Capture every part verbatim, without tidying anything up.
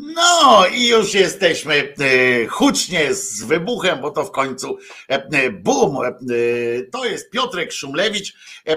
No i już jesteśmy e, hucznie z wybuchem, bo to w końcu e, bum. E, to jest Piotrek Szumlewicz, e,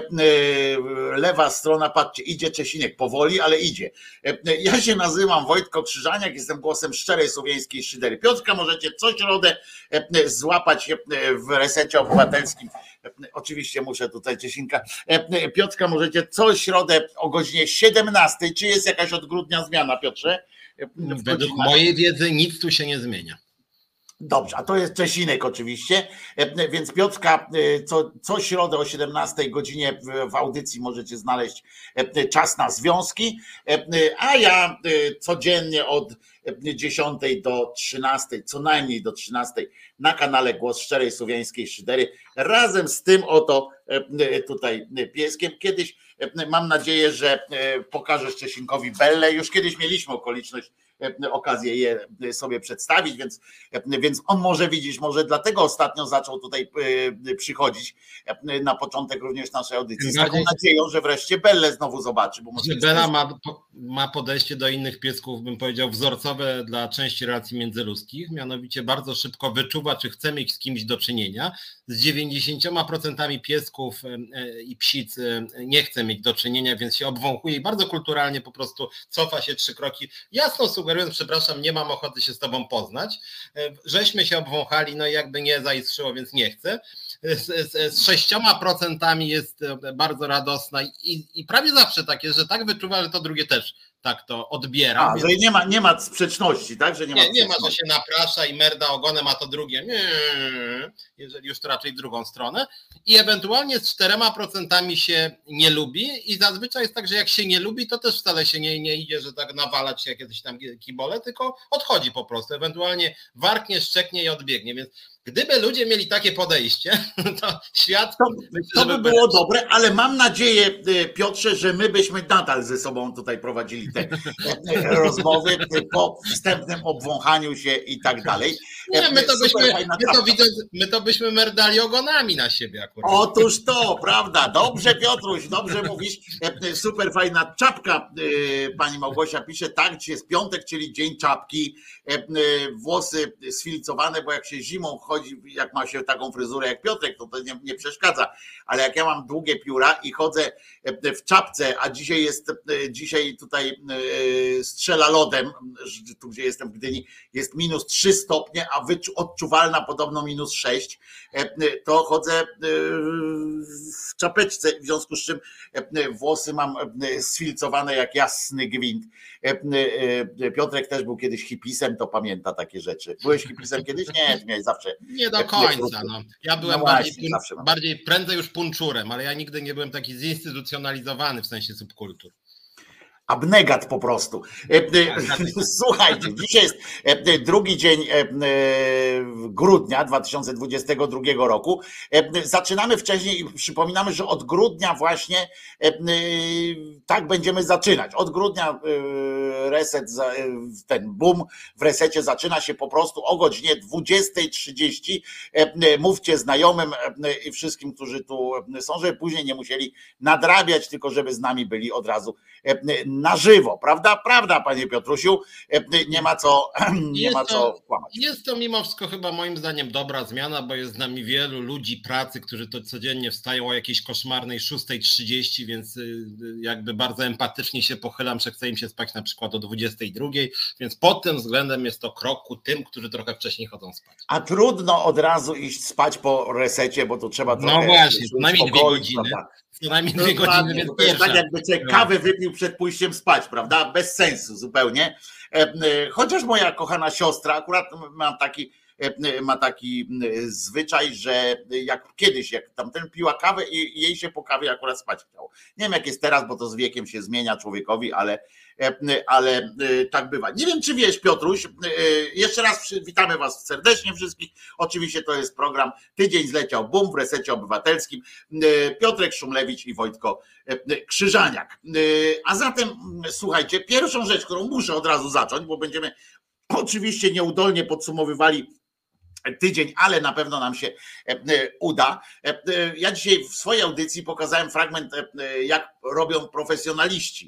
lewa strona, patrzcie, idzie Czesinek powoli, ale idzie. E, ja się nazywam Wojtko Krzyżaniak, jestem głosem szczerej słowiańskiej szydery. Piotrka możecie co środę e, złapać e, w Resecie Obywatelskim. E, oczywiście muszę tutaj Czesinka. E, Piotrka możecie co środę o godzinie siedemnastej. Czy jest jakaś od grudnia zmiana, Piotrze? Według mojej wiedzy nic tu się nie zmienia. Dobrze, a to jest Czesinek oczywiście, więc Piotrka co, co środę o siedemnastej godzinie w audycji możecie znaleźć Czas na związki, a ja codziennie od dziesiątej do trzynastej, co najmniej do trzynastej na kanale Głos Szczerej Słowiańskiej Szydery, razem z tym oto tutaj pieskiem. Kiedyś mam nadzieję, że pokażesz Czesinkowi Bellę, już kiedyś mieliśmy okoliczność, okazję je sobie przedstawić, więc, więc on może, widzisz, może dlatego ostatnio zaczął tutaj przychodzić na początek również naszej audycji, z taką nadzieją, że wreszcie Bellę znowu zobaczy. Bo może Bella ma, ma podejście do innych piesków, bym powiedział, wzorcowe dla części relacji międzyludzkich, mianowicie bardzo szybko wyczuwa, czy chce mieć z kimś do czynienia. Z dziewięćdziesięcioma procentami piesków i psic nie chce mieć do czynienia, więc się obwąchuje i bardzo kulturalnie po prostu cofa się trzy kroki, jasno sugerując, przepraszam, nie mam ochoty się z tobą poznać. Żeśmy się obwąchali, no i jakby nie zaiskrzyło, więc nie chcę. Z, z, z sześcioma procentami jest bardzo radosna i, i prawie zawsze tak jest, że tak wyczuwa, że to drugie też tak to odbiera. A, więc... że nie ma, nie ma sprzeczności, tak? Że nie, nie, ma, nie ma, że się naprasza i merda ogonem, a to drugie nie, jeżeli już to raczej w drugą stronę. I ewentualnie z czterema procentami się nie lubi i zazwyczaj jest tak, że jak się nie lubi, to też wcale się nie, nie idzie, że tak nawalać się jakieś tam kibole, tylko odchodzi po prostu. Ewentualnie warknie, szczeknie i odbiegnie, więc gdyby ludzie mieli takie podejście, to świat... To, to by było dobre, ale mam nadzieję, Piotrze, że my byśmy nadal ze sobą tutaj prowadzili te rozmowy po wstępnym obwąchaniu się i tak dalej. Nie, my to byśmy, my to widzę, my to byśmy merdali ogonami na siebie akurat. Otóż to, prawda? Dobrze, Piotruś, dobrze mówisz. Super fajna czapka. Pani Małgosia pisze, tak, dzisiaj jest piątek, czyli dzień czapki. Włosy sfilcowane, bo jak się zimą chodzi, jak ma się taką fryzurę jak Piotrek, to to nie, nie przeszkadza. Ale jak ja mam długie pióra i chodzę w czapce, a dzisiaj jest, dzisiaj tutaj strzela lodem, tu gdzie jestem w Gdyni, jest minus trzy stopnie, a odczuwalna podobno minus sześć, to chodzę w czapeczce, w związku z czym włosy mam sfilcowane jak jasny gwint. Piotrek też był kiedyś hipisem, to pamięta takie rzeczy. Byłeś hipisem kiedyś? Nie, ty miałeś zawsze. Nie do końca. No. Ja byłem no bardziej, właśnie, bardziej prędzej już punczurem, ale ja nigdy nie byłem taki zinstytucjonalizowany w sensie subkultur. Abnegat po prostu. Słuchajcie, dzisiaj jest drugi dzień grudnia dwa tysiące dwudziestego drugiego roku. Zaczynamy wcześniej i przypominamy, że od grudnia właśnie tak będziemy zaczynać. Od grudnia reset, ten boom w resecie zaczyna się po prostu o godzinie dwudziestej trzydzieści. Mówcie znajomym i wszystkim, którzy tu są, żeby później nie musieli nadrabiać, tylko żeby z nami byli od razu na żywo, prawda? Prawda, panie Piotrusiu, nie ma co, nie jest ma co kłamać. Jest to mimo wszystko chyba moim zdaniem dobra zmiana, bo jest z nami wielu ludzi pracy, którzy to codziennie wstają o jakiejś koszmarnej szóstej trzydzieści, więc jakby bardzo empatycznie się pochylam, że chce im się spać na przykład o dwudziestej drugiej, więc pod tym względem jest to krok ku tym, którzy trochę wcześniej chodzą spać. A trudno od razu iść spać po resecie, bo to trzeba trochę... No właśnie, co najmniej dwie godziny. Co najmniej dwie no, godziny, więc to jest tak, jakby sobie kawę wypił przed pójściem spać, prawda? Bez sensu zupełnie. Chociaż moja kochana siostra akurat ma taki, ma taki zwyczaj, że jak kiedyś, jak tamten piła kawę i jej się po kawie akurat spać chciało. Nie wiem jak jest teraz, bo to z wiekiem się zmienia człowiekowi, ale, ale tak bywa. Nie wiem czy wiesz, Piotruś, jeszcze raz witamy was serdecznie wszystkich. Oczywiście to jest program Tydzień zleciał bum w Resecie Obywatelskim. Piotrek Szumlewicz i Wojtko Krzyżaniak. A zatem słuchajcie, pierwszą rzecz, którą muszę od razu zacząć, bo będziemy oczywiście nieudolnie podsumowywali tydzień, ale na pewno nam się uda. Ja dzisiaj w swojej audycji pokazałem fragment, jak robią profesjonaliści.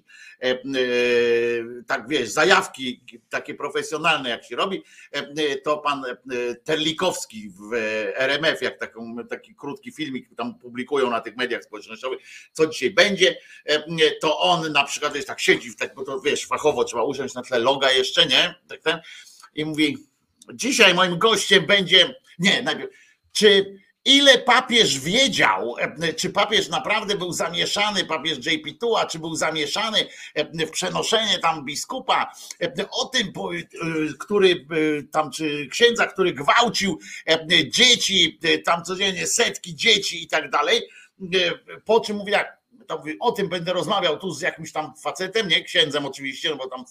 Tak wiesz, zajawki takie profesjonalne jak się robi, to pan Terlikowski w R M F, jak taką, taki krótki filmik tam publikują na tych mediach społecznościowych, co dzisiaj będzie, to on na przykład jest tak siedzi, tak, bo to wiesz, fachowo trzeba usiąść na tle loga jeszcze, nie? Tak ten, i mówi: dzisiaj moim gościem będzie, nie, najpierw, czy ile papież wiedział, czy papież naprawdę był zamieszany, papież J P Tua, czy był zamieszany w przenoszenie tam biskupa, o tym, który tam, czy księdza, który gwałcił dzieci, tam codziennie setki dzieci i tak dalej, po czym mówi tak, to mówi, o tym będę rozmawiał tu z jakimś tam facetem, nie księdzem oczywiście, no bo tam,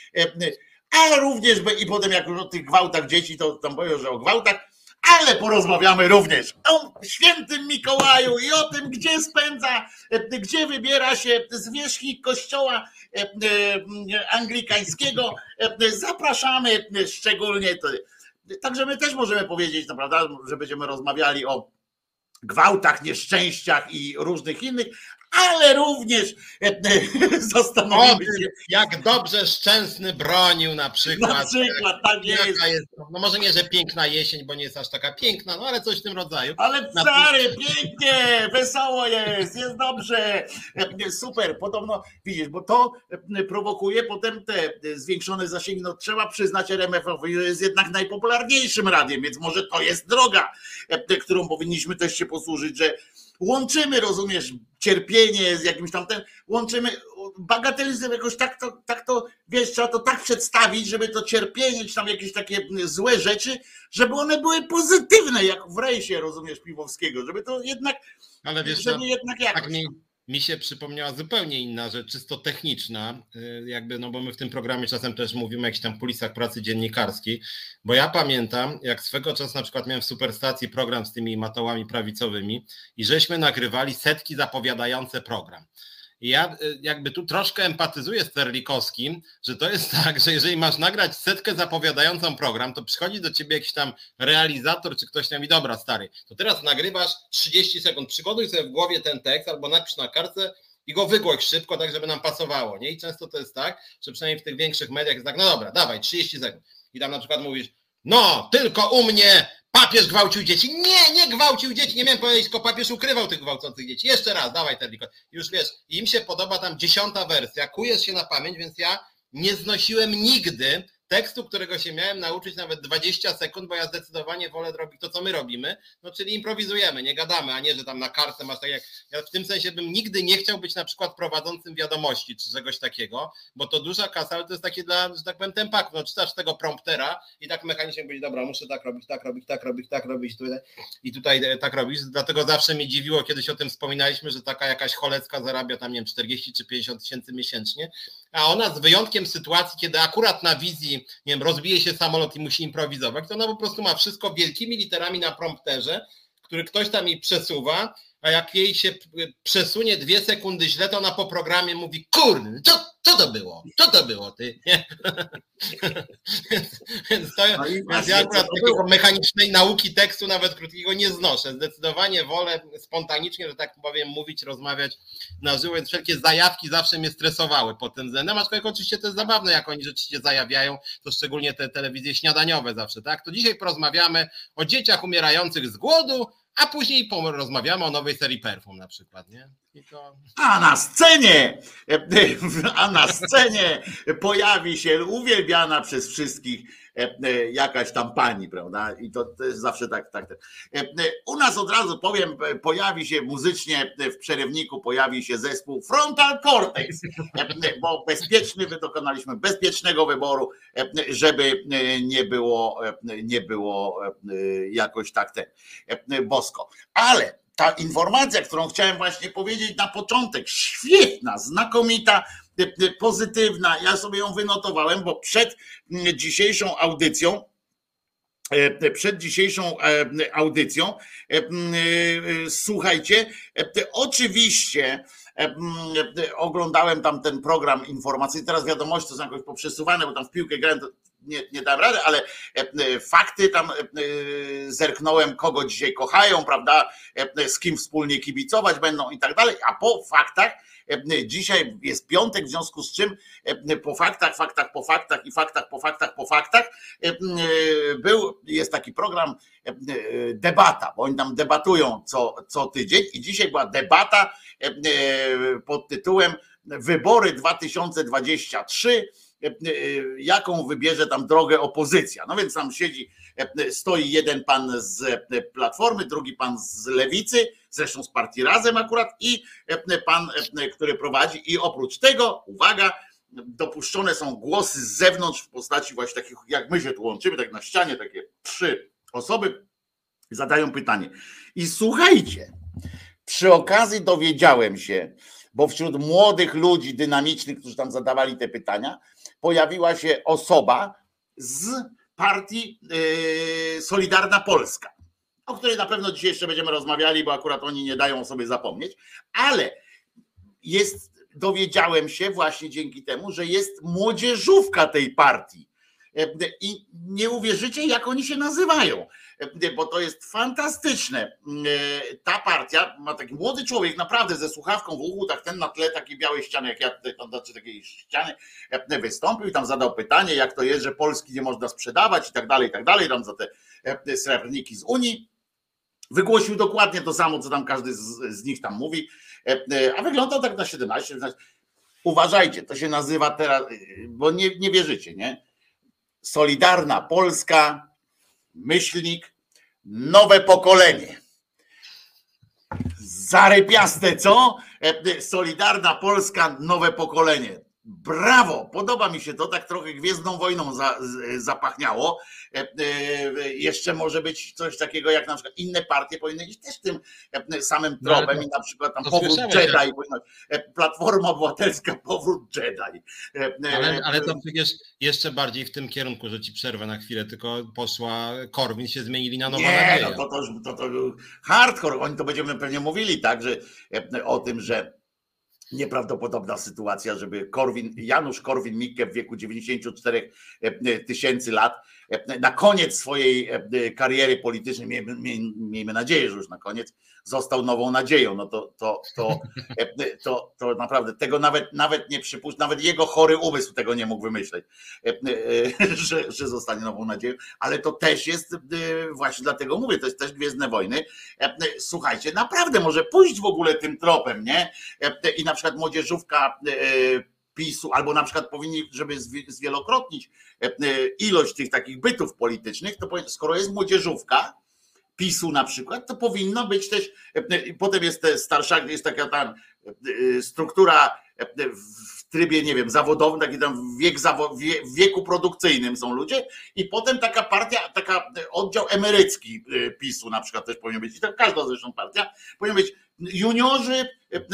ale również, i potem jak już o tych gwałtach dzieci, to tam powiedział, że o gwałtach, ale porozmawiamy również o świętym Mikołaju i o tym, gdzie spędza, gdzie wybiera się z wierzchi kościoła anglikańskiego. Zapraszamy szczególnie. Także my też możemy powiedzieć, no, prawda, że będziemy rozmawiali o gwałtach, nieszczęściach i różnych innych, ale również zastanowimy się, jak dobrze Szczęsny bronił na przykład. Na przykład, tak jest. jest. No może nie, że piękna jesień, bo nie jest aż taka piękna, no ale coś w tym rodzaju. Ale stary, pięknie, wesoło jest, jest dobrze, super, podobno, widzisz, bo to prowokuje potem te zwiększone zasięgi, no trzeba przyznać R M F-owi, że jest jednak najpopularniejszym radiem, więc może to jest droga, którą powinniśmy też się posłużyć, że łączymy, rozumiesz, cierpienie z jakimś tam ten, łączymy, bagatelizm jakoś tak to, tak to, wiesz, trzeba to tak przedstawić, żeby to cierpienie, czy tam jakieś takie złe rzeczy, żeby one były pozytywne, jak w rejsie, rozumiesz, Piwowskiego, żeby to jednak, ale wiesz, żeby no, jednak jakoś. Tak mi, mi się przypomniała zupełnie inna rzecz, czysto techniczna, jakby, no bo my w tym programie czasem też mówimy o jakichś tam kulisach pracy dziennikarskiej, bo ja pamiętam, jak swego czasu na przykład miałem w Superstacji program z tymi matołami prawicowymi i żeśmy nagrywali setki zapowiadające program. I ja jakby tu troszkę empatyzuję z Terlikowskim, że to jest tak, że jeżeli masz nagrać setkę zapowiadającą program, to przychodzi do ciebie jakiś tam realizator, czy ktoś tam mówi, dobra stary, to teraz nagrywasz trzydzieści sekund, przygotuj sobie w głowie ten tekst albo napisz na kartce i go wygłoś szybko, tak żeby nam pasowało, nie? I często to jest tak, że przynajmniej w tych większych mediach jest tak, no dobra, dawaj, trzydzieści sekund. I tam na przykład mówisz, no tylko u mnie papież gwałcił dzieci. Nie, nie gwałcił dzieci. Nie miałem powiedzieć, tylko papież ukrywał tych gwałcących dzieci. Jeszcze raz, dawaj Terliko. Już wiesz, im się podoba tam dziesiąta wersja, kujesz się na pamięć, więc ja nie znosiłem nigdy tekstu, którego się miałem nauczyć nawet dwadzieścia sekund, bo ja zdecydowanie wolę robić to, co my robimy, no czyli improwizujemy, nie gadamy, a nie, że tam na kartce masz tak jak, ja w tym sensie bym nigdy nie chciał być na przykład prowadzącym wiadomości, czy czegoś takiego, bo to duża kasa, ale to jest takie dla, że tak powiem, tempaku, no czytasz tego promptera i tak mechanicznie powiedzieć, dobra, muszę tak robić, tak robić, tak robić, tak robić tutaj, i tutaj tak robić, dlatego zawsze mnie dziwiło, kiedyś o tym wspominaliśmy, że taka jakaś Cholecka zarabia tam, nie wiem, czterdzieści czy pięćdziesiąt tysięcy miesięcznie, a ona z wyjątkiem sytuacji, kiedy akurat na wizji, nie wiem, rozbije się samolot i musi improwizować, to ona po prostu ma wszystko wielkimi literami na prompterze, który ktoś tam jej przesuwa, a jak jej się przesunie dwie sekundy źle, to ona po programie mówi, kurde, co, co to było? Co to było, ty? Nie? Więc, to, no więc właśnie, ja akurat takiego mechanicznej nauki tekstu nawet krótkiego nie znoszę. Zdecydowanie wolę spontanicznie, że tak powiem, mówić, rozmawiać na żywo, więc wszelkie zajawki zawsze mnie stresowały pod tym względem, aczkolwiek oczywiście to jest zabawne, jak oni rzeczywiście zajawiają, to szczególnie te telewizje śniadaniowe zawsze, tak? To dzisiaj porozmawiamy o dzieciach umierających z głodu, a później porozmawiamy o nowej serii Perfum na przykład, nie? I to... A na scenie, a na scenie pojawi się uwielbiana przez wszystkich jakaś tam pani, prawda? I to, to jest zawsze tak, tak. U nas od razu powiem, pojawi się muzycznie w przerywniku, pojawi się zespół Frontal Cortex, bo bezpieczny, dokonaliśmy bezpiecznego wyboru, żeby nie było, nie było jakoś tak ten bosko. Ale ta informacja, którą chciałem właśnie powiedzieć na początek, świetna, znakomita, pozytywna, ja sobie ją wynotowałem, bo przed dzisiejszą audycją, przed dzisiejszą audycją, słuchajcie, oczywiście oglądałem tam ten program informacyjny, teraz wiadomości to są jakoś poprzesuwane, bo tam w piłkę grałem, nie, nie dałem rady, ale fakty tam zerknąłem, kogo dzisiaj kochają, prawda, z kim wspólnie kibicować będą i tak dalej, a po faktach dzisiaj jest piątek, w związku z czym po faktach, faktach, po faktach i faktach, po faktach, po faktach był, jest taki program debata, bo oni tam debatują co, co tydzień i dzisiaj była debata pod tytułem Wybory dwa tysiące dwadzieścia trzy, jaką wybierze tam drogę opozycja. No więc tam siedzi, stoi jeden pan z Platformy, drugi pan z Lewicy, zresztą z partii Razem akurat i pan, który prowadzi i oprócz tego, uwaga, dopuszczone są głosy z zewnątrz w postaci właśnie takich, jak my się tu łączymy, tak na ścianie takie trzy osoby zadają pytanie. I słuchajcie, przy okazji dowiedziałem się, bo wśród młodych ludzi dynamicznych, którzy tam zadawali te pytania, pojawiła się osoba z partii yy, Solidarna Polska, o której na pewno dzisiaj jeszcze będziemy rozmawiali, bo akurat oni nie dają sobie zapomnieć, ale jest, dowiedziałem się właśnie dzięki temu, że jest młodzieżówka tej partii i nie uwierzycie, jak oni się nazywają, bo to jest fantastyczne. Ta partia ma taki młody człowiek, naprawdę ze słuchawką w uchu, tak ten na tle takiej białej ściany, jak ja tutaj, znaczy takiej ściany wystąpił i tam zadał pytanie, jak to jest, że Polski nie można sprzedawać i tak dalej, i tak dalej, tam za te srebrniki z Unii. Wygłosił dokładnie to samo, co tam każdy z, z nich tam mówi, a wyglądał tak na siedemnaście. Uważajcie, to się nazywa teraz, bo nie, nie wierzycie, nie? Solidarna Polska, myślnik, nowe pokolenie. Zarypiaste, co? Solidarna Polska, nowe pokolenie. Brawo, podoba mi się to, tak trochę Gwiezdną Wojną za, zapachniało. Jeszcze może być coś takiego, jak na przykład inne partie powinny iść też tym samym tropem, no, i na przykład tam powrót Jedi, Platforma Obywatelska, powrót Jedi. Ale, ale to przecież jeszcze bardziej w tym kierunku, że ci przerwę na chwilę, tylko poszła Korwin, się zmienili na Nowa Nadzieja. Nie, no to, to, to, to był hardcore, oni to będziemy pewnie mówili, tak, że o tym, że nieprawdopodobna sytuacja, żeby Korwin, Janusz Korwin-Mikke w wieku dziewięćdziesięciu czterech tysięcy lat na koniec swojej kariery politycznej, miejmy, miejmy nadzieję, że już na koniec, został nową nadzieją. No to, to, to, to, to naprawdę tego nawet, nawet nie przypuszczam, nawet jego chory umysł tego nie mógł wymyśleć, że, że zostanie nową nadzieją, ale to też jest, właśnie dlatego mówię, to jest też Gwiezdne Wojny. Słuchajcie, naprawdę może pójść w ogóle tym tropem, nie? I na przykład młodzieżówka PiSu, albo na przykład powinni, żeby zwielokrotnić ilość tych takich bytów politycznych, to skoro jest młodzieżówka PiSu na przykład, to powinno być też, potem jest starsza, jest taka tam struktura w trybie, nie wiem, zawodowym, taki tam wiek, w wieku produkcyjnym są ludzie i potem taka partia, taka oddział emerycki PiSu na przykład też powinien być, i to każda zresztą partia, powinien być juniorzy,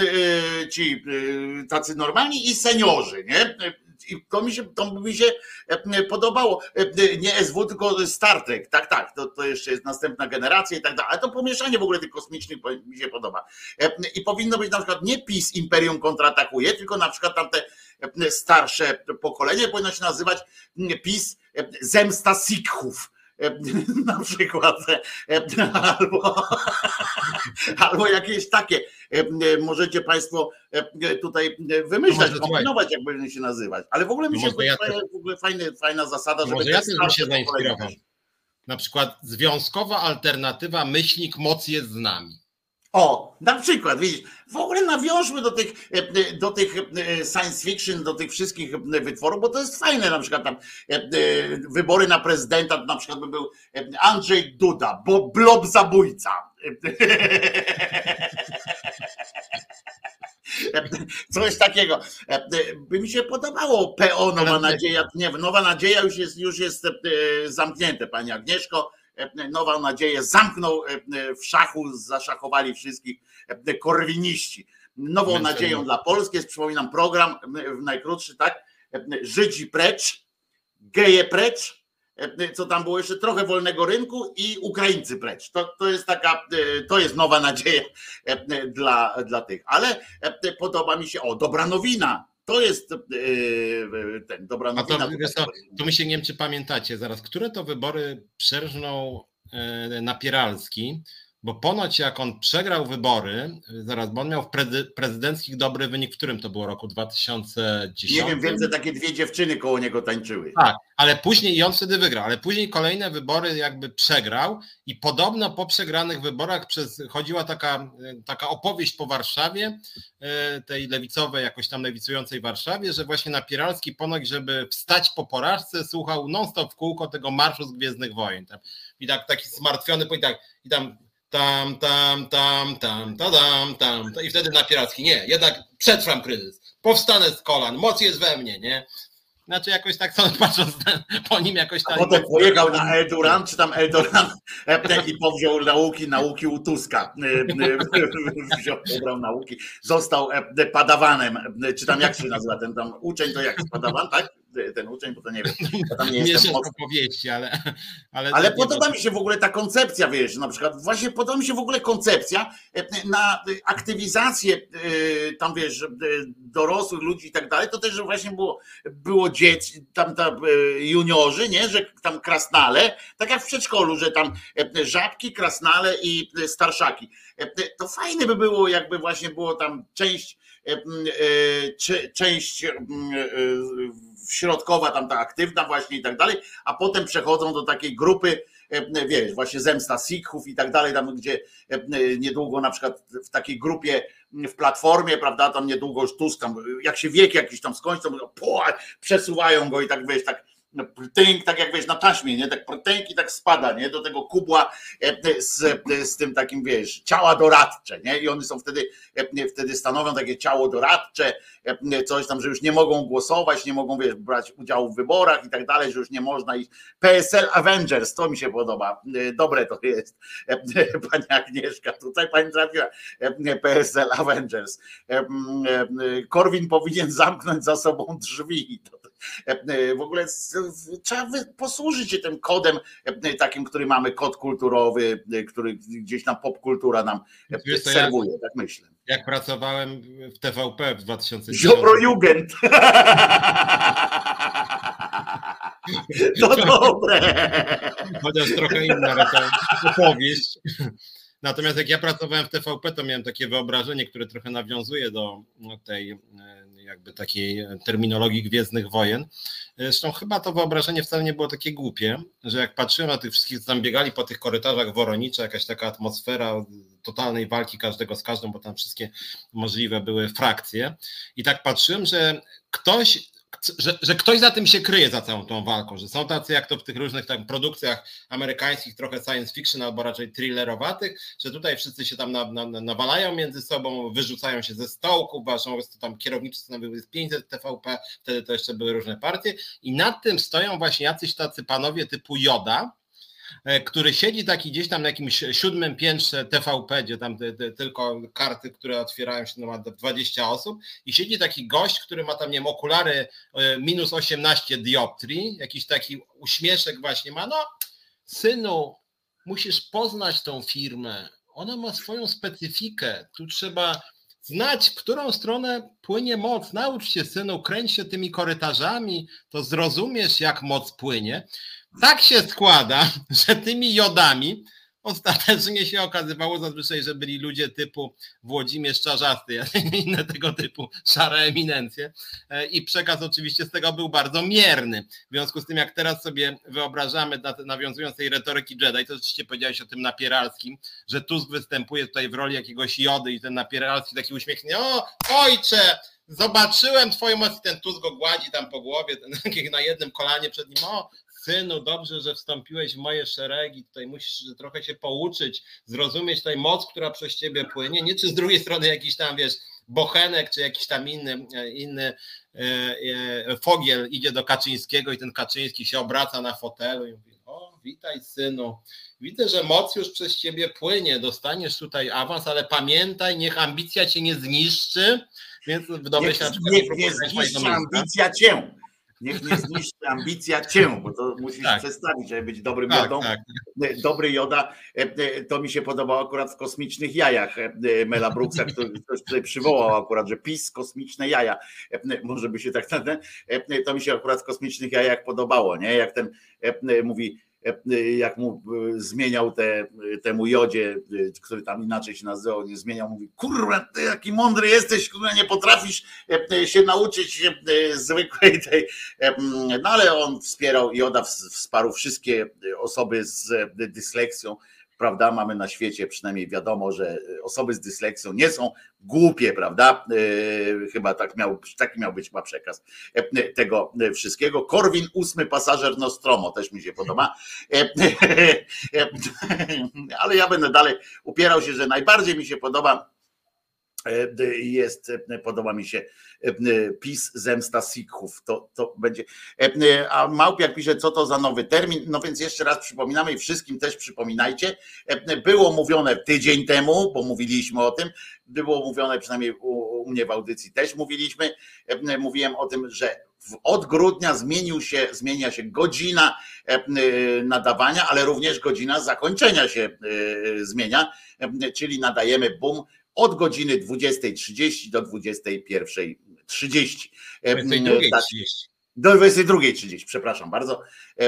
ci tacy normalni i seniorzy, nie? I to mi się, to mi się podobało. Nie S W, tylko Star Trek. Tak, tak, to, to jeszcze jest następna generacja i tak dalej. Ale to pomieszanie w ogóle tych kosmicznych mi się podoba. I powinno być na przykład nie PiS Imperium kontratakuje, tylko na przykład tamte starsze pokolenie powinno się nazywać PiS Zemsta Sikhów. Na przykład albo, albo jakieś takie możecie Państwo tutaj wymyślać, kombinować, jak będzie się nazywać, ale w ogóle mi się no ja fajna, w ogóle fajna, fajna zasada, żeby może ja też bym się zainspirował. Na przykład związkowa alternatywa myślnik moc jest z nami. O, na przykład, widzisz, w ogóle nawiążmy do tych, do tych science fiction, do tych wszystkich wytworów, bo to jest fajne, na przykład tam wybory na prezydenta, na przykład by był Andrzej Duda, bo blob zabójca. Coś takiego. By mi się podobało P O, Nowa Nadzieja, nie, Nowa Nadzieja już jest, już jest zamknięte, pani Agnieszko. Nową Nadzieję zamknął w szachu, zaszachowali wszystkich korwiniści. Nową Więc nadzieją no. dla Polski jest, przypominam, program najkrótszy, tak? Żydzi precz, geje precz, co tam było jeszcze, trochę wolnego rynku i Ukraińcy precz. To, to jest taka, to jest nowa nadzieja dla, dla tych. Ale podoba mi się, o, dobra nowina. To jest yy, ten, dobra nowina. A to, wiesz co, to my się nie wiem, czy pamiętacie zaraz, które to wybory przerżnął yy, Napieralski, bo ponoć jak on przegrał wybory, zaraz, bo on miał w prezy, prezydenckich dobry wynik, w którym to było roku dwa tysiące dziesiątym? Nie wiem, wiem, że takie dwie dziewczyny koło niego tańczyły. Tak, ale później i on wtedy wygrał, ale później kolejne wybory jakby przegrał i podobno po przegranych wyborach przez, chodziła taka, taka opowieść po Warszawie, tej lewicowej, jakoś tam lewicującej Warszawie, że właśnie Napieralski ponoć, żeby wstać po porażce, słuchał non-stop w kółko tego Marszu z Gwiezdnych Wojen. I tak taki zmartwiony, i tak, i tam tam, tam, tam, tam, tam, tam, tam. I wtedy Napieralski, nie, jednak przetrwam kryzys, powstanę z kolan, moc jest we mnie, nie? Znaczy jakoś tak są, patrząc po nim jakoś tam... A potem pojechał na Eldoran, czy tam Eldoran i powziął nauki, nauki u Tuska. Wziął, pobrał nauki, został padawanem, czy tam jak się nazywa ten tam uczeń, to jak jest padawan, tak? Ten uczeń, bo to nie wiem. Ja tam nie jestem mocno. Opowieści, ale... Ale, ale podoba mi się w ogóle ta koncepcja, wiesz, na przykład właśnie podoba mi się w ogóle koncepcja na aktywizację tam, wiesz, dorosłych ludzi i tak dalej, to też właśnie było, było dzieci, tam, tam juniorzy, nie, że tam krasnale, tak jak w przedszkolu, że tam żabki, krasnale i starszaki. To fajne by było, jakby właśnie było tam część część środkowa, tam ta aktywna właśnie i tak dalej, a potem przechodzą do takiej grupy, wiesz, właśnie zemsta Sikhów i tak dalej, tam gdzie niedługo na przykład w takiej grupie w Platformie, prawda, tam niedługo już Tusk, tam, jak się wiek jakiś tam skończy, to po, przesuwają go i tak, wiesz, tak prtynk, tak jak wiesz, na taśmie, nie, tak prtynk i tak spada, nie, do tego kubła z, z tym takim, wiesz, ciała doradcze, nie, i one są wtedy, wtedy stanowią takie ciało doradcze, coś tam, że już nie mogą głosować, nie mogą, wiesz, brać udziału w wyborach i tak dalej, że już nie można ich, P S L Avengers, to mi się podoba, dobre to jest, pani Agnieszka, tutaj pani trafiła, P S L Avengers, Korwin powinien zamknąć za sobą drzwi, w ogóle trzeba posłużyć się tym kodem takim, który mamy, kod kulturowy, który gdzieś tam popkultura nam Wiesz, serwuje, ja, tak myślę. Jak pracowałem w T V P w dwa tysiące dziesiątym. Ziobro-Jugend. To dobre. Chociaż trochę inna opowieść. Natomiast jak ja pracowałem w T V P, to miałem takie wyobrażenie, które trochę nawiązuje do tej jakby takiej terminologii Gwiezdnych Wojen. Zresztą chyba to wyobrażenie wcale nie było takie głupie, że jak patrzyłem na tych wszystkich, co tam biegali po tych korytarzach Woronicza, jakaś taka atmosfera totalnej walki każdego z każdą, bo tam wszystkie możliwe były frakcje. I tak patrzyłem, że ktoś Że, że ktoś za tym się kryje, za całą tą walką, że są tacy jak to w tych różnych tak produkcjach amerykańskich, trochę science fiction albo raczej thrillerowatych, że tutaj wszyscy się tam na, na, nawalają między sobą, wyrzucają się ze stołków, ważą, jest to tam kierowniczy stanowiły jest pięćset T V P, wtedy to jeszcze były różne partie i nad tym stoją właśnie jacyś tacy panowie typu Yoda, który siedzi taki gdzieś tam na jakimś siódmym piętrze T V P, gdzie tam te, te, tylko karty, które otwierają się, no ma dwadzieścia osób i siedzi taki gość, który ma tam, nie wiem, okulary minus osiemnaście dioptrii, jakiś taki uśmieszek właśnie ma, no synu, musisz poznać tą firmę, ona ma swoją specyfikę, tu trzeba znać, w którą stronę płynie moc, naucz się synu, kręć się tymi korytarzami, to zrozumiesz, jak moc płynie. Tak się składa, że tymi Jodami ostatecznie się okazywało zazwyczaj, że byli ludzie typu Włodzimierz Czarzasty, inne tego typu szare eminencje i przekaz oczywiście z tego był bardzo mierny. W związku z tym, jak teraz sobie wyobrażamy, nawiązując tej retoryki Jedi, to rzeczywiście powiedziałeś o tym Napieralskim, że Tusk występuje tutaj w roli jakiegoś Jody i ten Napieralski taki uśmiechnięty, o ojcze, zobaczyłem twoją moc i ten Tusk go gładzi tam po głowie, ten, na jednym kolanie przed nim, o synu, dobrze, że wstąpiłeś w moje szeregi, tutaj musisz trochę się pouczyć, zrozumieć tutaj moc, która przez ciebie płynie, nie czy z drugiej strony jakiś tam, wiesz, Bochenek, czy jakiś tam inny, inny e, e, Fogiel idzie do Kaczyńskiego i ten Kaczyński się obraca na fotelu i mówi, o witaj synu, widzę, że moc już przez ciebie płynie, dostaniesz tutaj awans, ale pamiętaj, niech ambicja cię nie zniszczy, więc w dobrej się na przykład nie, nie zniszczy ambicja cię. Niech nie zniszczy ambicja cię, bo to musisz tak przedstawić, żeby być dobrym tak, jodą. Tak. Dobry joda, to mi się podobało akurat w Kosmicznych Jajach Mela Brooksa, który ktoś tutaj przywołał akurat, że PiS kosmiczne jaja. Może by się tak, to mi się akurat w Kosmicznych Jajach podobało, nie? Jak ten mówi, jak mu zmieniał te, temu jodzie, który tam inaczej się nazywał, nie zmieniał, mówi, kurwa, ty jaki mądry jesteś, kurwa, nie potrafisz się nauczyć zwykłej tej, no ale on wspierał, joda wsparł wszystkie osoby z dysleksją, prawda, mamy na świecie przynajmniej wiadomo, że osoby z dysleksją nie są głupie, prawda, chyba tak miał, taki miał być chyba przekaz tego wszystkiego. Korwin, ósmy pasażer Nostromo, też mi się podoba, ale ja będę dalej upierał się, że najbardziej mi się podoba jest, podoba mi się PiS zemsta Sikhów, to, to będzie, a Małpiak pisze, co to za nowy termin, no więc jeszcze raz przypominamy i wszystkim też przypominajcie, było mówione tydzień temu, bo mówiliśmy o tym, było mówione przynajmniej u, u mnie w audycji też mówiliśmy, mówiłem o tym, że od grudnia zmienił się, zmienia się godzina nadawania, ale również godzina zakończenia się zmienia, czyli nadajemy boom od godziny dwudziestej trzydzieści do dwudziestej pierwszej trzydzieści. Do dwudziestej drugiej trzydzieści, przepraszam bardzo.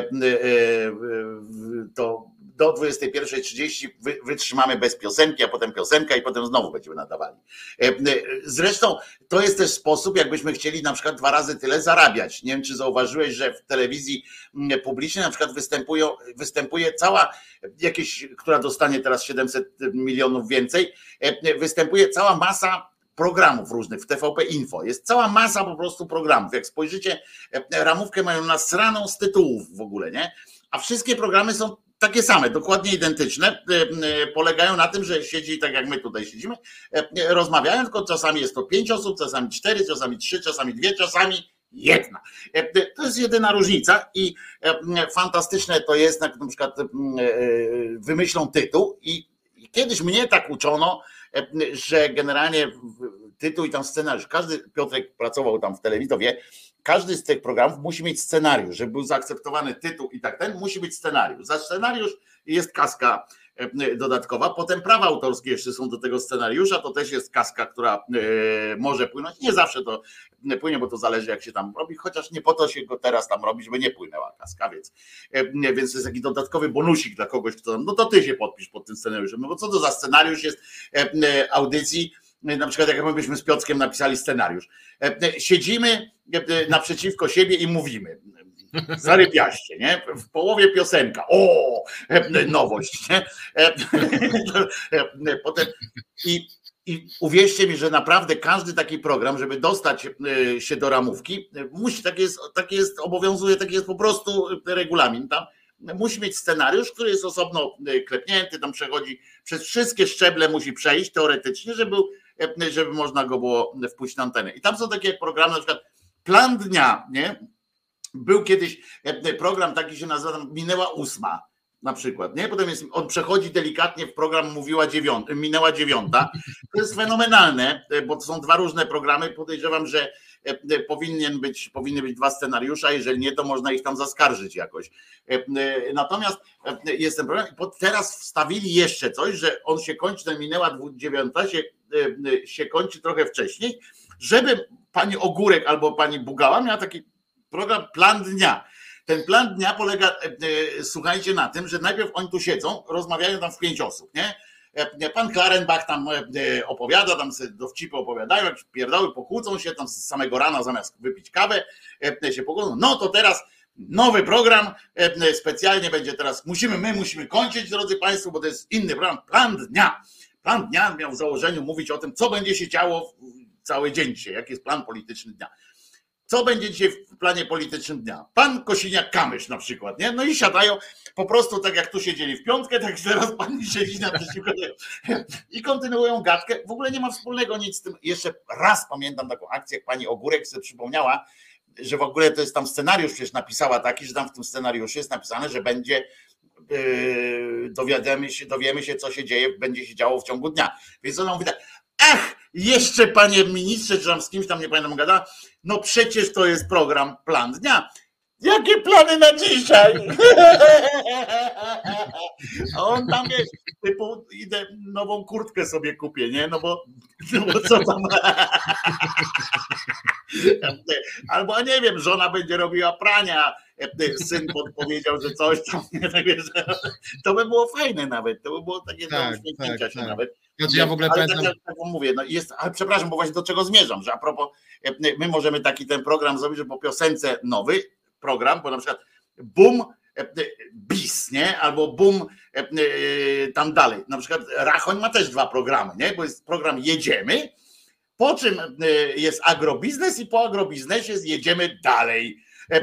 To do dwudziestej pierwszej trzydzieści wytrzymamy bez piosenki, a potem piosenka i potem znowu będziemy nadawali. Zresztą to jest też sposób, jakbyśmy chcieli na przykład dwa razy tyle zarabiać. Nie wiem, czy zauważyłeś, że w telewizji publicznej na przykład występują, występuje cała jakieś, która dostanie teraz siedemset milionów więcej, występuje cała masa programów różnych w T V P Info. Jest cała masa po prostu programów. Jak spojrzycie, ramówkę mają nasraną z tytułów w ogóle, nie? A wszystkie programy są takie same, dokładnie identyczne. Polegają na tym, że siedzi tak jak my tutaj siedzimy, rozmawiają, tylko czasami jest to pięć osób, czasami cztery, czasami trzy, czasami dwie, czasami jedna. To jest jedyna różnica i fantastyczne to jest, jak na przykład wymyślą tytuł i kiedyś mnie tak uczono, że generalnie tytuł i tam scenariusz, każdy, Piotrek pracował tam w telewizji, to wie, każdy z tych programów musi mieć scenariusz, żeby był zaakceptowany tytuł i tak ten, musi być scenariusz. Za scenariusz jest kaska dodatkowa, potem prawa autorskie jeszcze są do tego scenariusza, to też jest kaska, która może płynąć, nie zawsze to płynie, bo to zależy jak się tam robi, chociaż nie po to się go teraz tam robi, żeby nie płynęła kaska, więc, więc to jest taki dodatkowy bonusik dla kogoś, kto, no to ty się podpisz pod tym scenariuszem, no bo co to za scenariusz jest audycji, na przykład jak my byśmy z Piotrkiem napisali scenariusz, siedzimy naprzeciwko siebie i mówimy, zarypiaście, nie? W połowie piosenka, o, nowość, nie? Potem i, i uwierzcie mi, że naprawdę każdy taki program, żeby dostać się do ramówki, musi, tak jest, tak jest, obowiązuje, taki jest po prostu regulamin tam, musi mieć scenariusz, który jest osobno klepnięty, tam przechodzi przez wszystkie szczeble, musi przejść teoretycznie, żeby, żeby można go było wpuścić na antenę. I tam są takie programy, na przykład Plan Dnia, nie? Był kiedyś program taki się nazywa, minęła ósma na przykład, nie? Potem jest, on przechodzi delikatnie w program mówiła dziewiąta, minęła dziewiąta. To jest fenomenalne, bo to są dwa różne programy. Podejrzewam, że powinien być, powinny być dwa scenariusze, a jeżeli nie, to można ich tam zaskarżyć jakoś. Natomiast jest ten program, teraz wstawili jeszcze coś, że on się kończy, ten minęła dziewiąta, się, się kończy trochę wcześniej, żeby pani Ogórek albo pani Bugała miała taki program Plan Dnia. Ten plan dnia polega, e, e, słuchajcie, na tym, że najpierw oni tu siedzą, rozmawiają tam w pięć osób, nie? E, pan Klarenbach tam e, opowiada, tam sobie dowcipy opowiadają, jak pierdoły, pokłócą się tam z samego rana, zamiast wypić kawę, e, się pokłócą. No to teraz nowy program, e, specjalnie będzie teraz, musimy, my musimy kończyć, drodzy państwo, bo to jest inny program, plan dnia. Plan dnia miał w założeniu mówić o tym, co będzie się działo cały dzień dzisiaj, jaki jest plan polityczny dnia. Co będzie dzisiaj w planie politycznym dnia? Pan Kosiniak-Kamysz na przykład, nie? No i siadają po prostu tak jak tu siedzieli w piątkę, tak teraz pani siedzi naprzeciwko i kontynuują gadkę. W ogóle nie ma wspólnego nic z tym. Jeszcze raz pamiętam taką akcję, jak pani Ogórek sobie przypomniała, że w ogóle to jest tam scenariusz przecież napisała taki, że tam w tym scenariuszu jest napisane, że będzie yy, dowiemy się, dowiemy się, co się dzieje, będzie się działo w ciągu dnia. Więc ona mówi tak, ach, jeszcze panie ministrze, czy tam z kimś tam nie pamiętam gada, no przecież to jest program Plan Dnia. Jakie plany na dzisiaj? A on tam wiesz, typu idę nową kurtkę sobie kupię, nie? No bo, no bo co tam? Albo nie wiem, żona będzie robiła prania, syn podpowiedział, że coś tam, to by było fajne nawet, to by było takie tak, do uśmiechnięcia tak, się tak. nawet. Znaczy ja w ogóle ale pamiętam... tak, tak mówię, no jest, ale przepraszam, bo właśnie do czego zmierzam, że a propos, my możemy taki ten program zrobić, że po piosence nowy program, bo na przykład boom bis, nie? Albo boom tam dalej. Na przykład Rachoń ma też dwa programy, nie? Bo jest program Jedziemy, po czym jest agrobiznes i po agrobiznesie jest Jedziemy dalej.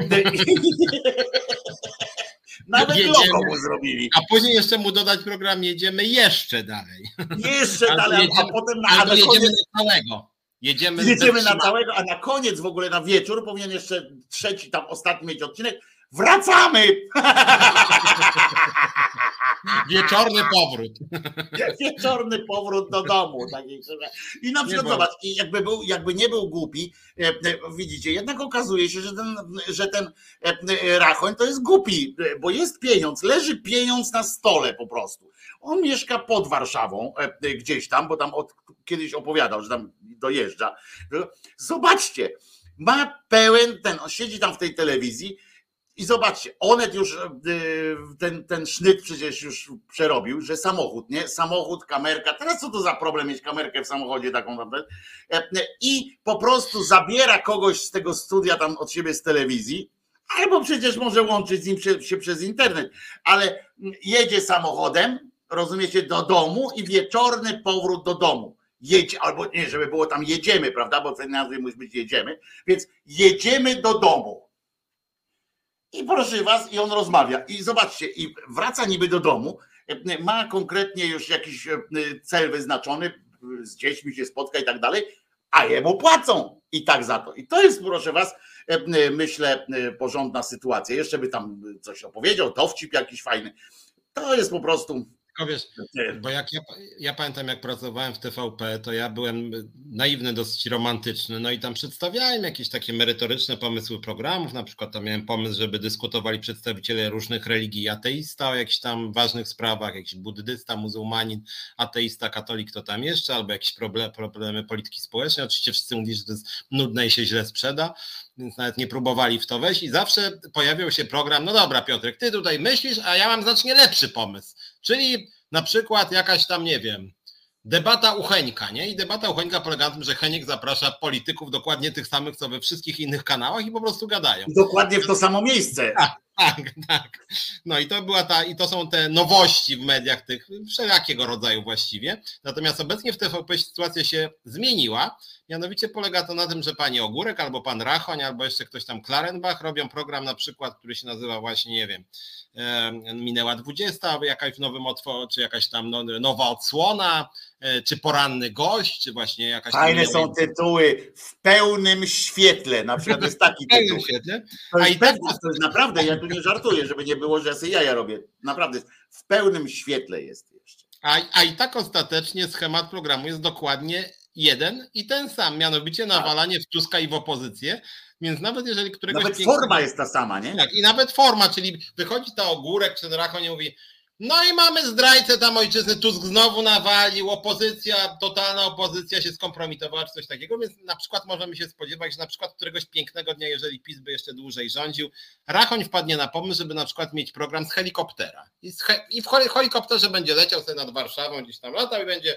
Nawet jedziemy, logo mu zrobili. A później jeszcze mu dodać program Jedziemy jeszcze dalej. Jeszcze albo dalej, jedziemy, a potem na, a na jedziemy koniec... na całego. Jedziemy, jedziemy na całego, a na koniec w ogóle na wieczór powinien jeszcze trzeci, tam ostatni mieć odcinek. Wracamy! Wieczorny powrót. Wieczorny powrót do domu. I na przykład nie zobacz, i jakby, był, jakby nie był głupi, widzicie, jednak okazuje się, że ten, że ten Rachoń to jest głupi, bo jest pieniądz, leży pieniądz na stole po prostu. On mieszka pod Warszawą, gdzieś tam, bo tam od, kiedyś opowiadał, że tam dojeżdża. Zobaczcie, ma pełen ten, on siedzi tam w tej telewizji i zobaczcie, Onet już ten, ten sznyt przecież już przerobił, że samochód, nie? Samochód, kamerka, teraz co to za problem mieć kamerkę w samochodzie taką tam, i po prostu zabiera kogoś z tego studia tam od siebie z telewizji, albo przecież może łączyć z nim się, się przez internet, ale jedzie samochodem, rozumiecie, do domu i wieczorny powrót do domu. Jedzie, albo nie, żeby było tam jedziemy, prawda, bo ten nazwy musi być jedziemy, więc jedziemy do domu. I proszę was, i on rozmawia. I zobaczcie, i wraca niby do domu, ma konkretnie już jakiś cel wyznaczony, z dziećmi się spotka i tak dalej, a jemu płacą i tak za to. I to jest, proszę was, myślę, porządna sytuacja. Jeszcze by tam coś opowiedział, dowcip jakiś fajny. To jest po prostu... Tylko wiesz, bo jak ja, ja pamiętam, jak pracowałem w T V P, to ja byłem naiwny, dosyć romantyczny, no i tam przedstawiałem jakieś takie merytoryczne pomysły programów, na przykład tam miałem pomysł, żeby dyskutowali przedstawiciele różnych religii, ateista o jakichś tam ważnych sprawach, jakiś buddysta, muzułmanin, ateista, katolik, to tam jeszcze, albo jakieś problemy, problemy polityki społecznej. Oczywiście wszyscy mówili, że to jest nudne i się źle sprzeda, więc nawet nie próbowali w to wejść i zawsze pojawiał się program, no dobra Piotrek, ty tutaj myślisz, a ja mam znacznie lepszy pomysł, czyli na przykład jakaś tam, nie wiem, debata u Heńka, nie? I debata u Heńka polega na tym, że Heniek zaprasza polityków dokładnie tych samych, co we wszystkich innych kanałach i po prostu gadają. Dokładnie w to samo miejsce. Tak, tak, tak. No i to była ta, i to są te nowości w mediach tych wszelakiego rodzaju właściwie. Natomiast obecnie w T V P sytuacja się zmieniła. Mianowicie polega to na tym, że pani Ogórek albo pan Rachoń, albo jeszcze ktoś tam Klarenbach robią program na przykład, który się nazywa właśnie, nie wiem, minęła dwudziesta, jakaś w nowym otworze, czy jakaś tam nowa odsłona, czy poranny gość, czy właśnie jakaś... Fajne są minęła... tytuły w pełnym świetle, na przykład jest taki tytuł. Świetle. To jest, A i tak... to jest naprawdę, ja tu nie żartuję, żeby nie było, że ja sobie jaja robię. Naprawdę w pełnym świetle jest jeszcze. A, a i tak ostatecznie schemat programu jest dokładnie jeden i ten sam, mianowicie nawalanie w Tuska i w opozycję, więc nawet jeżeli któregoś... Nawet pięknego... forma jest ta sama, nie? Tak, i nawet forma, czyli wychodzi ta Ogórek czy Rachoń i mówi, no i mamy zdrajcę tam ojczyzny, Tusk znowu nawalił, opozycja, totalna opozycja się skompromitowała czy coś takiego, więc na przykład możemy się spodziewać, że na przykład któregoś pięknego dnia, jeżeli PiS by jeszcze dłużej rządził, Rachoń wpadnie na pomysł, żeby na przykład mieć program z helikoptera i, z he- i w helikopterze będzie leciał sobie nad Warszawą, gdzieś tam latał i będzie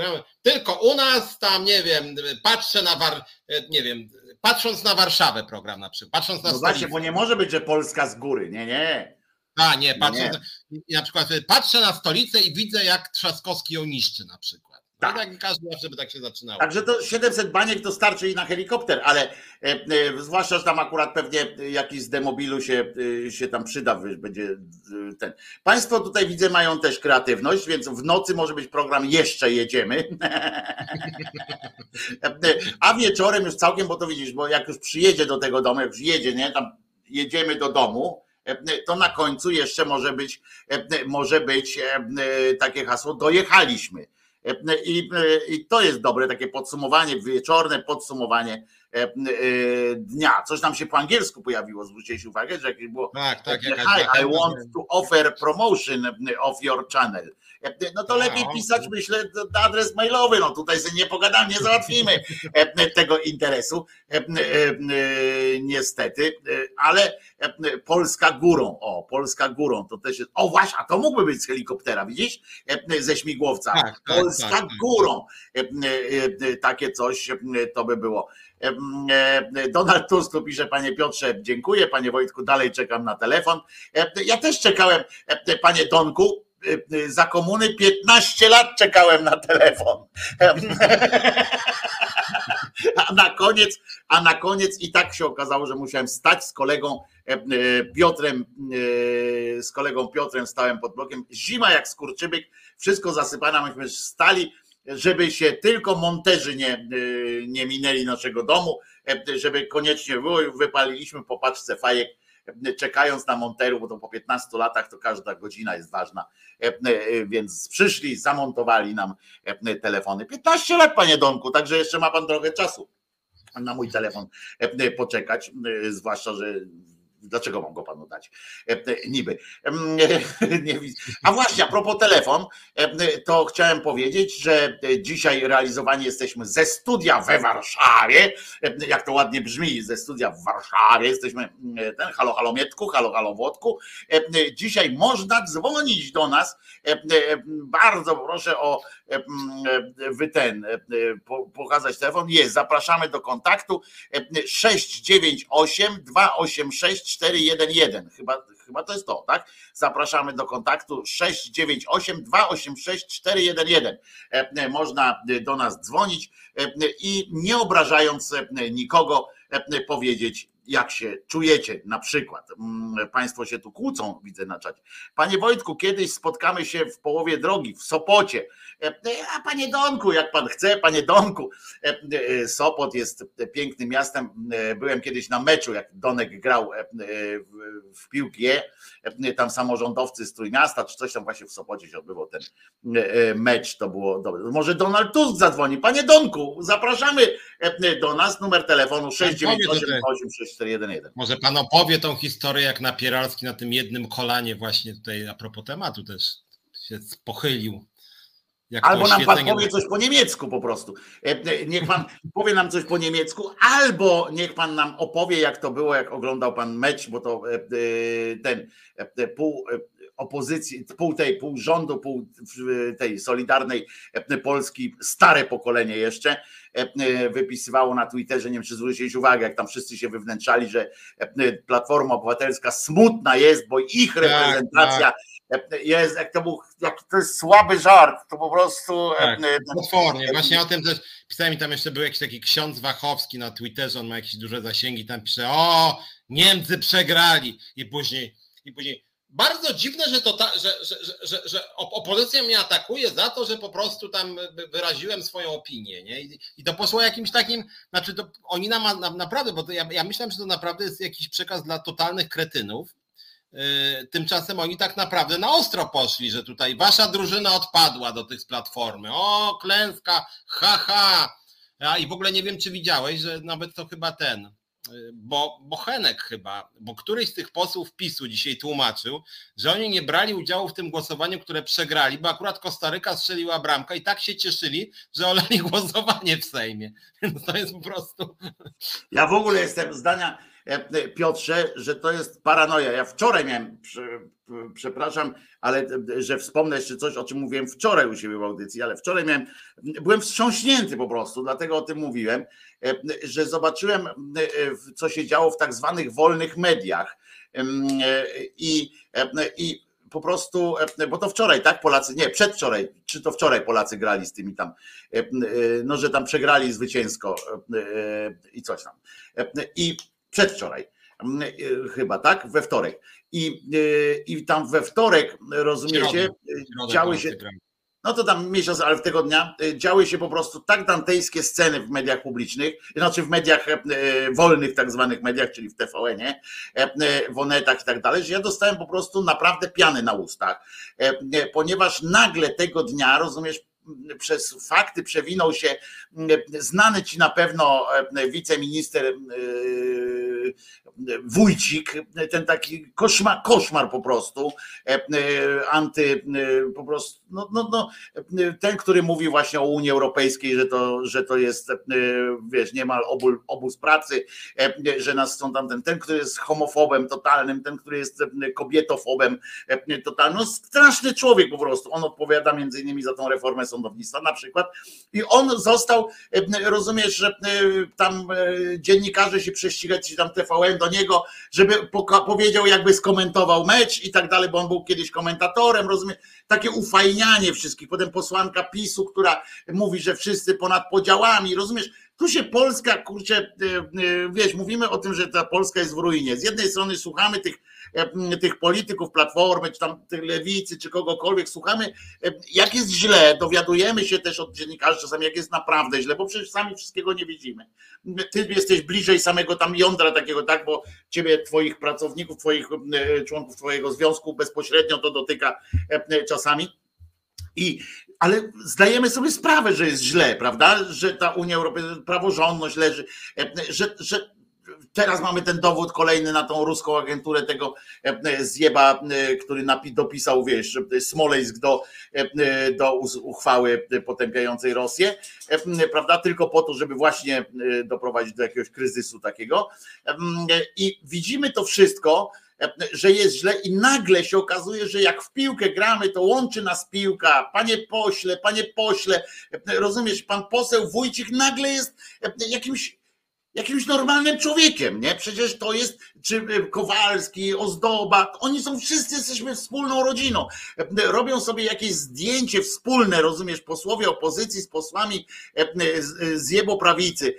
tylko u nas tam, nie wiem, patrzę na War... nie wiem, patrząc na Warszawę program na przykład, patrząc na no właśnie, bo nie może być, że Polska z góry, nie, nie. A nie, patrzę, nie. Na przykład patrzę na stolicę i widzę, jak Trzaskowski ją niszczy na przykład. Tak. tak każdy zawsze by tak się zaczynało. Także to siedemset baniek to starczy i na helikopter, ale e, e, zwłaszcza, że tam akurat pewnie jakiś z demobilu się, e, się tam przyda, będzie e, ten. Państwo tutaj widzę mają też kreatywność, więc w nocy może być program Jeszcze jedziemy. A wieczorem już całkiem, bo to widzisz, bo jak już przyjedzie do tego domu, jak już jedzie, nie, tam jedziemy do domu, to na końcu jeszcze może być, może być takie hasło, dojechaliśmy. I, i to jest dobre takie podsumowanie, wieczorne podsumowanie dnia. Coś tam się po angielsku pojawiło, zwróćcie uwagę, że jakieś było tak, tak, hi, I want to offer promotion of your channel. No to lepiej pisać, myślę, adres mailowy, no tutaj sobie nie pogadamy, nie załatwimy tego interesu, niestety, ale Polska górą, o, Polska górą, to też jest, o właśnie, a to mógłby być z helikoptera, widzisz, ze śmigłowca, tak, Polska tak, tak, górą, takie coś to by było. Donald Tusk tu pisze, panie Piotrze, dziękuję, panie Wojtku, dalej czekam na telefon. Ja też czekałem, panie Donku, za komuny piętnaście lat czekałem na telefon. A na koniec, a na koniec i tak się okazało, że musiałem stać z kolegą Piotrem, z kolegą Piotrem stałem pod blokiem. Zima jak skurczybyk, wszystko zasypane, myśmy stali, żeby się tylko monterzy nie, nie minęli naszego domu, żeby koniecznie było, wypaliliśmy po paczce fajek, czekając na monterów, bo to po piętnastu latach to każda godzina jest ważna, więc przyszli, zamontowali nam telefony. piętnaście lat, panie Donku, także jeszcze ma pan trochę czasu na mój telefon poczekać, zwłaszcza, że dlaczego mam go panu dać? Niby. A właśnie, a propos telefon, to chciałem powiedzieć, że dzisiaj realizowani jesteśmy ze studia we Warszawie, jak to ładnie brzmi, ze studia w Warszawie, jesteśmy ten, halo, halo Mietku, halo, halo Włodku. Dzisiaj można dzwonić do nas, bardzo proszę o wy ten, pokazać telefon, jest, zapraszamy do kontaktu sześć dziewięć osiem dwa osiem sześć cztery jeden jeden, chyba, chyba to jest to, tak? Zapraszamy do kontaktu sześć dziewięć osiem dwa osiem sześć cztery jeden jeden. Można do nas dzwonić i nie obrażając nikogo powiedzieć, jak się czujecie, na przykład. Państwo się tu kłócą, widzę na czacie. Panie Wojtku, kiedyś spotkamy się w połowie drogi, w Sopocie. A panie Donku, jak pan chce, panie Donku. Sopot jest pięknym miastem. Byłem kiedyś na meczu, jak Donek grał w piłkę. Tam samorządowcy z Trójmiasta, czy coś tam właśnie w Sopocie się odbywał ten mecz. To było dobre. Może Donald Tusk zadzwoni. Panie Donku, zapraszamy do nas. Numer telefonu sześć dziewięć osiem dwa osiem sześć cztery jeden jeden. Może pan opowie tą historię, jak Napieralski na tym jednym kolanie właśnie tutaj a propos tematu też się pochylił. Albo nam pan powie coś po niemiecku po prostu. Niech pan powie nam coś po niemiecku, albo niech pan nam opowie, jak to było, jak oglądał pan mecz, bo to ten pół opozycji, pół tej, pół rządu, pół tej Solidarnej Polski, stare pokolenie jeszcze, wypisywało na Twitterze, nie wiem czy zwróciłeś uwagę, jak tam wszyscy się wywnętrzali, że Platforma Obywatelska smutna jest, bo ich reprezentacja tak, tak. jest, jak to był, jak to jest słaby żart, to po prostu... Tak, potwornie, właśnie o tym też pisałem, tam jeszcze był jakiś taki ksiądz Wachowski na Twitterze, on ma jakieś duże zasięgi, tam pisze, o, Niemcy przegrali i później, i później bardzo dziwne, że, to ta, że, że, że, że, że opozycja mnie atakuje za to, że po prostu tam wyraziłem swoją opinię, nie? I, i to poszło jakimś takim, znaczy to oni nam na, naprawdę, bo to ja, ja myślałem, że to naprawdę jest jakiś przekaz dla totalnych kretynów. Yy, tymczasem oni tak naprawdę na ostro poszli, że tutaj wasza drużyna odpadła do tych z Platformy. O, klęska, ha, ha. Ja, i w ogóle nie wiem, czy widziałeś, że nawet to chyba ten... Bo, bo Henek chyba, bo któryś z tych posłów PiSu dzisiaj tłumaczył, że oni nie brali udziału w tym głosowaniu, które przegrali, bo akurat Kostaryka strzeliła bramkę i tak się cieszyli, że olali głosowanie w Sejmie. Więc to jest po prostu... Ja w ogóle jestem zdania, Piotrze, że to jest paranoja. Ja wczoraj miałem, przepraszam, ale że wspomnę jeszcze coś, o czym mówiłem wczoraj u siebie w audycji, ale wczoraj miałem, byłem wstrząśnięty po prostu, dlatego o tym mówiłem, że zobaczyłem, co się działo w tak zwanych wolnych mediach i, i po prostu, bo to wczoraj, tak, Polacy, nie, przedwczoraj, czy to wczoraj Polacy grali z tymi tam, no, że tam przegrali zwycięsko i coś tam. I przedwczoraj, chyba, tak, we wtorek. I, i tam we wtorek, rozumiecie, działy się... No to tam miesiąc, ale w tego dnia działy się po prostu tak dantejskie sceny w mediach publicznych, znaczy w mediach wolnych, tak zwanych mediach, czyli w T V N-ie, w Onetach i tak dalej, że ja dostałem po prostu naprawdę piany na ustach, ponieważ nagle tego dnia, rozumiesz, przez fakty przewinął się znany ci na pewno wiceminister Wójcik, ten taki koszmar, koszmar po prostu, anty, po prostu, no, no, no, ten, który mówi właśnie o Unii Europejskiej, że to, że to jest, wiesz, niemal obóz, obóz pracy, że nas chcą tam, ten, ten, który jest homofobem totalnym, ten, który jest kobietofobem totalnym, no straszny człowiek po prostu, on odpowiada między innymi za tą reformę sądownictwa na przykład i on został, rozumiesz, że tam dziennikarze się prześcigać, czy tam T V N do niego, żeby powiedział, jakby skomentował mecz i tak dalej, bo on był kiedyś komentatorem, rozumiesz, takie ufajnianie wszystkich, potem posłanka PiSu, która mówi, że wszyscy ponad podziałami, rozumiesz, tu się Polska, kurczę, wiesz, mówimy o tym, że ta Polska jest w ruinie, z jednej strony słuchamy tych tych polityków Platformy, czy tam tych Lewicy, czy kogokolwiek, słuchamy, jak jest źle, dowiadujemy się też od dziennikarzy czasami, jak jest naprawdę źle, bo przecież sami wszystkiego nie widzimy. Ty jesteś bliżej samego tam jądra takiego, tak, bo ciebie, twoich pracowników, twoich członków twojego związku bezpośrednio to dotyka czasami. I, ale zdajemy sobie sprawę, że jest źle, prawda, że ta Unia Europejska, praworządność leży, że, że teraz mamy ten dowód kolejny na tą ruską agenturę tego zjeba, który dopisał, wiesz, Smoleńsk do, do uchwały potępiającej Rosję, prawda, tylko po to, żeby właśnie doprowadzić do jakiegoś kryzysu takiego. I widzimy to wszystko, że jest źle i nagle się okazuje, że jak w piłkę gramy, to łączy nas piłka. Panie pośle, panie pośle, rozumiesz, pan poseł Wójcik nagle jest jakimś jakimś normalnym człowiekiem, nie? Przecież to jest, czy Kowalski, Ozdoba, oni są wszyscy, jesteśmy wspólną rodziną. Robią sobie jakieś zdjęcie wspólne, rozumiesz, posłowie opozycji z posłami z jeboprawicy,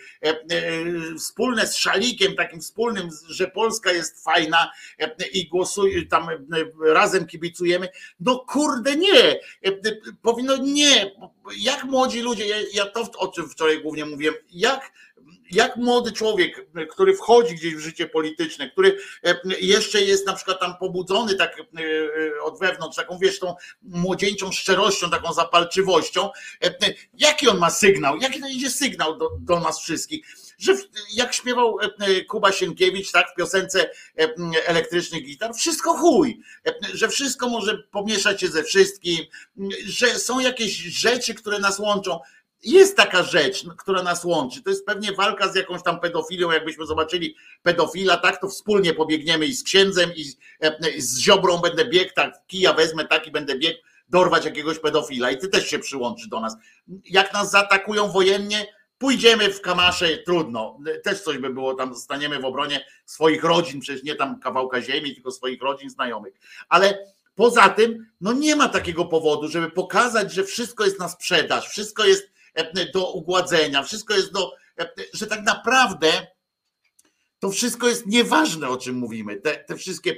wspólne z szalikiem takim wspólnym, że Polska jest fajna i głosuje, tam razem kibicujemy. No kurde, nie! Powinno nie! Jak młodzi ludzie, ja, ja to o czym wczoraj głównie mówiłem, jak Jak młody człowiek, który wchodzi gdzieś w życie polityczne, który jeszcze jest na przykład tam pobudzony tak od wewnątrz, taką, wiesz, tą młodzieńczą szczerością, taką zapalczywością, jaki on ma sygnał, jaki to idzie sygnał do, do nas wszystkich, że jak śpiewał Kuba Sienkiewicz, tak, w piosence Elektrycznych Gitar, wszystko chuj, że wszystko może pomieszać się ze wszystkim, że są jakieś rzeczy, które nas łączą. Jest taka rzecz, która nas łączy, to jest pewnie walka z jakąś tam pedofilią, jakbyśmy zobaczyli pedofila, tak, to wspólnie pobiegniemy i z księdzem, i z, i z Ziobrą będę biegł, tak, kija wezmę, tak, i będę biegł dorwać jakiegoś pedofila i ty też się przyłączysz do nas. Jak nas zaatakują wojennie, pójdziemy w kamasze, trudno, też coś by było, tam staniemy w obronie swoich rodzin, przecież nie tam kawałka ziemi, tylko swoich rodzin, znajomych, ale poza tym, no nie ma takiego powodu, żeby pokazać, że wszystko jest na sprzedaż, wszystko jest do ugładzenia, wszystko jest do, że tak naprawdę to wszystko jest nieważne, o czym mówimy. Te, te wszystkie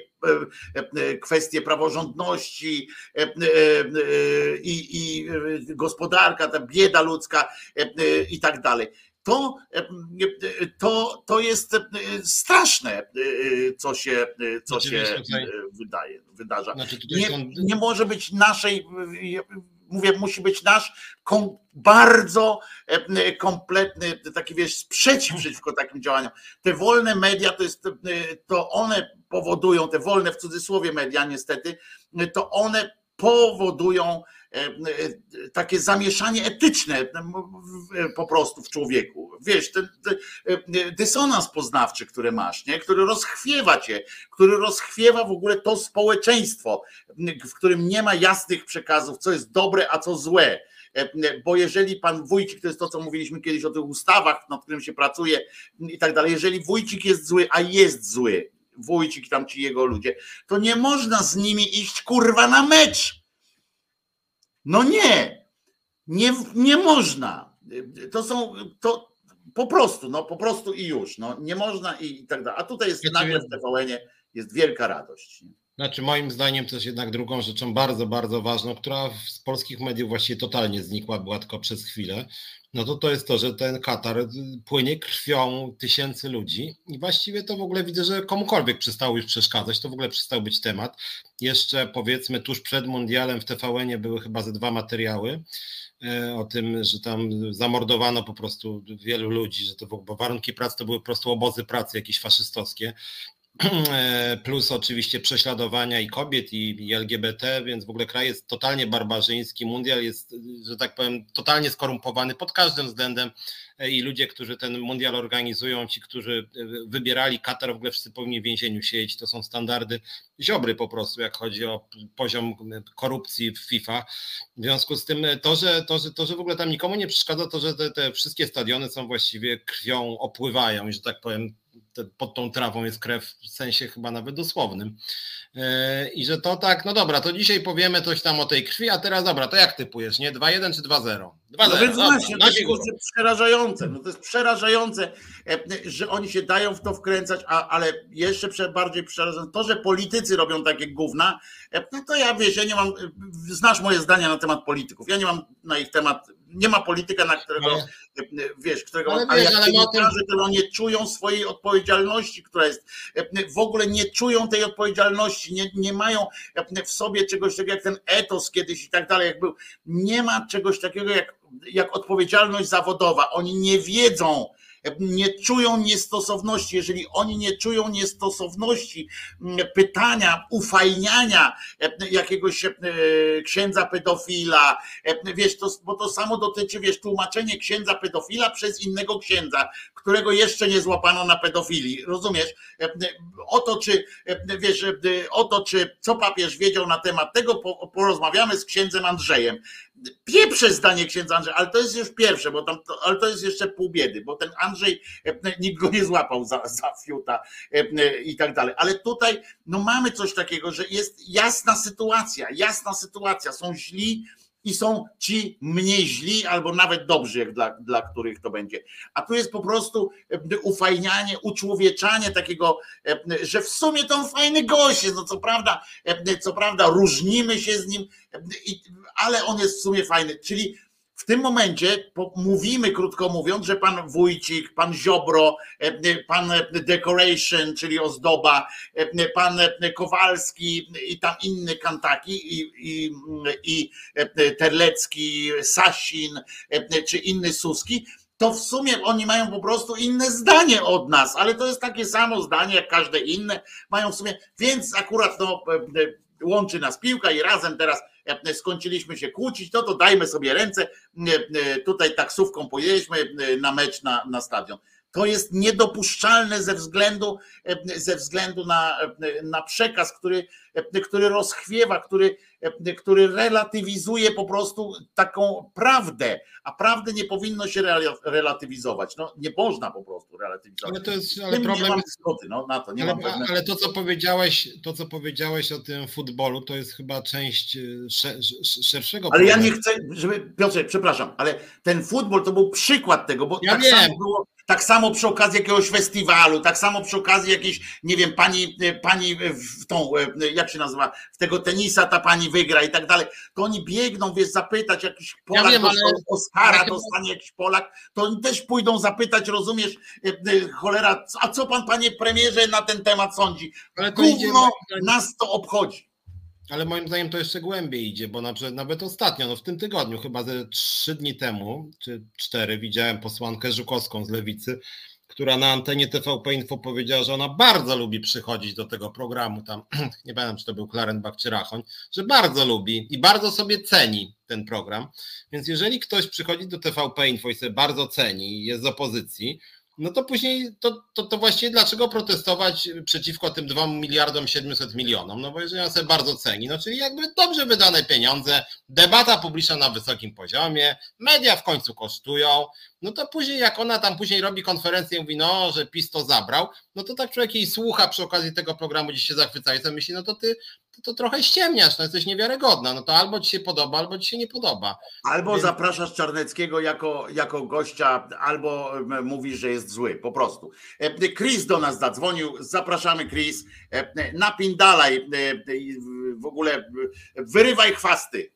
kwestie praworządności i, i gospodarka, ta bieda ludzka i tak dalej. To, to, to jest straszne, co się, co się wydaje, wydarza. Nie, nie może być naszej, mówię, musi być nasz bardzo kompletny taki, wiesz, sprzeciw przeciwko takim działaniom. Te wolne media, to jest, to one powodują, te wolne w cudzysłowie media niestety, to one powodują takie zamieszanie etyczne po prostu w człowieku. Wiesz, ten, ten dysonans poznawczy, który masz, nie? Który rozchwiewa cię, który rozchwiewa w ogóle to społeczeństwo, w którym nie ma jasnych przekazów, co jest dobre, a co złe. Bo jeżeli pan Wójcik, to jest to, co mówiliśmy kiedyś o tych ustawach, nad którym się pracuje i tak dalej, jeżeli Wójcik jest zły, a jest zły, Wójcik, tam ci jego ludzie, to nie można z nimi iść, kurwa, na mecz. No nie, nie, nie można. To są, to po prostu, no po prostu i już, no nie można i, i tak dalej. A tutaj jest nagle w T V N-ie jest wielka radość. Znaczy moim zdaniem też jednak drugą rzeczą bardzo, bardzo ważną, która z polskich mediów właściwie totalnie znikła, była tylko przez chwilę, no to to jest to, że ten Katar płynie krwią tysięcy ludzi i właściwie to w ogóle widzę, że komukolwiek przestało już przeszkadzać, to w ogóle przestał być temat. Jeszcze powiedzmy tuż przed mundialem w T V N-ie były chyba ze dwa materiały o tym, że tam zamordowano po prostu wielu ludzi, że to bo warunki pracy to były po prostu obozy pracy jakieś faszystowskie. Plus oczywiście prześladowania i kobiet, i, i L G B T, więc w ogóle kraj jest totalnie barbarzyński, mundial jest, że tak powiem, totalnie skorumpowany pod każdym względem i ludzie, którzy ten mundial organizują, ci, którzy wybierali Katar, w ogóle wszyscy powinni w więzieniu siedzieć, to są standardy Ziobry po prostu, jak chodzi o poziom korupcji w FIFA. W związku z tym to, że, to, że, to, że w ogóle tam nikomu nie przeszkadza, to, że te, te wszystkie stadiony są właściwie krwią, opływają i, że tak powiem, pod tą trawą jest krew w sensie chyba nawet dosłownym. I że to tak, no dobra, to dzisiaj powiemy coś tam o tej krwi, a teraz dobra, to jak typujesz, nie? dwa jeden czy dwa zero? dwa zero. No więc właśnie, to jest przerażające, no to jest przerażające, że oni się dają w to wkręcać, a, ale jeszcze bardziej przerażające to, że politycy robią takie gówna, no to ja wiesz, ja nie mam, znasz moje zdania na temat polityków, ja nie mam na ich temat, nie ma polityka, na którego, ale, wiesz, którego, ale, ale wiesz, jak ale dziennikarze, to nie czują swojej odpowiedzialności, która jest, w ogóle nie czują tej odpowiedzialności, nie, nie mają w sobie czegoś takiego jak ten etos kiedyś i tak dalej, jak był, nie ma czegoś takiego jak jak odpowiedzialność zawodowa. Oni nie wiedzą, nie czują niestosowności. Jeżeli oni nie czują niestosowności pytania, ufajniania jakiegoś księdza pedofila, wiesz, to, bo to samo dotyczy, wiesz, tłumaczenie księdza pedofila przez innego księdza, którego jeszcze nie złapano na pedofilii. Rozumiesz? O to, czy, wiesz, o to, czy co papież wiedział na temat tego, porozmawiamy z księdzem Andrzejem. Pieprze zdanie księdza Andrzeja, ale to jest już pierwsze, bo tam, ale to jest jeszcze pół biedy, bo ten Andrzej, nikt go nie złapał za, za fiuta i tak dalej. Ale tutaj no mamy coś takiego, że jest jasna sytuacja, jasna sytuacja. Są źli i są ci mniej źli, albo nawet dobrzy, jak dla, dla których to będzie. A tu jest po prostu ufajnianie, uczłowieczanie takiego, że w sumie to on fajny gość jest, no co prawda, co prawda różnimy się z nim, ale on jest w sumie fajny. Czyli w tym momencie mówimy, krótko mówiąc, że pan Wójcik, pan Ziobro, pan Decoration, czyli ozdoba, pan Kowalski i tam inny Kantaki i, i, i Terlecki, Sasin czy inny Suski, to w sumie oni mają po prostu inne zdanie od nas, ale to jest takie samo zdanie jak każde inne, mają w sumie, więc akurat no, łączy nas piłka i razem teraz skończyliśmy się kłócić, no to dajmy sobie ręce, tutaj taksówką pojedziemy na mecz na, na stadion. To jest niedopuszczalne ze względu, ze względu na, na przekaz, który, który rozchwiewa, który, który relatywizuje po prostu taką prawdę, a prawdę nie powinno się relatywizować. No, nie można po prostu relatywizować. Ale to jest, ale problem nie mam zgody, no, na to. Nie ale, mam ale to, co powiedziałeś, to, co powiedziałeś o tym futbolu, to jest chyba część szerszego Ale problemu. ja nie chcę, żeby, Piotrze, przepraszam, ale ten futbol to był przykład tego, bo ja tak wiem. samo było, tak samo przy okazji jakiegoś festiwalu, tak samo przy okazji jakiejś, nie wiem, pani, pani w tą, jak się nazywa, w tego tenisa ta pani wygra i tak dalej, to oni biegną, wiesz, zapytać, jakiś Polak ja wiem, dostał ale... Oscara, ale... dostanie jakiś Polak, to oni też pójdą zapytać, rozumiesz, cholera, a co pan, panie premierze, na ten temat sądzi? Ale to Gówno idzie... nas to obchodzi. Ale moim zdaniem to jeszcze głębiej idzie, bo na przykład nawet ostatnio, no w tym tygodniu, chyba ze trzy dni temu, czy cztery, widziałem posłankę Żukowską z Lewicy, która na antenie T V P Info powiedziała, że ona bardzo lubi przychodzić do tego programu, tam nie pamiętam, czy to był Klarenbach czy Rachoń, że bardzo lubi i bardzo sobie ceni ten program, więc jeżeli ktoś przychodzi do T V P Info i sobie bardzo ceni i jest z opozycji, no to później to, to, to właściwie dlaczego protestować przeciwko tym dwóm miliardom siedmiuset milionom? No bo jeżeli on sobie bardzo ceni, no czyli jakby dobrze wydane pieniądze, debata publiczna na wysokim poziomie, media w końcu kosztują, no to później jak ona tam później robi konferencję i mówi, no, że PiS to zabrał, no to tak człowiek jej słucha przy okazji tego programu, gdzie się zachwyca i to myśli, no to ty to, to trochę ściemniasz, no jesteś niewiarygodna, no to albo ci się podoba, albo ci się nie podoba. Albo Więc... zapraszasz Czarneckiego jako, jako gościa, albo mówisz, że jest zły, po prostu. Chris do nas zadzwonił, zapraszamy Chris, napindalaj, w ogóle wyrywaj chwasty.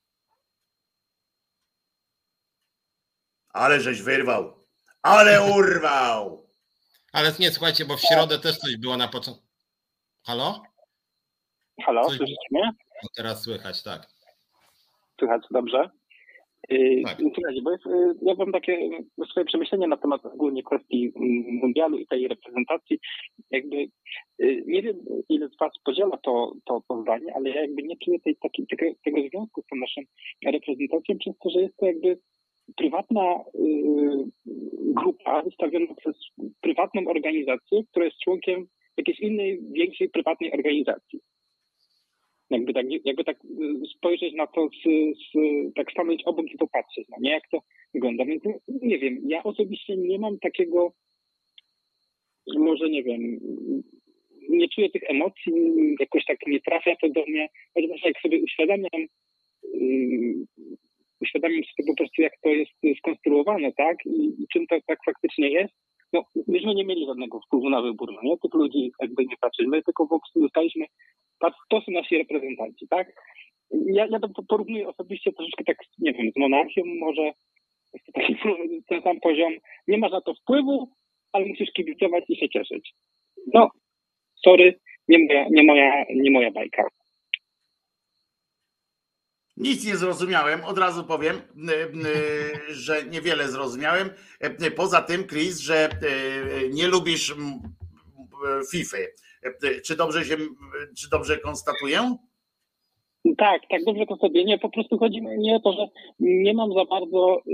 Ale żeś wyrwał, ale urwał. Ale nie, słuchajcie, bo w środę też coś było na początku. Halo? Halo, słyszycie mnie? No teraz słychać, tak. Słychać dobrze. Tak. Słuchajcie, bo jest, ja mam takie swoje przemyślenia na temat ogólnie kwestii mundialu i tej reprezentacji. Jakby nie wiem, ile z was podziela to, to, to zdanie, ale ja jakby nie czuję tej, taki, tego, tego związku z tą naszą reprezentacją, przez to, że jest to jakby prywatna y, grupa wystawiona przez prywatną organizację, która jest członkiem jakiejś innej, większej prywatnej organizacji. Jakby tak, jakby tak spojrzeć na to, z, z, tak stanąć obok i popatrzeć, no nie, jak to wygląda. Więc nie wiem, ja osobiście nie mam takiego, może nie wiem, nie czuję tych emocji, jakoś tak nie trafia to do mnie, chociaż jak sobie uświadamiam, yy, uświadamiam sobie po prostu, jak to jest skonstruowane, tak, i, i czym to tak faktycznie jest. No, myśmy nie mieli żadnego wpływu na wybór, no nie? Tych ludzi jakby nie patrzymy, tylko po prostu dostaliśmy, to są nasi reprezentanci, tak? Ja, ja to porównuję osobiście troszeczkę tak, nie wiem, z monarchią może, jest to taki ten sam poziom, nie masz na to wpływu, ale musisz kibicować i się cieszyć. No, sorry, nie moja, nie moja, nie moja bajka. Nic nie zrozumiałem, od razu powiem, że niewiele zrozumiałem. Poza tym, Chris, że nie lubisz FIFA. Czy dobrze się, czy dobrze konstatuję? Tak, tak, dobrze to sobie. Nie, po prostu chodzi mi o to, że nie mam za bardzo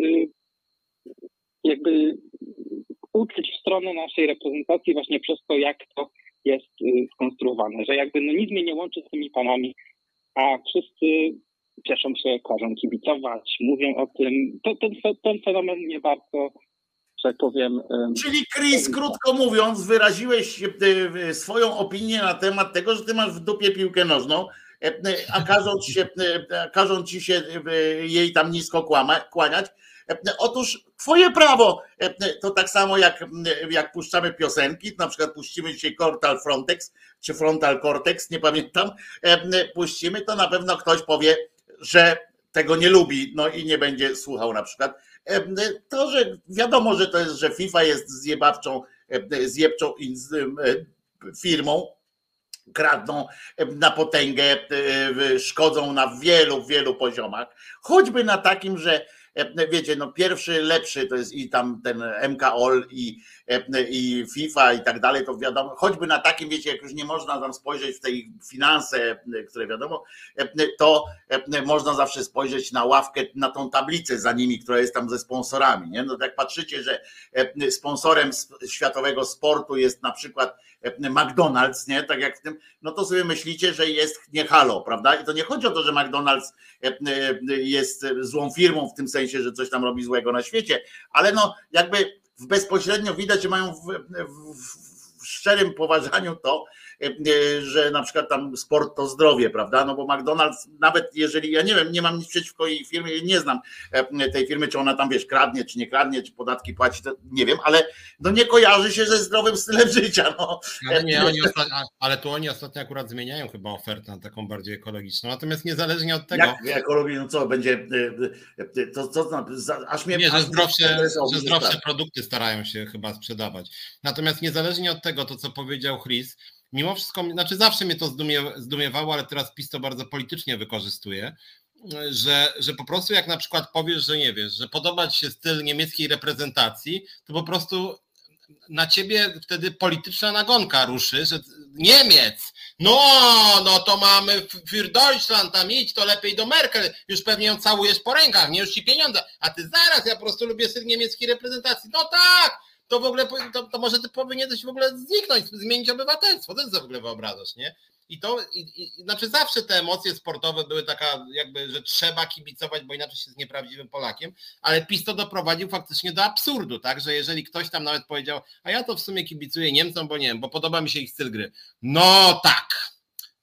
jakby uczuć w stronę naszej reprezentacji właśnie przez to, jak to jest skonstruowane, że jakby no nic mnie nie łączy z tymi panami, a wszyscy cieszą się, każą kibicować, mówią o tym. To, ten, ten fenomen mnie bardzo, że tak powiem... Czyli Chris, krótko mówiąc, wyraziłeś swoją opinię na temat tego, że ty masz w dupie piłkę nożną, a każą ci się, każą ci się jej tam nisko kłaniać. Otóż twoje prawo, to tak samo jak, jak puszczamy piosenki, na przykład puścimy dzisiaj Cortal Frontex, czy Frontal Cortex, nie pamiętam, puścimy, to na pewno ktoś powie, że tego nie lubi, no i nie będzie słuchał na przykład. To, że wiadomo, że to jest, że FIFA jest zjebawczą, zjebczą firmą, kradną na potęgę, szkodzą na wielu, wielu poziomach, choćby na takim, że wiecie, no pierwszy, lepszy to jest i tam ten M K O L i, i FIFA i tak dalej, to wiadomo, choćby na takim, wiecie, jak już nie można tam spojrzeć w tej finanse, które wiadomo, to można zawsze spojrzeć na ławkę, na tą tablicę za nimi, która jest tam ze sponsorami, nie? No tak patrzycie, że sponsorem światowego sportu jest na przykład McDonald's, nie? Tak jak w tym, no to sobie myślicie, że jest nie halo, prawda? I to nie chodzi o to, że McDonald's jest złą firmą w tym sensie, że coś tam robi złego na świecie, ale no jakby bezpośrednio widać, że mają w, w, w szczerym poważaniu to, że na przykład tam sport to zdrowie, prawda? No bo McDonald's, nawet jeżeli, ja nie wiem, nie mam nic przeciwko jej firmie, nie znam tej firmy, czy ona tam, wiesz, kradnie, czy nie kradnie, czy podatki płaci, to nie wiem, ale no nie kojarzy się ze zdrowym stylem życia. No. Ale, nie, oni ostatnio, ale tu oni ostatnio akurat zmieniają chyba ofertę na taką bardziej ekologiczną, natomiast niezależnie od tego... Jak ekologiczną, no co, będzie, to co, aż mnie... Nie, aż że zdrowsze, mnie że zdrowsze produkty starają się chyba sprzedawać. Natomiast niezależnie od tego, to co powiedział Chris, mimo wszystko, znaczy zawsze mnie to zdumiewało, ale teraz PiS to bardzo politycznie wykorzystuje, że, że po prostu jak na przykład powiesz, że nie wiesz, że podoba ci się styl niemieckiej reprezentacji, to po prostu na ciebie wtedy polityczna nagonka ruszy, że Niemiec, no, no to mamy für Deutschland, tam idź, to lepiej do Merkel, już pewnie ją całujesz po rękach, nie już ci pieniądze, a ty zaraz, ja po prostu lubię styl niemieckiej reprezentacji, no tak, to w ogóle, to, to może ty powinieneś w ogóle zniknąć, zmienić obywatelstwo, to co w ogóle wyobrażasz, nie? I to, i, i, znaczy zawsze te emocje sportowe były taka jakby, że trzeba kibicować, bo inaczej się jest nieprawdziwym Polakiem, ale PiS to doprowadził faktycznie do absurdu, tak, że jeżeli ktoś tam nawet powiedział, a ja to w sumie kibicuję Niemcom, bo nie wiem, bo podoba mi się ich styl gry. No tak,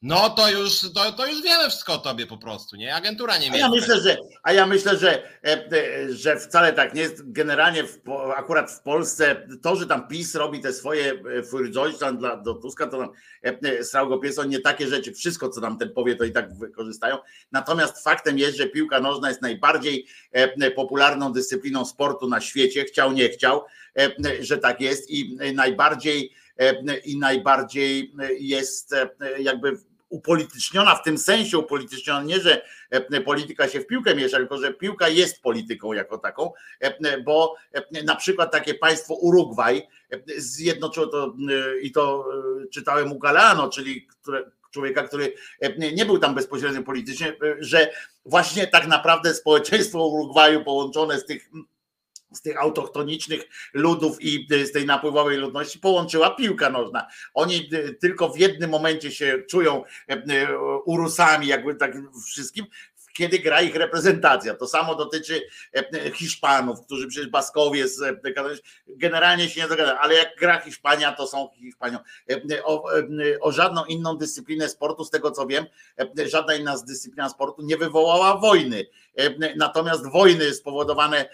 No to już, to, to już wiemy wszystko o tobie po prostu, nie? Agentura niemiecka. A ja myślę, że, a ja myślę, że, że wcale tak nie jest. Generalnie w, akurat w Polsce to, że tam PiS robi te swoje Fürdeutschland dla do Tuska, to tam srał pies, nie takie rzeczy, wszystko co nam ten powie, to i tak wykorzystają. Natomiast faktem jest, że piłka nożna jest najbardziej popularną dyscypliną sportu na świecie, chciał, nie chciał, że tak jest i najbardziej i najbardziej jest jakby upolityczniona w tym sensie, upolityczniona nie, że polityka się w piłkę miesza, tylko że piłka jest polityką jako taką, bo na przykład takie państwo Urugwaj zjednoczyło to i to czytałem u Galeano, czyli które, człowieka, który nie był tam bezpośrednio politycznie, że właśnie tak naprawdę społeczeństwo Urugwaju połączone z tych z tych autochtonicznych ludów i z tej napływowej ludności połączyła piłka nożna. Oni tylko w jednym momencie się czują Urusami, jakby tak wszystkim, kiedy gra ich reprezentacja. To samo dotyczy Hiszpanów, którzy przecież Baskowie generalnie się nie dogadają, ale jak gra Hiszpania, to są Hiszpanią. O, o żadną inną dyscyplinę sportu, z tego co wiem, żadna inna dyscyplina sportu nie wywołała wojny. Natomiast wojny spowodowane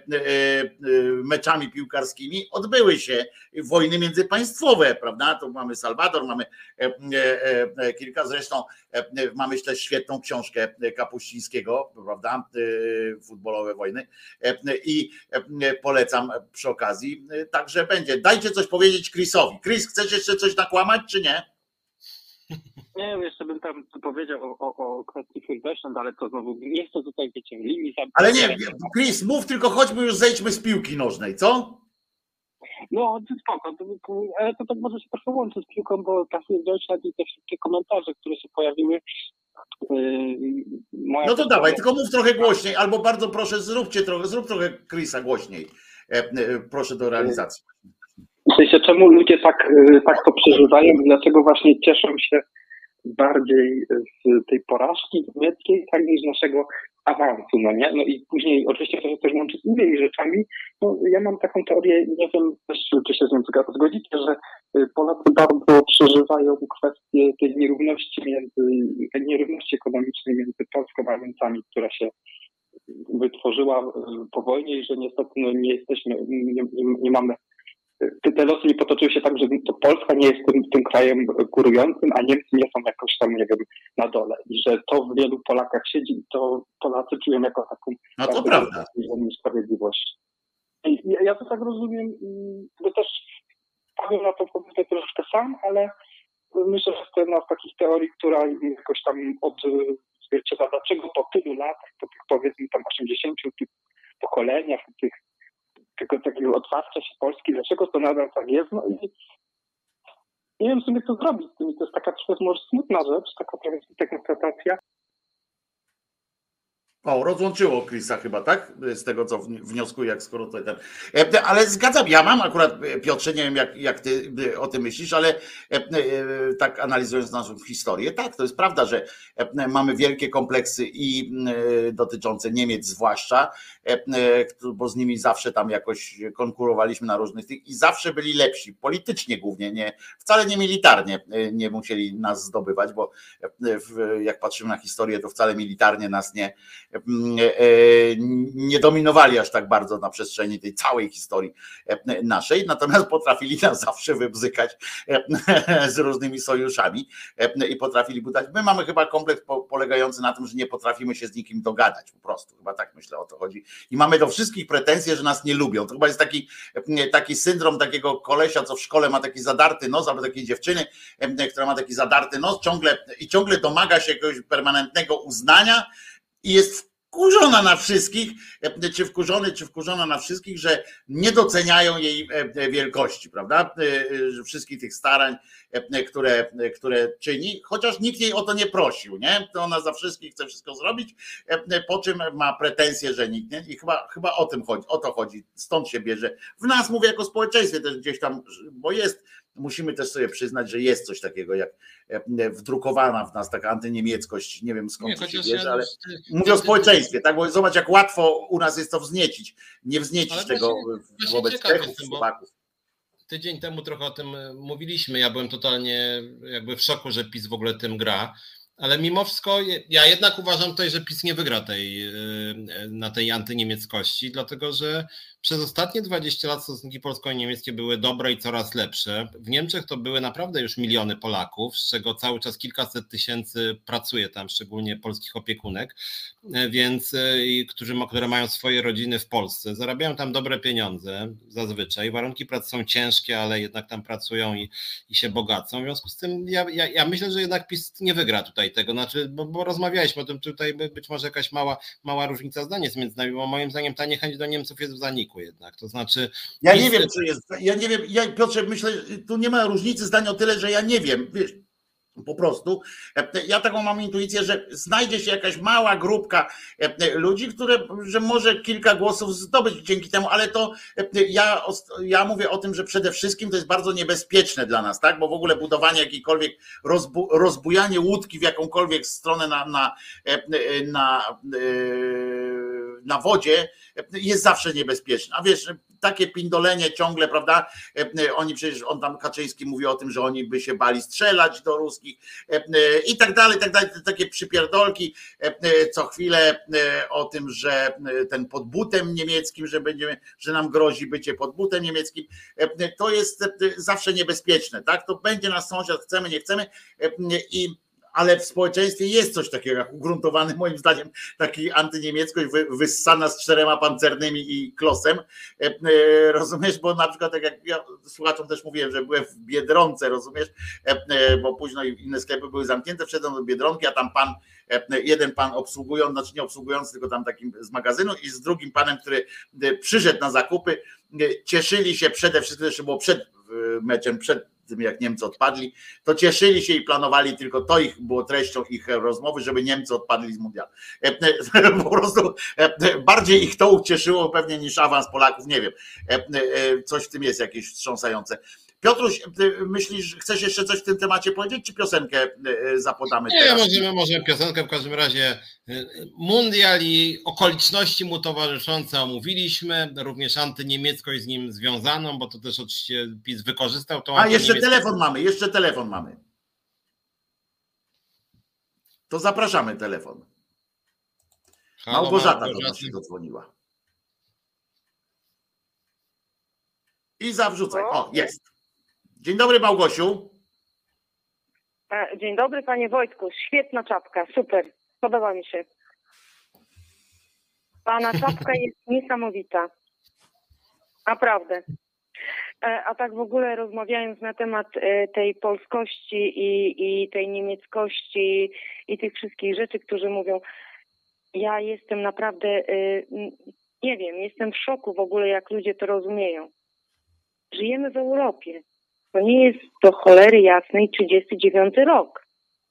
meczami piłkarskimi odbyły się, wojny międzypaństwowe, prawda? Tu mamy Salwador, mamy kilka, zresztą mamy też świetną książkę Kapuścińskiego, prawda? Futbolowe wojny i polecam przy okazji, także będzie. Dajcie coś powiedzieć Chrisowi. Chris, chcesz jeszcze coś nakłamać, czy nie? Nie, jeszcze bym tam powiedział o, o, o kwestii Fürdeutschland, ale to znowu nie chcę tutaj, wiecie, linii. Ale nie, Chris, mów tylko, chodźmy już, zejdźmy z piłki nożnej, co? No, to spoko, to, to, ale to tak może się trochę łączy z piłką, bo ta Fürdeutschland i te wszystkie komentarze, które się pojawiły. Yy, no to dawaj, tylko mów trochę głośniej, albo bardzo proszę, zróbcie trochę, zrób trochę Chrisa głośniej. E, e, proszę do realizacji. W sensie, czemu ludzie tak, tak to przeżywają, dlaczego właśnie cieszą się bardziej z tej porażki niemieckiej, tak niż z naszego awansu, no nie? No i później oczywiście to się też łączy z innymi rzeczami. No, ja mam taką teorię, nie wiem też, czy się z nią zgodzicie, że Polacy bardzo przeżywają kwestię tej nierówności między, tej nierówności ekonomicznej między Polską a Niemcami, która się wytworzyła po wojnie i że niestety no, nie jesteśmy, nie, nie, nie mamy Te, te losy nie potoczyły się tak, że to Polska nie jest tym, tym krajem górującym, a Niemcy nie są jakoś tam, nie wiem, na dole. I że to w wielu Polakach siedzi i to Polacy czują jako taką no to prawda. Niesprawiedliwość. I ja, ja to tak rozumiem, bo też powiem na to powiedzmy troszeczkę sam, ale myślę, że to jedna z takich teorii, która jakoś tam odzwierciedla, dlaczego po tylu latach, po tych powiedzmy tam osiemdziesięciu tych pokoleniach, tych tego takiego otwarcia się Polski, dlaczego to nadal tak jest, no i nie wiem w sumie co zrobić z tym, to jest taka trochę może smutna rzecz, taka trochę interpretacja. O, rozłączyło Chrisa chyba, tak? Z tego, co wnioskuję, jak skoro tutaj ten... Ale zgadzam, ja mam akurat, Piotrze, nie wiem, jak, jak ty o tym myślisz, ale tak analizując naszą historię, tak, to jest prawda, że mamy wielkie kompleksy i dotyczące Niemiec zwłaszcza, bo z nimi zawsze tam jakoś konkurowaliśmy na różnych tych i zawsze byli lepsi, politycznie głównie, nie, wcale nie militarnie nie musieli nas zdobywać, bo jak patrzymy na historię, to wcale militarnie nas nie nie dominowali aż tak bardzo na przestrzeni tej całej historii naszej, natomiast potrafili nas zawsze wybzykać z różnymi sojuszami i potrafili budować. My mamy chyba kompleks polegający na tym, że nie potrafimy się z nikim dogadać po prostu, chyba tak myślę, o to chodzi i mamy do wszystkich pretensje, że nas nie lubią. To chyba jest taki, taki syndrom takiego kolesia, co w szkole ma taki zadarty nos, albo takiej dziewczyny, która ma taki zadarty nos ciągle i ciągle domaga się jakiegoś permanentnego uznania i jest wkurzona na wszystkich, czy wkurzony, czy wkurzona na wszystkich, że nie doceniają jej wielkości, prawda? Wszystkich tych starań, które, które czyni, chociaż nikt jej o to nie prosił, nie? To ona za wszystkich chce wszystko zrobić, po czym ma pretensje, że nikt nie. I chyba, chyba o tym chodzi, o to chodzi, stąd się bierze. W nas mówię jako społeczeństwie też gdzieś tam, bo jest, musimy też sobie przyznać, że jest coś takiego jak wdrukowana w nas taka antyniemieckość, nie wiem skąd nie, to się bierze, ja ale ty, mówię ty, o społeczeństwie, tak, bo zobacz jak łatwo u nas jest to wzniecić, nie wzniecić tego wobec Czechów, Słowaków. tydzień temu trochę o tym mówiliśmy. Ja byłem totalnie jakby w szoku, że PiS w ogóle tym gra. Ale mimo wszystko ja jednak uważam tutaj, że PiS nie wygra tej, na tej antyniemieckości, dlatego że przez ostatnie dwadzieścia lat stosunki polsko-niemieckie były dobre i coraz lepsze. W Niemczech to były naprawdę już miliony Polaków, z czego cały czas kilkaset tysięcy pracuje tam, szczególnie polskich opiekunek, więc którzy, które mają swoje rodziny w Polsce. Zarabiają tam dobre pieniądze zazwyczaj. Warunki pracy są ciężkie, ale jednak tam pracują i, i się bogacą. W związku z tym ja, ja, ja myślę, że jednak PiS nie wygra tutaj tego, znaczy, bo, bo rozmawialiśmy o tym, tutaj być może jakaś mała, mała różnica zdań jest między nami, bo moim zdaniem ta niechęć do Niemców jest w zaniku jednak, to znaczy... Ja nie wiem, czy jest, ja nie wiem, ja Piotrze, myślę, tu nie ma różnicy zdań o tyle, że ja nie wiem, wiesz, po prostu. Ja taką mam intuicję, że znajdzie się jakaś mała grupka ludzi, które, że może kilka głosów zdobyć dzięki temu, ale to ja, ja mówię o tym, że przede wszystkim to jest bardzo niebezpieczne dla nas, tak? Bo w ogóle budowanie jakiejkolwiek, rozbu, rozbujanie łódki w jakąkolwiek stronę na, na, na, na wodzie jest zawsze niebezpieczne. A wiesz, takie pindolenie ciągle, prawda? Oni przecież, on tam Kaczyński mówi o tym, że oni by się bali strzelać do ruskich i tak dalej, i tak dalej. Takie przypierdolki co chwilę o tym, że ten pod butem niemieckim, że będziemy, że nam grozi bycie pod butem niemieckim. To jest zawsze niebezpieczne, tak? To będzie nasz sąsiad, chcemy, nie chcemy i ale w społeczeństwie jest coś takiego jak ugruntowany, moim zdaniem, taki antyniemieckość wyssana z czterema pancernymi i klosem. Rozumiesz, bo na przykład tak jak ja słuchaczom też mówiłem, że byłem w Biedronce, rozumiesz, bo późno inne sklepy były zamknięte, wszedłem do Biedronki, a tam pan, jeden pan obsługujący, znaczy nie obsługujący, tylko tam takim z magazynu i z drugim panem, który przyszedł na zakupy, cieszyli się przede wszystkim, jeszcze było przed meczem, przed tym jak Niemcy odpadli, to cieszyli się i planowali, tylko to ich było treścią ich rozmowy, żeby Niemcy odpadli z mundialu. Po prostu bardziej ich to ucieszyło pewnie niż awans Polaków, nie wiem. Coś w tym jest jakieś wstrząsające. Piotruś, ty myślisz, chcesz jeszcze coś w tym temacie powiedzieć, czy piosenkę zapodamy nie, teraz? możemy, możemy piosenkę, w każdym razie mundial i okoliczności mu towarzyszące omówiliśmy, również antyniemieckość z nim związaną, bo to też oczywiście PiS wykorzystał tą. A jeszcze telefon mamy, jeszcze telefon mamy. To zapraszamy telefon. Halo, Małgorzata do nas się dodzwoniła. I zawrzucaj. O, jest. Dzień dobry, Małgosiu. Dzień dobry, panie Wojtku. Świetna czapka, super. Podoba mi się. Pana czapka jest niesamowita. Naprawdę. A tak w ogóle rozmawiając na temat tej polskości i, i tej niemieckości i tych wszystkich rzeczy, którzy mówią, ja jestem naprawdę, nie wiem, jestem w szoku w ogóle, jak ludzie to rozumieją. Żyjemy w Europie. To nie jest do cholery jasnej trzydziesty dziewiąty rok.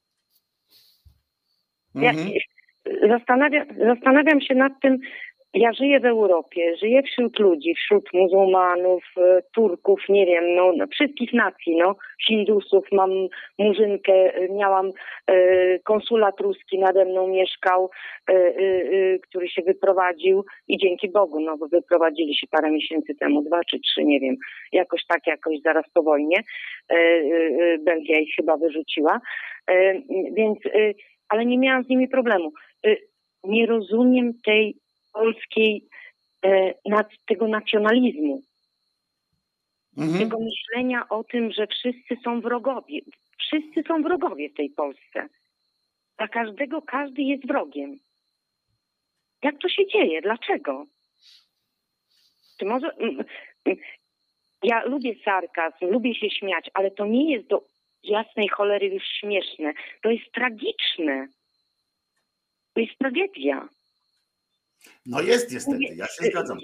Ja zastanawiam, zastanawiam się nad tym, ja żyję w Europie, żyję wśród ludzi, wśród muzułmanów, Turków, nie wiem, no, wszystkich nacji, no, Hindusów, mam murzynkę, miałam e, konsulat ruski nade mną mieszkał, e, e, który się wyprowadził i dzięki Bogu, no, bo wyprowadzili się parę miesięcy temu, dwa czy trzy, nie wiem, jakoś tak, jakoś zaraz po wojnie, e, e, Belgia ich chyba wyrzuciła, e, więc, e, ale nie miałam z nimi problemu. E, nie rozumiem tej polskiej, e, nad tego nacjonalizmu, mhm. tego myślenia o tym, że wszyscy są wrogowie. Wszyscy są wrogowie w tej Polsce. Dla każdego każdy jest wrogiem. Jak to się dzieje? Dlaczego? Czy może... Ja lubię sarkazm, lubię się śmiać, ale to nie jest do jasnej cholery już śmieszne. To jest tragiczne. To jest tragedia. No jest niestety, ja się zgadzam.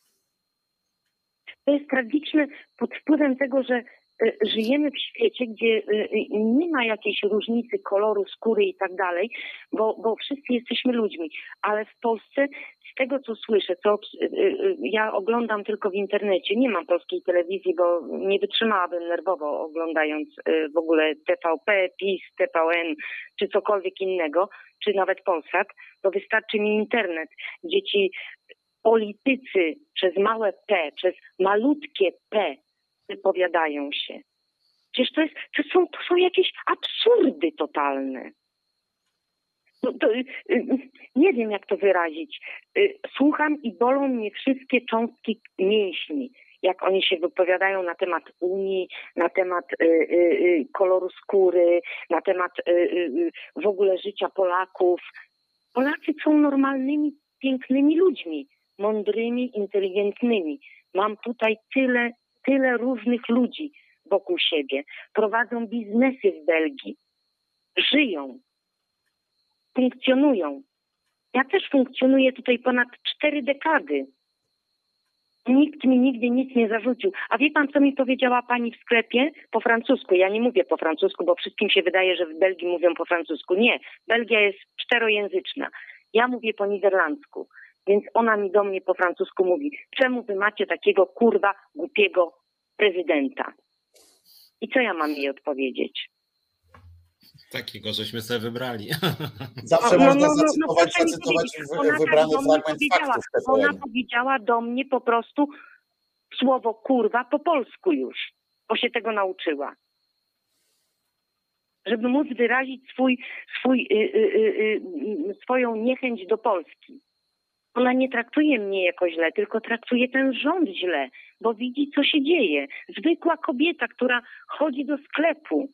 To jest tragiczne pod wpływem tego, że żyjemy w świecie, gdzie nie ma jakiejś różnicy koloru skóry i tak dalej, bo, bo wszyscy jesteśmy ludźmi, ale w Polsce z tego, co słyszę, co ja oglądam tylko w internecie, nie mam polskiej telewizji, bo nie wytrzymałabym nerwowo oglądając w ogóle T V P, PiS, T V N czy cokolwiek innego, czy nawet Polsat, to wystarczy mi internet, gdzie ci politycy przez małe P, przez malutkie P wypowiadają się. Przecież to, jest, to, są, to są jakieś absurdy totalne. No to, y, y, nie wiem, jak to wyrazić. Y, słucham i bolą mnie wszystkie cząstki mięśni, jak oni się wypowiadają na temat Unii, na temat y, y, koloru skóry, na temat y, y, w ogóle życia Polaków. Polacy są normalnymi, pięknymi ludźmi, mądrymi, inteligentnymi. Mam tutaj tyle, tyle różnych ludzi wokół siebie. Prowadzą biznesy w Belgii. Żyją. Funkcjonują. Ja też funkcjonuję tutaj ponad cztery dekady. Nikt mi nigdy nic nie zarzucił. A wie pan, co mi powiedziała pani w sklepie? Po francusku. Ja nie mówię po francusku, bo wszystkim się wydaje, że w Belgii mówią po francusku. Nie. Belgia jest czterojęzyczna. Ja mówię po niderlandzku. Więc ona mi do mnie po francusku mówi, czemu wy macie takiego kurwa głupiego prezydenta? I co ja mam jej odpowiedzieć? Takiego, żeśmy sobie wybrali. Zawsze no, można no, no, zacytować, no, zacytować ona wybrany tak fragment faktów. Ona powiedziała do mnie po prostu słowo kurwa po polsku już, bo się tego nauczyła. Żeby móc wyrazić swój, swój, y, y, y, y, swoją niechęć do Polski. Ona nie traktuje mnie jakoś źle, tylko traktuje ten rząd źle, bo widzi, co się dzieje. Zwykła kobieta, która chodzi do sklepu,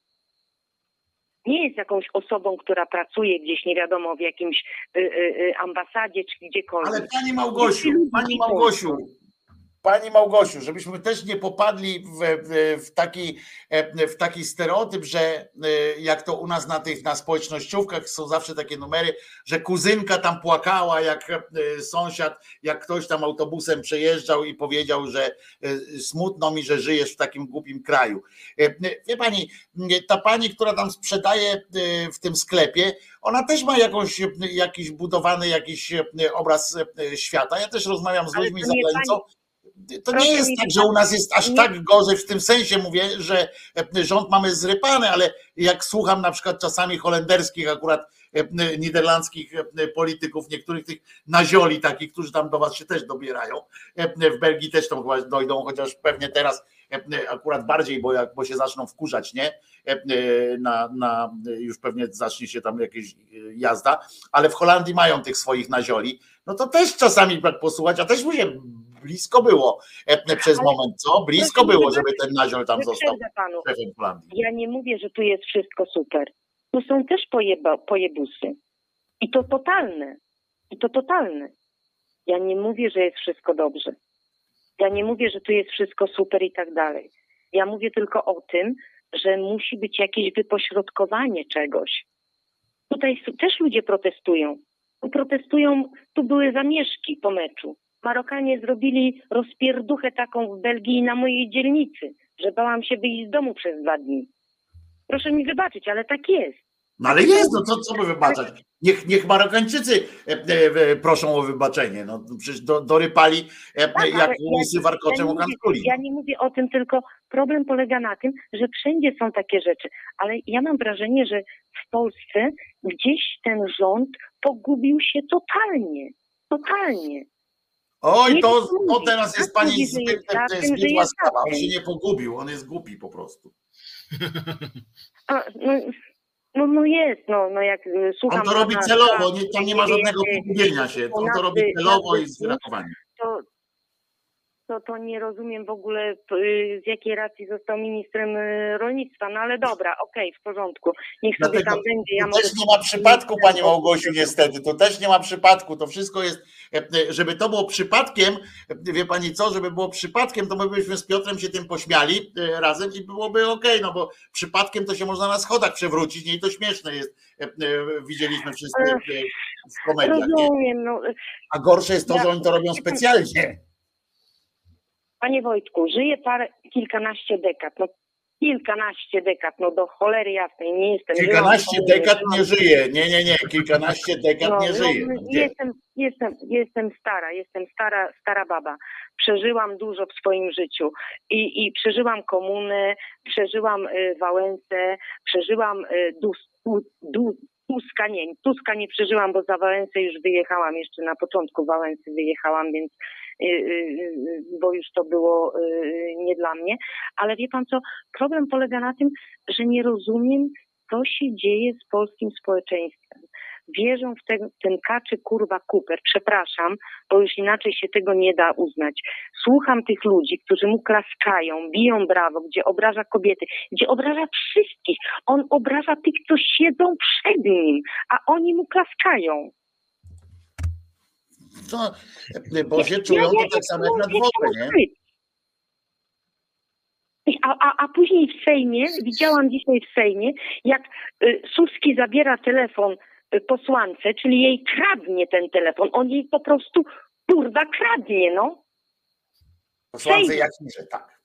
nie jest jakąś osobą, która pracuje gdzieś, nie wiadomo, w jakimś y, y, ambasadzie czy gdziekolwiek. Ale pani Małgosiu, pani Małgosiu, Pani Małgosiu, żebyśmy też nie popadli w, w, w, taki, w taki stereotyp, że jak to u nas na tych na społecznościówkach są zawsze takie numery, że kuzynka tam płakała, jak sąsiad, jak ktoś tam autobusem przejeżdżał i powiedział, że smutno mi, że żyjesz w takim głupim kraju. Wie pani, ta pani, która tam sprzedaje w tym sklepie, ona też ma jakąś, jakiś budowany jakiś obraz świata. Ja też rozmawiam z ludźmi za granicą. To nie jest tak, że u nas jest aż tak gorzej, w tym sensie mówię, że rząd mamy zrypany, ale jak słucham na przykład czasami holenderskich, akurat niderlandzkich polityków, niektórych tych nazioli takich, którzy tam do was się też dobierają, w Belgii też tam chyba dojdą, chociaż pewnie teraz akurat bardziej, bo, jak, bo się zaczną wkurzać, nie? Na, na, już pewnie zacznie się tam jakieś jazda, ale w Holandii mają tych swoich nazioli, no to też czasami tak posłuchać, a też mu się blisko było przez ale moment, co? Blisko było, żeby ten naziol tam został szefem Holandii. Ja nie mówię, że tu jest wszystko super. Tu są też pojeba, pojebusy. I to totalne. I to totalne. Ja nie mówię, że jest wszystko dobrze. Ja nie mówię, że tu jest wszystko super i tak dalej. Ja mówię tylko o tym, że musi być jakieś wypośrodkowanie czegoś. Tutaj też ludzie protestują. Tu protestują, tu były zamieszki po meczu. Marokanie zrobili rozpierduchę taką w Belgii na mojej dzielnicy, że bałam się wyjść z domu przez dwa dni. Proszę mi wybaczyć, ale tak jest. No ale jest, no co, co by wybaczać? Niech, niech Marokańczycy e, e, proszą o wybaczenie. No przecież do, dorypali e, tak, jak łysy ja, warkoczem ja o kankuli. Ja nie mówię o tym, tylko problem polega na tym, że wszędzie są takie rzeczy. Ale ja mam wrażenie, że w Polsce gdzieś ten rząd pogubił się totalnie. Totalnie. Oj, to, to teraz jest pani zbyt, zbyt łaskawa. On się nie pogubił, on jest głupi po prostu. A, no, no, no jest, no, no jak słucham... On to robi celowo, nie, tam nie ma żadnego pogubienia się. On to robi celowo i z wyrachowaniem. To, to, to nie rozumiem w ogóle, z jakiej racji został ministrem rolnictwa, no ale dobra, okej, okay, w porządku. Niech sobie Dlatego, tam będzie. Ja to też nie ma przypadku, pani Małgosiu, niestety. To też nie ma przypadku. To wszystko jest, żeby to było przypadkiem, wie pani co, żeby było przypadkiem, to my byśmy z Piotrem się tym pośmiali razem i byłoby okej, okay, no bo przypadkiem to się można na schodach przewrócić, nie? I to śmieszne jest. Widzieliśmy wszyscy w komediach. Rozumiem, no. A gorsze jest to, że oni to robią specjalnie. Panie Wojtku, żyję parę, kilkanaście dekad, no kilkanaście dekad, no do cholery jasnej, nie jestem... Kilkanaście żyłam, dekad nie, nie żyje, nie, nie, nie, kilkanaście dekad no, nie żyje. No, jestem, jestem, jestem stara, jestem stara, stara baba. Przeżyłam dużo w swoim życiu i, i przeżyłam komunę, przeżyłam y, Wałęsę, przeżyłam y, dus, du, du, Tuska, nie, Tuska nie przeżyłam, bo za Wałęsę już wyjechałam, jeszcze na początku Wałęsy wyjechałam, więc bo już to było nie dla mnie. Ale wie pan co, problem polega na tym, że nie rozumiem, co się dzieje z polskim społeczeństwem. Wierzą w ten, ten kaczy kurwa kuper, przepraszam, bo już inaczej się tego nie da uznać. Słucham tych ludzi, którzy mu klaskają, biją brawo, gdzie obraża kobiety, gdzie obraża wszystkich. On obraża tych, co siedzą przed nim, a oni mu klaskają. To, bo się czują to tak samo jak na dworze, nie? A, a, a później w Sejmie, widziałam dzisiaj w Sejmie, jak y, Suski zabiera telefon y, posłance, czyli jej kradnie ten telefon. On jej po prostu kurwa kradnie, no. Posłance jak niżej, tak.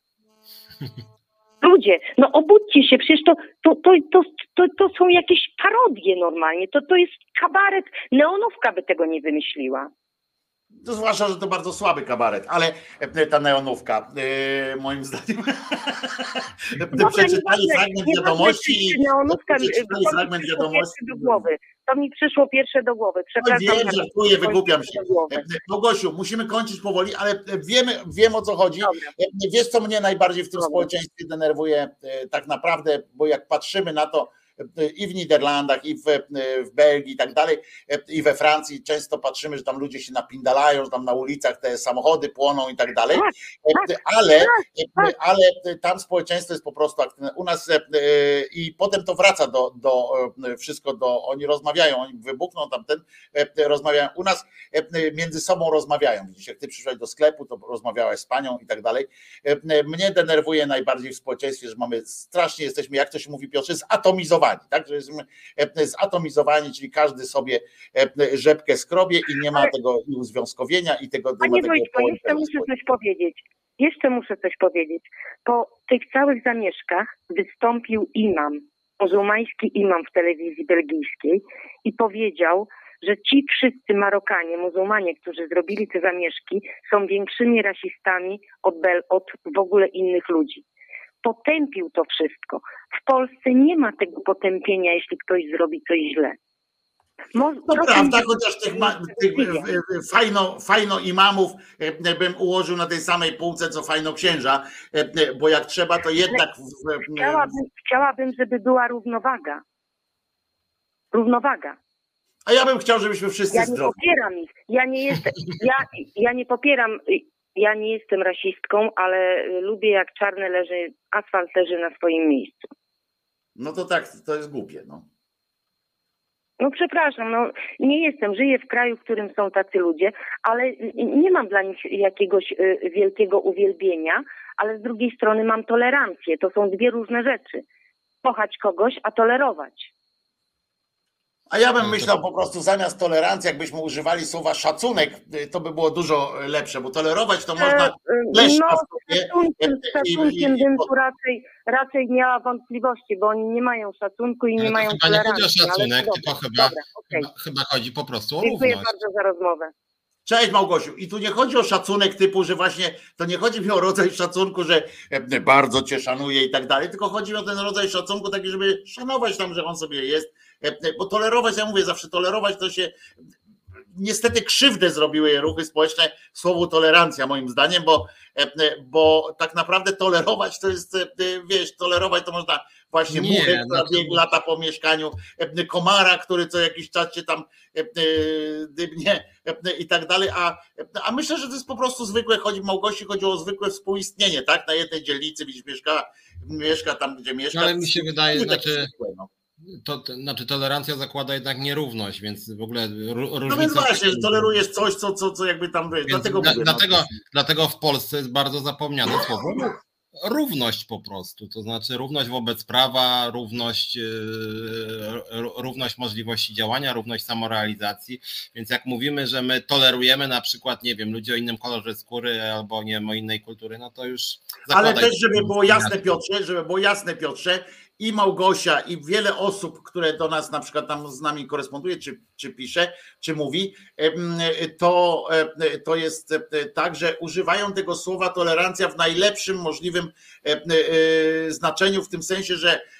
Ludzie, no obudźcie się, przecież to, to, to, to, to, to są jakieś parodie normalnie. To, to jest kabaret, neonówka by tego nie wymyśliła. To zwłaszcza, że to bardzo słaby kabaret, ale ta neonówka, yy, moim zdaniem, Dobra, przeczytali nie fragment nie wiadomości i neonówka, przeczytali to fragment mi przyszło wiadomości. pierwsze do głowy. To mi przyszło pierwsze do głowy. Przepraszam. No wiem, żartuję, wygłupiam się. Małgosiu, musimy kończyć powoli, ale wiemy, wiem o co chodzi. Dobra. Wiesz, co mnie najbardziej w tym Dobra. społeczeństwie denerwuje tak naprawdę, bo jak patrzymy na to, i w Niderlandach, i w, w Belgii i tak dalej, i we Francji często patrzymy, że tam ludzie się napindalają, że tam na ulicach te samochody płoną i tak dalej, ale, ale tam społeczeństwo jest po prostu aktywne. U nas i potem to wraca do, do wszystko do, oni rozmawiają, oni wybuchną tamten, rozmawiają. U nas między sobą rozmawiają. Widzisz, jak ty przyszłaś do sklepu, to rozmawiałaś z panią i tak dalej. Mnie denerwuje najbardziej w społeczeństwie, że mamy strasznie, jesteśmy, jak to się mówi, Piotrze, zatomizowani. Tak, że jesteśmy zatomizowani, czyli każdy sobie rzepkę skrobie i nie ma Ale... tego i uzwiązkowienia i tego... Panie Wojtku, jeszcze muszę coś powiedzieć. Jeszcze muszę coś powiedzieć. Po tych całych zamieszkach wystąpił imam, muzułmański imam w telewizji belgijskiej i powiedział, że ci wszyscy Marokanie, muzułmanie, którzy zrobili te zamieszki, są większymi rasistami od, Bel- od w ogóle innych ludzi. Potępił to wszystko. W Polsce nie ma tego potępienia, jeśli ktoś zrobi coś źle. Mo- to prawda, chociaż tych, ma, tych fajno, fajno imamów bym ułożył na tej samej półce, co fajno księża, bo jak trzeba, to jednak... Chciałabym, chciałabym żeby była równowaga. Równowaga. A ja bym chciał, żebyśmy wszyscy ja zdrowi. Ja nie popieram ich. Ja nie jestem... Ja, ja nie popieram... Ja nie jestem rasistką, ale lubię, jak czarne leży, asfalt leży na swoim miejscu. No to tak, to jest głupie, no. No przepraszam, no nie jestem, żyję w kraju, w którym są tacy ludzie, ale nie mam dla nich jakiegoś wielkiego uwielbienia, ale z drugiej strony mam tolerancję. To są dwie różne rzeczy. Kochać kogoś, a tolerować. A ja bym myślał po prostu zamiast tolerancji, jakbyśmy używali słowa szacunek, to by było dużo lepsze, bo tolerować to można leść no, z szacunkiem, z szacunkiem bym tu raczej, raczej miała wątpliwości, bo oni nie mają szacunku i nie ale mają chyba tolerancji. Nie chodzi o szacunek, ale tylko chyba, dobra, okay. chyba, chyba chodzi po prostu o Dziękuję równość. bardzo za rozmowę. Cześć Małgosiu. I tu nie chodzi o szacunek typu, że właśnie, to nie chodzi mi o rodzaj szacunku, że bardzo cię szanuję i tak dalej, tylko chodzi mi o ten rodzaj szacunku taki, żeby szanować tam, że on sobie jest, bo tolerować, ja mówię zawsze, tolerować to się, niestety krzywdę zrobiły ruchy społeczne słowu tolerancja moim zdaniem, bo, bo tak naprawdę tolerować to jest, wiesz, tolerować to można właśnie nie, muchę, która no biegł lata po mieszkaniu, komara, który co jakiś czas cię tam dybnie i tak dalej, a, a myślę, że to jest po prostu zwykłe, chodzi Małgosi, chodzi o zwykłe współistnienie, tak, na jednej dzielnicy, widzisz, mieszka, mieszka tam, gdzie mieszka. Ale mi się wydaje, znaczy... Zwykłe, no. To, to znaczy tolerancja zakłada jednak nierówność, więc w ogóle różnica... No więc właśnie, że tolerujesz coś, co, co, co jakby tam... Dlatego, da, mówię, dlatego, no. dlatego w Polsce jest bardzo zapomniane słowo równość po prostu, to znaczy równość wobec prawa, równość, yy, równość możliwości działania, równość samorealizacji, więc jak mówimy, że my tolerujemy na przykład, nie wiem, ludzi o innym kolorze skóry albo nie wiem, o innej kultury, no to już... Ale też, żeby było jasne, Piotrze, żeby było jasne, Piotrze, i Małgosia, i wiele osób, które do nas na przykład tam z nami koresponduje, czy, czy pisze, czy mówi, to, to jest tak, że używają tego słowa tolerancja w najlepszym możliwym znaczeniu, w tym sensie, że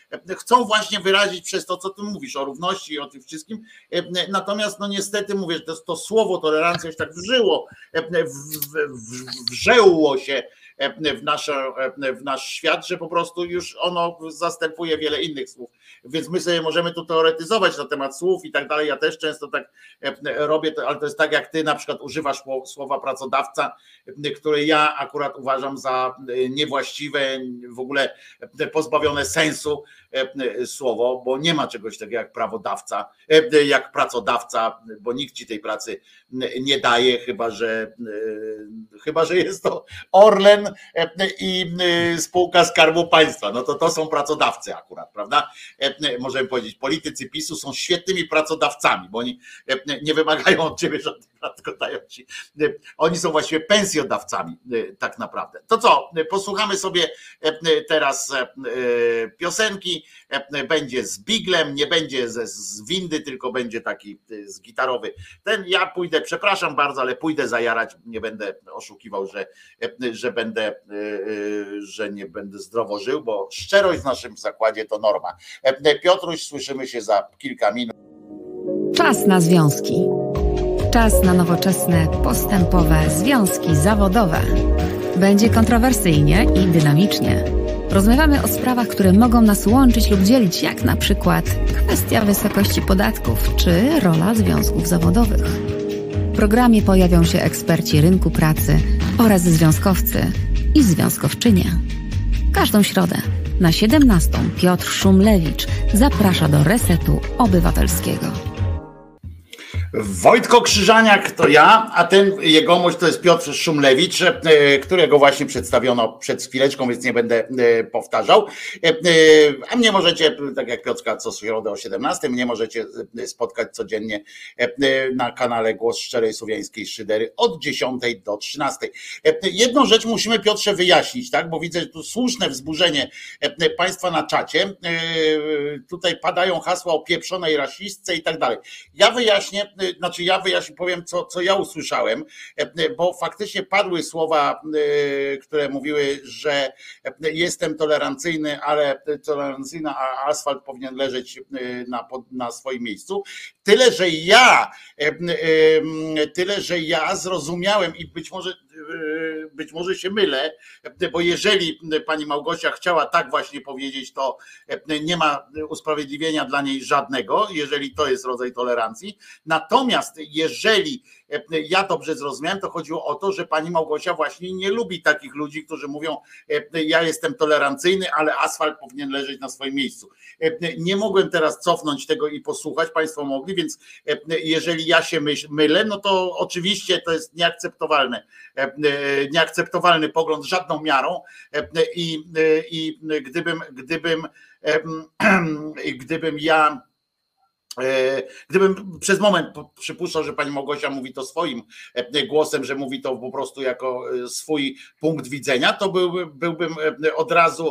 chcą właśnie wyrazić przez to, co ty mówisz o równości i o tym wszystkim. Natomiast no niestety mówię, to, to słowo tolerancja się tak wżyło, w, w, wrzeło się w, nasze, w nasz świat, że po prostu już ono zastępuje wiele innych słów. Więc my sobie możemy tu teoretyzować na temat słów i tak dalej. Ja też często tak robię, ale to jest tak, jak ty na przykład używasz słowa pracodawca, które ja akurat uważam za niewłaściwe, w ogóle pozbawione sensu słowo, bo nie ma czegoś takiego jak prawodawca, jak pracodawca, bo nikt ci tej pracy nie daje, chyba że chyba że jest to Orlen i spółka Skarbu Państwa. No to to są pracodawcy akurat, prawda? Możemy powiedzieć, politycy PiSu są świetnymi pracodawcami, bo oni nie wymagają od ciebie żadnych prac, tylko dają ci. Oni są właściwie pensjodawcami tak naprawdę. To co? Posłuchamy sobie teraz piosenki. Będzie z biglem, nie będzie z, z windy, tylko będzie taki z gitarowy. Ten ja pójdę, przepraszam bardzo, ale pójdę zajarać, nie będę oszukiwał, że, że będę, że nie będę zdrowo żył, bo szczerość w naszym zakładzie to norma. Piotruś, słyszymy się za kilka minut. Czas na związki. Czas na nowoczesne, postępowe związki zawodowe. Będzie kontrowersyjnie i dynamicznie. Rozmawiamy o sprawach, które mogą nas łączyć lub dzielić, jak na przykład kwestia wysokości podatków czy rola związków zawodowych. W programie pojawią się eksperci rynku pracy oraz związkowcy i związkowczynie. Każdą środę na siedemnastą Piotr Szumlewicz zaprasza do Resetu Obywatelskiego. Wojtko Krzyżaniak to ja, a ten jegomość to jest Piotr Szumlewicz, którego właśnie przedstawiono przed chwileczką, więc nie będę powtarzał. A mnie możecie, tak jak Piotrka co środę o siedemnastej, mnie możecie spotkać codziennie na kanale Głos Szczerej Słowiańskiej Szydery od dziesiątej do trzynastej. Jedną rzecz musimy, Piotrze, wyjaśnić, tak? Bo widzę tu słuszne wzburzenie państwa na czacie. Tutaj padają hasła o pieprzonej rasistce i tak dalej. Ja wyjaśnię, znaczy ja wyjaśnię, powiem, co, co ja usłyszałem, bo faktycznie padły słowa, które mówiły, że jestem tolerancyjny, ale tolerancyjny, a asfalt powinien leżeć na, na swoim miejscu. Tyle, że ja, tyle, że ja zrozumiałem i być może być może się mylę, bo jeżeli pani Małgosia chciała tak właśnie powiedzieć, to nie ma usprawiedliwienia dla niej żadnego, jeżeli to jest rodzaj tolerancji. Natomiast jeżeli ja dobrze zrozumiałem, to chodziło o to, że pani Małgosia właśnie nie lubi takich ludzi, którzy mówią, ja jestem tolerancyjny, ale asfalt powinien leżeć na swoim miejscu. Nie mogłem teraz cofnąć tego i posłuchać, państwo mogli, więc jeżeli ja się mylę, no to oczywiście to jest nieakceptowalne, nieakceptowalny pogląd żadną miarą i, i gdybym, gdybym, gdybym ja Gdybym przez moment przypuszczał, że pani Małgosia mówi to swoim głosem, że mówi to po prostu jako swój punkt widzenia, to byłby, byłbym od razu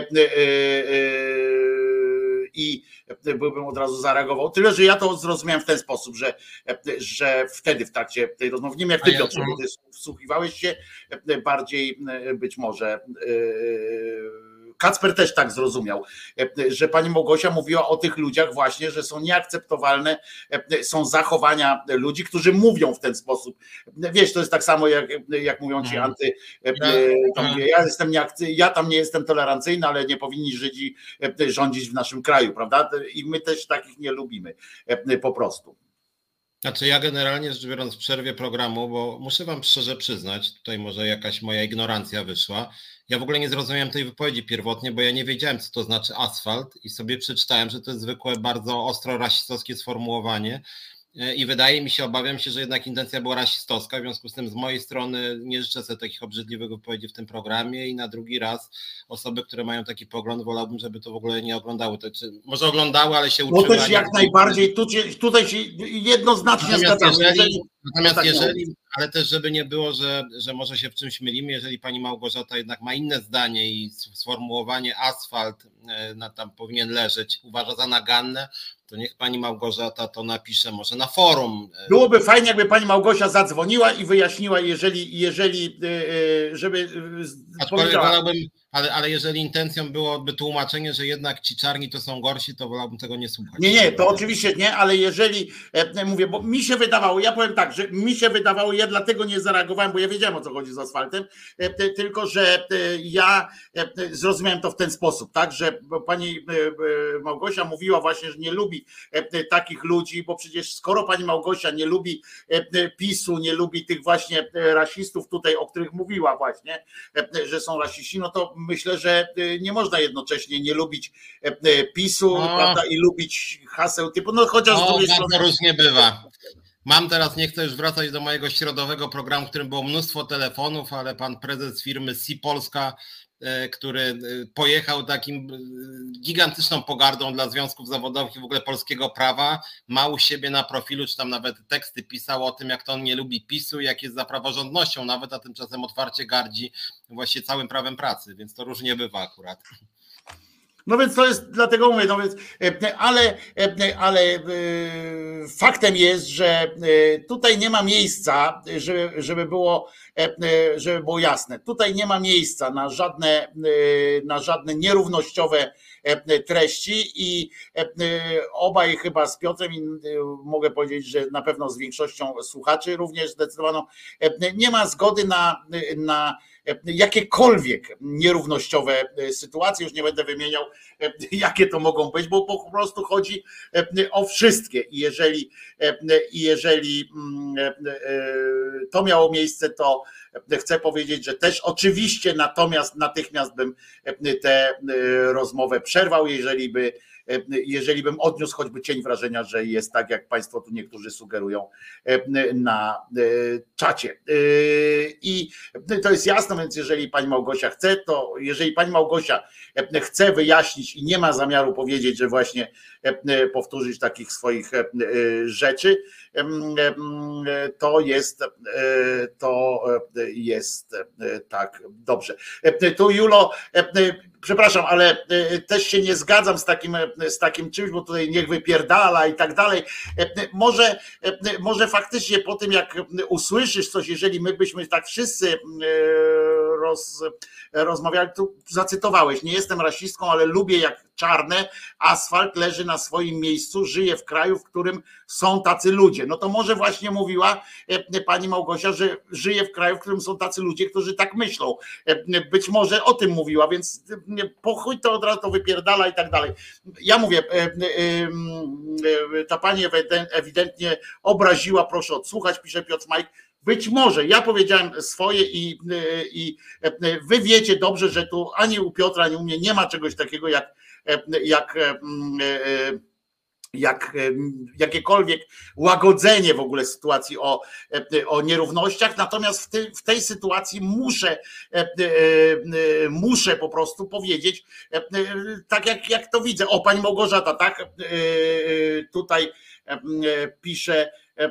i byłbym od razu zareagował. Tyle, że ja to zrozumiałem w ten sposób, że, że wtedy w trakcie tej rozmowy, nie wiem jak ty, Piotrze, bo ty wsłuchiwałeś się bardziej być może. Kacper też tak zrozumiał, że pani Małgosia mówiła o tych ludziach właśnie, że są nieakceptowalne, są zachowania ludzi, którzy mówią w ten sposób. Wiesz, to jest tak samo jak, jak mówią ci anty, tam, ja, jestem nieakcy, ja tam nie jestem tolerancyjny, ale nie powinni Żydzi rządzić w naszym kraju, prawda? I my też takich nie lubimy po prostu. Znaczy ja generalnie rzecz biorąc w przerwie programu, bo muszę wam szczerze przyznać, tutaj może jakaś moja ignorancja wyszła, ja w ogóle nie zrozumiałem tej wypowiedzi pierwotnie, bo ja nie wiedziałem, co to znaczy asfalt i sobie przeczytałem, że to jest zwykłe, bardzo ostro rasistowskie sformułowanie i wydaje mi się, obawiam się, że jednak intencja była rasistowska, w związku z tym z mojej strony nie życzę sobie takich obrzydliwych wypowiedzi w tym programie i na drugi raz osoby, które mają taki pogląd, wolałbym, żeby to w ogóle nie oglądały. To, czy, może oglądały, ale się uczyły. No też jak najbardziej, tu, tutaj się jednoznacznie zgadzam. Jeżeli, natomiast tak jeżeli, ale też żeby nie było, że, że może się w czymś mylimy, jeżeli pani Małgorzata jednak ma inne zdanie i sformułowanie asfalt na tam powinien leżeć uważa za naganne, to niech pani Małgorzata to napisze może na forum. Byłoby fajnie, jakby pani Małgosia zadzwoniła i wyjaśniła, jeżeli, jeżeli żeby aczkolwiek wolałbym, ale, ale jeżeli intencją byłoby tłumaczenie, że jednak ci czarni to są gorsi, to wolałbym tego nie słuchać. Nie, nie, to oczywiście nie, ale jeżeli, mówię, bo mi się wydawało, ja powiem tak, że mi się wydawało, ja dlatego nie zareagowałem, bo ja wiedziałem, o co chodzi z asfaltem, tylko że ja zrozumiałem to w ten sposób, tak, że pani Małgosia mówiła właśnie, że nie lubi takich ludzi, bo przecież skoro pani Małgosia nie lubi PiSu, nie lubi tych właśnie rasistów tutaj, o których mówiła właśnie, że są rasiści, no to myślę, że nie można jednocześnie nie lubić PiSu, no. prawda, i lubić haseł typu, no chociaż no, z drugiej bardzo strony... różnie bywa. Mam teraz, nie chcę już wracać do mojego środowego programu, w którym było mnóstwo telefonów, ale pan prezes firmy C Polska, który pojechał takim gigantyczną pogardą dla związków zawodowych i w ogóle polskiego prawa, ma u siebie na profilu, czy tam nawet teksty pisał o tym, jak to on nie lubi PiSu, jak jest za praworządnością nawet, a tymczasem otwarcie gardzi właśnie całym prawem pracy, więc to różnie bywa akurat. No więc to jest, dlatego mówię, no więc, ale, ale faktem jest, że tutaj nie ma miejsca, żeby, żeby było, żeby było jasne, tutaj nie ma miejsca na żadne, na żadne nierównościowe treści i obaj chyba z Piotrem, i mogę powiedzieć, że na pewno z większością słuchaczy również zdecydowano, nie ma zgody na, na jakiekolwiek nierównościowe sytuacje, już nie będę wymieniał, jakie to mogą być, bo po prostu chodzi o wszystkie. I jeżeli, jeżeli to miało miejsce, to chcę powiedzieć, że też oczywiście natomiast natychmiast bym tę rozmowę przerwał, jeżeli by jeżeli bym odniósł choćby cień wrażenia, że jest tak, jak państwo tu niektórzy sugerują na czacie. I to jest jasne, więc jeżeli pani Małgosia chce, to jeżeli pani Małgosia chce wyjaśnić i nie ma zamiaru powiedzieć, że właśnie powtórzyć takich swoich rzeczy, to jest to jest tak dobrze. Tu Julo, przepraszam, ale też się nie zgadzam z takim, z takim czymś, bo tutaj niech wypierdala i tak dalej. Może, może faktycznie po tym, jak usłyszysz coś, jeżeli my byśmy tak wszyscy roz, rozmawiali, tu zacytowałeś, nie jestem rasistką, ale lubię jak czarne, asfalt leży na swoim miejscu, żyje w kraju, w którym są tacy ludzie. No to może właśnie mówiła pani Małgosia, że żyje w kraju, w którym są tacy ludzie, którzy tak myślą. Być może o tym mówiła, więc po chuj to od razu to wypierdala i tak dalej. Ja mówię, ta pani ewidentnie obraziła, proszę odsłuchać, pisze Piotr Majk. Być może, ja powiedziałem swoje i, i wy wiecie dobrze, że tu ani u Piotra, ani u mnie nie ma czegoś takiego jak, jak, jak jakiekolwiek łagodzenie w ogóle sytuacji o, o nierównościach, natomiast w, ty, w tej sytuacji muszę, muszę po prostu powiedzieć, tak jak, jak to widzę. O, pani Małgorzata, tak, tutaj pisze,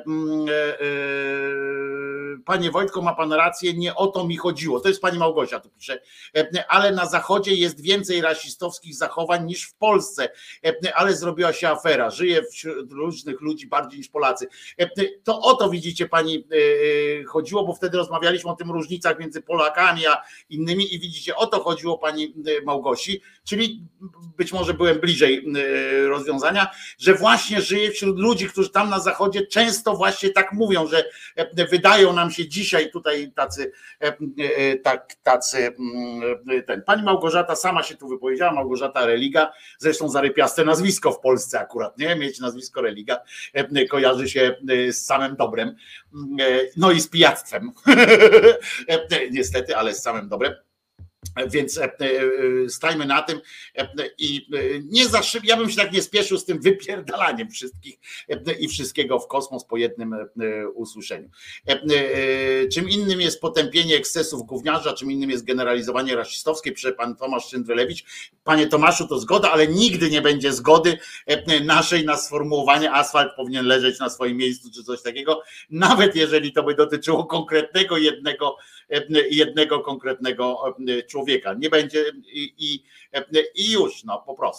panie Wojtko, ma pan rację, nie o to mi chodziło. To jest pani Małgosia, tu pisze, ale na Zachodzie jest więcej rasistowskich zachowań niż w Polsce, ale zrobiła się afera, żyje wśród różnych ludzi bardziej niż Polacy. To o to, widzicie, pani chodziło, bo wtedy rozmawialiśmy o tym różnicach między Polakami a innymi i widzicie, o to chodziło pani Małgosi, czyli być może byłem bliżej rozwiązania, że właśnie żyje wśród ludzi, którzy tam na Zachodzie często właśnie tak mówią, że wydają nam się dzisiaj tutaj tacy, tak, tacy ten. Pani Małgorzata sama się tu wypowiedziała, Małgorzata Religa, zresztą zarypiaste nazwisko w Polsce akurat, nie? Mieć nazwisko Religa kojarzy się z samym dobrem, no i z pijactwem, niestety, ale z samym dobrem. Więc stajmy na tym i nie za szybko, ja bym się tak nie spieszył z tym wypierdalaniem wszystkich i wszystkiego w kosmos po jednym usłyszeniu. Czym innym jest potępienie ekscesów gówniarza, czym innym jest generalizowanie rasistowskie, pisze pan Tomasz Szczyndrelewicz. Panie Tomaszu, to zgoda, ale nigdy nie będzie zgody naszej na sformułowanie asfalt powinien leżeć na swoim miejscu czy coś takiego, nawet jeżeli to by dotyczyło konkretnego jednego, jednego konkretnego człowieka. Nie będzie i, i, i już, no po prostu.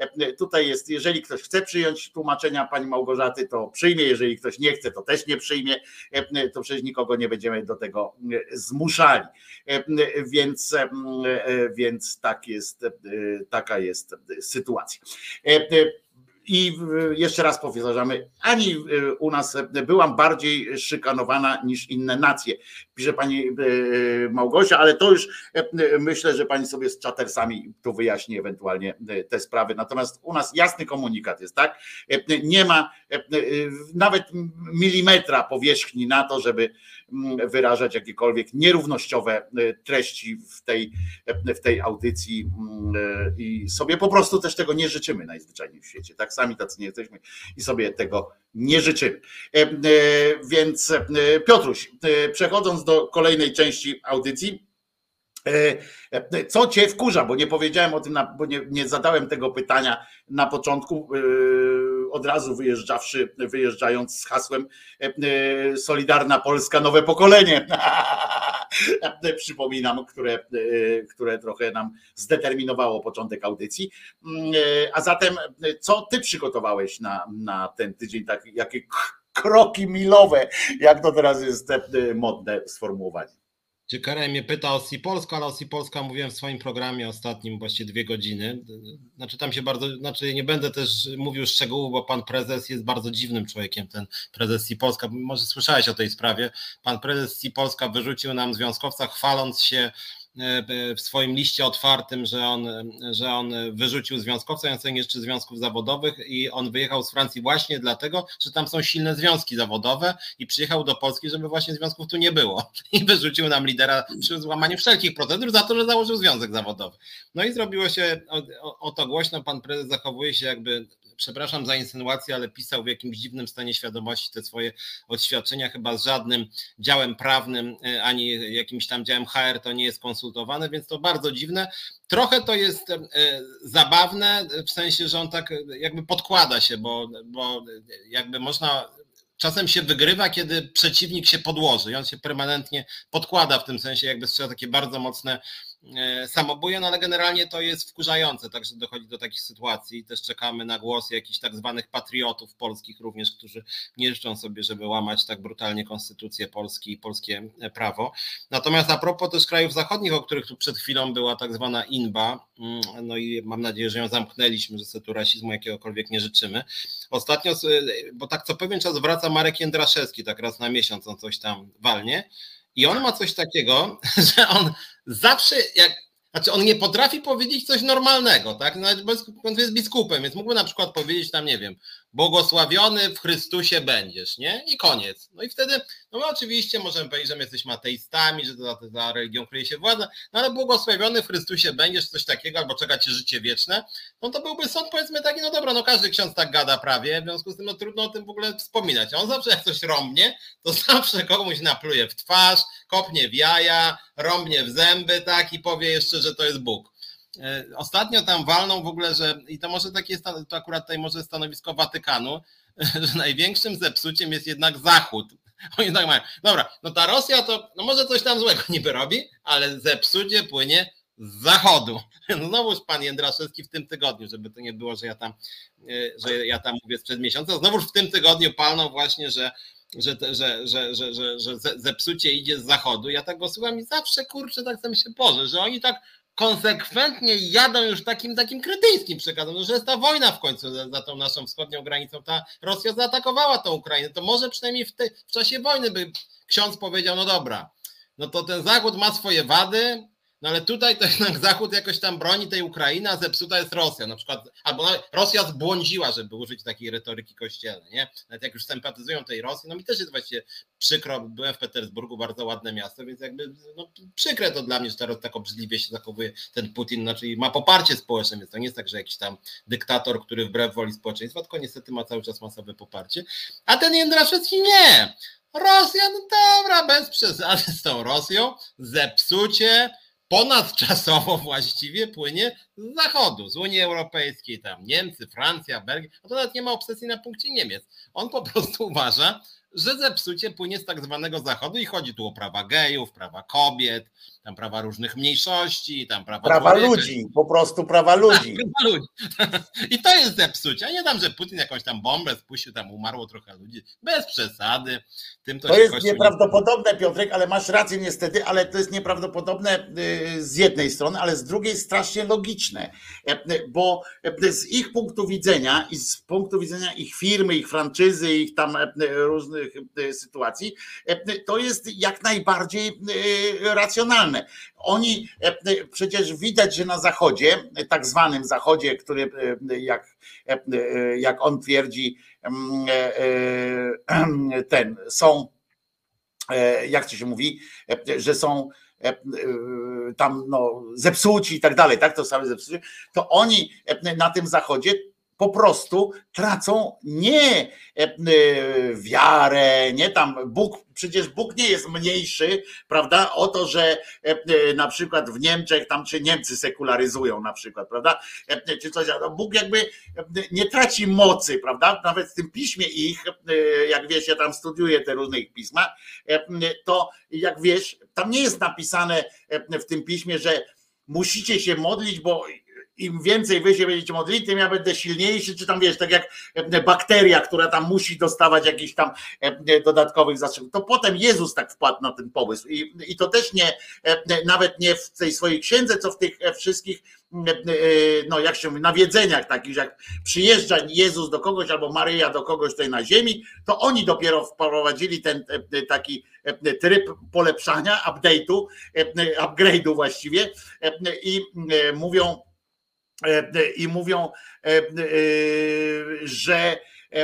Tutaj jest, jeżeli ktoś chce przyjąć tłumaczenia pani Małgorzaty, to przyjmie, jeżeli ktoś nie chce, to też nie przyjmie, to przecież nikogo nie będziemy do tego zmuszali. Więc, więc tak jest, taka jest sytuacja. I jeszcze raz powtarzamy, ani u nas byłam bardziej szykanowana niż inne nacje, pisze pani Małgosia, ale to już myślę, że pani sobie z czatersami tu wyjaśni ewentualnie te sprawy. Natomiast u nas jasny komunikat jest, tak? Nie ma nawet milimetra powierzchni na to, żeby wyrażać jakiekolwiek nierównościowe treści w tej, w tej audycji i sobie po prostu też tego nie życzymy najzwyczajniej w świecie. Tak, sami tacy nie jesteśmy i sobie tego nie życzymy. Więc Piotruś, przechodząc do kolejnej części audycji, co cię wkurza, bo nie powiedziałem o tym, bo nie, nie zadałem tego pytania na początku, od razu wyjeżdżawszy, wyjeżdżając z hasłem Solidarna Polska, nowe pokolenie. Przypominam, które, które trochę nam zdeterminowało początek audycji. A zatem, co ty przygotowałeś na, na ten tydzień, tak, jakie kroki milowe, jak to teraz jest modne sformułowanie? Czy Karol mnie pyta o Si Polska, ale o Si Polska mówiłem w swoim programie ostatnim właściwie dwie godziny. Znaczy tam się bardzo, znaczy nie będę też mówił szczegółów, bo pan prezes jest bardzo dziwnym człowiekiem, ten prezes Si Polska. Może słyszałeś o tej sprawie. Pan prezes Si Polska wyrzucił nam związkowca, chwaląc się w swoim liście otwartym, że on, że on wyrzucił związkowca, ja sobie nie życzę związków zawodowych i on wyjechał z Francji właśnie dlatego, że tam są silne związki zawodowe i przyjechał do Polski, żeby właśnie związków tu nie było i wyrzucił nam lidera przy złamaniu wszelkich procedur za to, że założył związek zawodowy. No i zrobiło się o, o, o to głośno, pan prezes zachowuje się jakby, przepraszam za insynuację, ale pisał w jakimś dziwnym stanie świadomości te swoje oświadczenia, chyba z żadnym działem prawnym, ani jakimś tam działem H R to nie jest konsultowane, więc to bardzo dziwne. Trochę to jest zabawne, w sensie, że on tak jakby podkłada się, bo, bo jakby można... Czasem się wygrywa, kiedy przeciwnik się podłoży i on się permanentnie podkłada w tym sensie, jakby strzela takie bardzo mocne samobóje, no ale generalnie to jest wkurzające, także dochodzi do takich sytuacji. Też czekamy na głosy jakichś tak zwanych patriotów polskich również, którzy nie życzą sobie, żeby łamać tak brutalnie konstytucję Polski i polskie prawo. Natomiast a propos też krajów zachodnich, o których tu przed chwilą była tak zwana inba, no i mam nadzieję, że ją zamknęliśmy, że sobie tu rasizmu jakiegokolwiek nie życzymy. Ostatnio, bo tak co pewien czas wraca Marek Jędraszewski, tak raz na miesiąc on coś tam walnie. I on ma coś takiego, że on zawsze, jak, znaczy on nie potrafi powiedzieć coś normalnego, tak? Nawet bo on jest biskupem, więc mógłby na przykład powiedzieć tam, nie wiem, błogosławiony w Chrystusie będziesz, nie? I koniec. No i wtedy, no my oczywiście możemy powiedzieć, że my jesteśmy ateistami, że to za, za religią kryje się władza, no ale błogosławiony w Chrystusie będziesz, coś takiego, albo czeka cię życie wieczne, no to byłby sąd powiedzmy taki, no dobra, no każdy ksiądz tak gada prawie, w związku z tym no trudno o tym w ogóle wspominać. A on zawsze jak coś rąbnie, to zawsze komuś napluje w twarz, kopnie w jaja, rąbnie w zęby, tak, i powie jeszcze, że to jest Bóg. Ostatnio tam walną w ogóle, że i to może takie, to akurat tutaj może stanowisko Watykanu, że największym zepsuciem jest jednak Zachód. Oni tak mają, dobra, no ta Rosja to, no może coś tam złego niby robi, ale zepsucie płynie z Zachodu. No znowuż pan Jędraszewski w tym tygodniu, żeby to nie było, że ja tam, że ja tam mówię sprzed miesiąca, znowuż w tym tygodniu palną właśnie, że Że, że, że, że, że, że zepsucie idzie z Zachodu. Ja tak go słucham i zawsze, kurczę, tak sobie się Boże, że oni tak konsekwentnie jadą już takim takim kretyńskim przekazem, no, że jest ta wojna w końcu za, za tą naszą wschodnią granicą, ta Rosja zaatakowała tą Ukrainę, to może przynajmniej w, te, w czasie wojny by ksiądz powiedział, no dobra, no to ten Zachód ma swoje wady, no ale tutaj to jednak Zachód jakoś tam broni tej Ukrainy, a zepsuta jest Rosja na przykład, albo Rosja zbłądziła, żeby użyć takiej retoryki kościelnej, nie? Nawet jak już sympatyzują tej Rosji, no mi też jest właściwie przykro, byłem w Petersburgu, bardzo ładne miasto, więc jakby no, przykre to dla mnie, że teraz tak obrzydliwie się zachowuje ten Putin, znaczy ma poparcie społeczne, więc to nie jest tak, że jakiś tam dyktator, który wbrew woli społeczeństwa, tylko niestety ma cały czas masowe poparcie, a ten Jędraszewski nie! Rosja, no dobra, bez przesady z tą Rosją, zepsucie ponadczasowo właściwie płynie z Zachodu, z Unii Europejskiej, tam Niemcy, Francja, Belgia, a to nawet nie ma obsesji na punkcie Niemiec. On po prostu uważa, że zepsucie płynie z tak zwanego Zachodu i chodzi tu o prawa gejów, prawa kobiet, tam prawa różnych mniejszości, tam prawa Prawa człowieka. ludzi, po prostu prawa ludzi. Tak, prawa ludzi. I to jest zepsucie, a nie tam, że Putin jakąś tam bombę spuścił, tam umarło trochę ludzi, bez przesady. Tym to to się jest nieprawdopodobne, nie... Piotrek, ale masz rację niestety, ale to jest nieprawdopodobne z jednej strony, ale z drugiej strasznie logiczne, bo z ich punktu widzenia i z punktu widzenia ich firmy, ich franczyzy, ich tam różnych sytuacji, to jest jak najbardziej racjonalne. Oni przecież widać, że na Zachodzie, tak zwanym Zachodzie, który jak, jak on twierdzi, ten są, jak to się mówi, że są tam no, zepsuci i tak dalej, tak, to same zepsuci, to oni na tym Zachodzie po prostu tracą nie wiarę, nie tam Bóg, przecież Bóg nie jest mniejszy, prawda, o to, że na przykład w Niemczech tam czy Niemcy sekularyzują na przykład, prawda, czy coś, Bóg jakby nie traci mocy, prawda, nawet w tym piśmie ich, jak wiesz, ja tam studiuję te różne ich pisma, to jak wiesz, tam nie jest napisane w tym piśmie, że musicie się modlić, bo im więcej wy się będziecie modlić, tym ja będę silniejszy, czy tam wiesz, tak jak bakteria, która tam musi dostawać jakichś tam dodatkowych zastrzyków. To potem Jezus tak wpadł na ten pomysł i, i to też nie, nawet nie w tej swojej księdze, co w tych wszystkich, no jak się mówi, nawiedzeniach takich, że jak przyjeżdża Jezus do kogoś albo Maryja do kogoś tutaj na ziemi, to oni dopiero wprowadzili ten taki tryb polepszania, update'u, upgrade'u właściwie i mówią, i mówią, że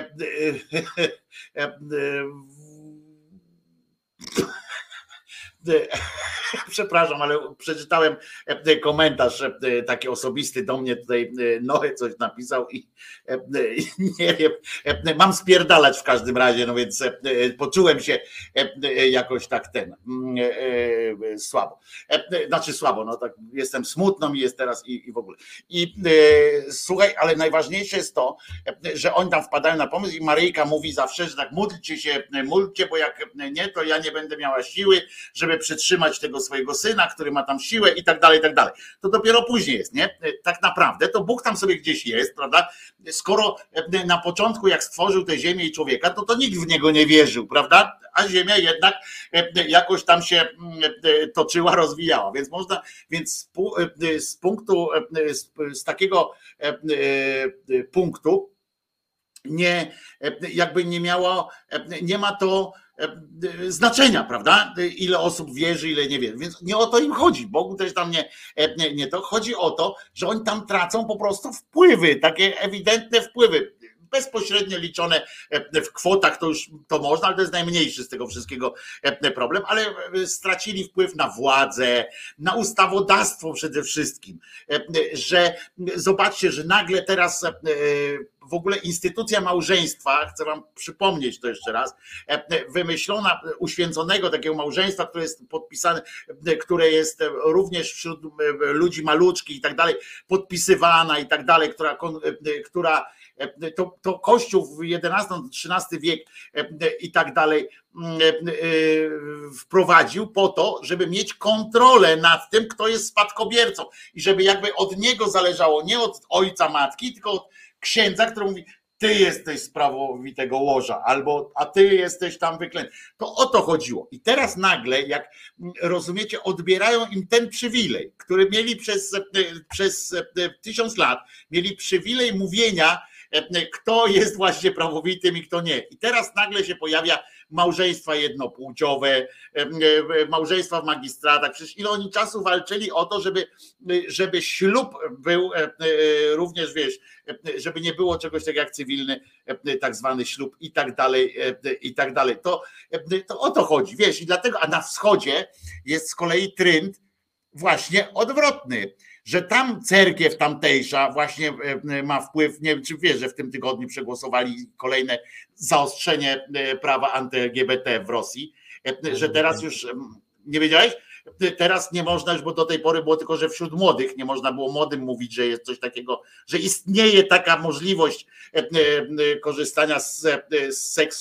przepraszam, ale przeczytałem komentarz taki osobisty do mnie, tutaj Noe coś napisał i nie wiem, mam spierdalać w każdym razie, no więc poczułem się jakoś tak ten słabo, znaczy słabo, no tak jestem smutno mi jest teraz i, i w ogóle i słuchaj, ale najważniejsze jest to, że oni tam wpadają na pomysł i Maryjka mówi zawsze, że tak módlcie się, módlcie, bo jak nie, to ja nie będę miała siły, żeby przytrzymać tego swojego syna, który ma tam siłę i tak dalej, i tak dalej. To dopiero później jest, nie? Tak naprawdę to Bóg tam sobie gdzieś jest, prawda? Skoro na początku jak stworzył tę ziemię i człowieka, to to nikt w niego nie wierzył, prawda? A ziemia jednak jakoś tam się toczyła, rozwijała, więc można, więc z punktu, z takiego punktu nie, jakby nie miało, nie ma to znaczenia, prawda? Ile osób wierzy, ile nie wierzy. Więc nie o to im chodzi. Bogu też tam nie, nie, nie to. Chodzi o to, że oni tam tracą po prostu wpływy, takie ewidentne wpływy. Bezpośrednio liczone w kwotach to już to można, ale to jest najmniejszy z tego wszystkiego problem, ale stracili wpływ na władzę, na ustawodawstwo przede wszystkim, że zobaczcie, że nagle teraz w ogóle instytucja małżeństwa, chcę wam przypomnieć to jeszcze raz, wymyślona, uświęconego takiego małżeństwa, które jest podpisane, które jest również wśród ludzi maluczkich i tak dalej, podpisywana i tak dalej, która, która to, to Kościół w jedenasty trzynasty wiek i tak dalej wprowadził po to, żeby mieć kontrolę nad tym, kto jest spadkobiercą i żeby jakby od niego zależało, nie od ojca matki, tylko od księdza, który mówi, ty jesteś z prawowitego łoża, albo a ty jesteś tam wyklęty. To o to chodziło. I teraz nagle, jak rozumiecie, odbierają im ten przywilej, który mieli przez, przez tysiąc lat, mieli przywilej mówienia, kto jest właśnie prawowitym i kto nie. I teraz nagle się pojawia małżeństwa jednopłciowe, małżeństwa w magistratach. Przecież ile oni czasu walczyli o to, żeby, żeby ślub był również, wiesz, żeby nie było czegoś takiego jak cywilny, tak zwany ślub i tak dalej, i tak dalej. To, to o to chodzi, wiesz, i dlatego, a na wschodzie jest z kolei trend właśnie odwrotny, że tam cerkiew tamtejsza właśnie ma wpływ, nie wiem czy wiesz, że w tym tygodniu przegłosowali kolejne zaostrzenie prawa anty-L G B T w Rosji, że teraz już, nie wiedziałeś? Teraz nie można już, bo do tej pory było tylko, że wśród młodych nie można było młodym mówić, że jest coś takiego, że istnieje taka możliwość korzystania z, z seksu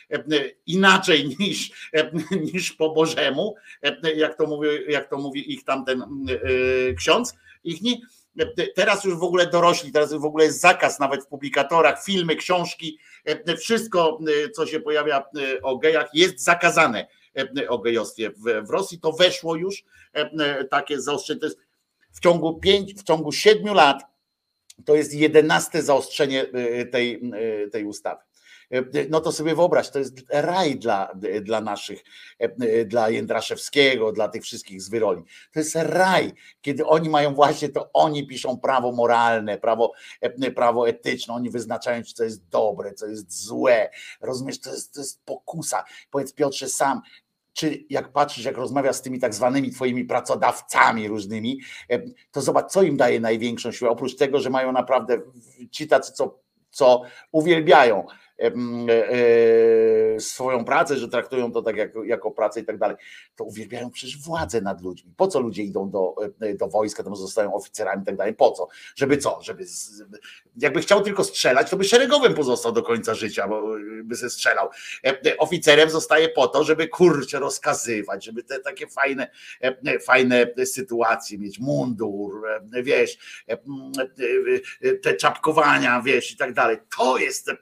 inaczej niż, niż po Bożemu, jak to mówi, jak to mówi ich tamten ksiądz, ich nie. Teraz już w ogóle dorośli, teraz już w ogóle jest zakaz nawet w publikatorach, filmy, książki, wszystko, co się pojawia o gejach, jest zakazane o gejostwie. W Rosji to weszło już, takie zaostrzenie, to jest w ciągu pięć, w ciągu siedmiu lat to jest jedenaste zaostrzenie tej, tej ustawy. No to sobie wyobraź, to jest raj dla, dla naszych, dla Jędraszewskiego, dla tych wszystkich z wyroli. To jest raj, kiedy oni mają właśnie, to oni piszą prawo moralne, prawo, prawo etyczne, oni wyznaczają, co jest dobre, co jest złe. Rozumiesz, to jest, to jest pokusa. Powiedz, Piotrze, sam, czy jak patrzysz, jak rozmawiasz z tymi tak zwanymi twoimi pracodawcami różnymi, to zobacz, co im daje największą siłę, oprócz tego, że mają naprawdę ci tacy, co, co uwielbiają swoją pracę, że traktują to tak jako, jako pracę i tak dalej, to uwielbiają przecież władzę nad ludźmi. Po co ludzie idą do, do wojska, to zostają oficerami i tak dalej? Po co? Żeby co? Żeby jakby chciał tylko strzelać, to by szeregowym pozostał do końca życia, bo by się strzelał. Oficerem zostaje po to, żeby kurczę rozkazywać, żeby te takie fajne, fajne sytuacje mieć, mundur, wiesz, te czapkowania, wiesz i tak dalej. To jest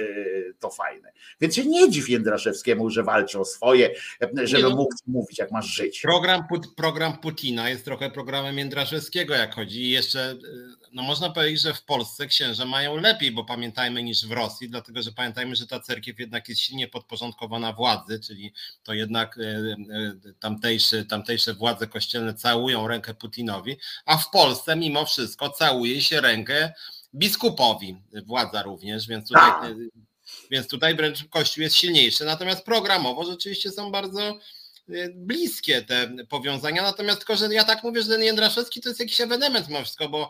to fajne. Więc się nie dziw Jędraszewskiemu, że walczy o swoje, żeby no, mógł mówić, jak masz żyć. Program, program Putina jest trochę programem Jędraszewskiego, jak chodzi. I jeszcze, no można powiedzieć, że w Polsce księża mają lepiej, bo pamiętajmy, niż w Rosji, dlatego że pamiętajmy, że ta cerkiew jednak jest silnie podporządkowana władzy, czyli to jednak tamtejsze, tamtejsze władze kościelne całują rękę Putinowi, a w Polsce mimo wszystko całuje się rękę biskupowi, władza również, więc tutaj, więc tutaj wręcz Kościół jest silniejszy, natomiast programowo rzeczywiście są bardzo bliskie te powiązania, natomiast tylko, że ja tak mówię, że ten Jędraszewski to jest jakiś ewenement mimo wszystko, bo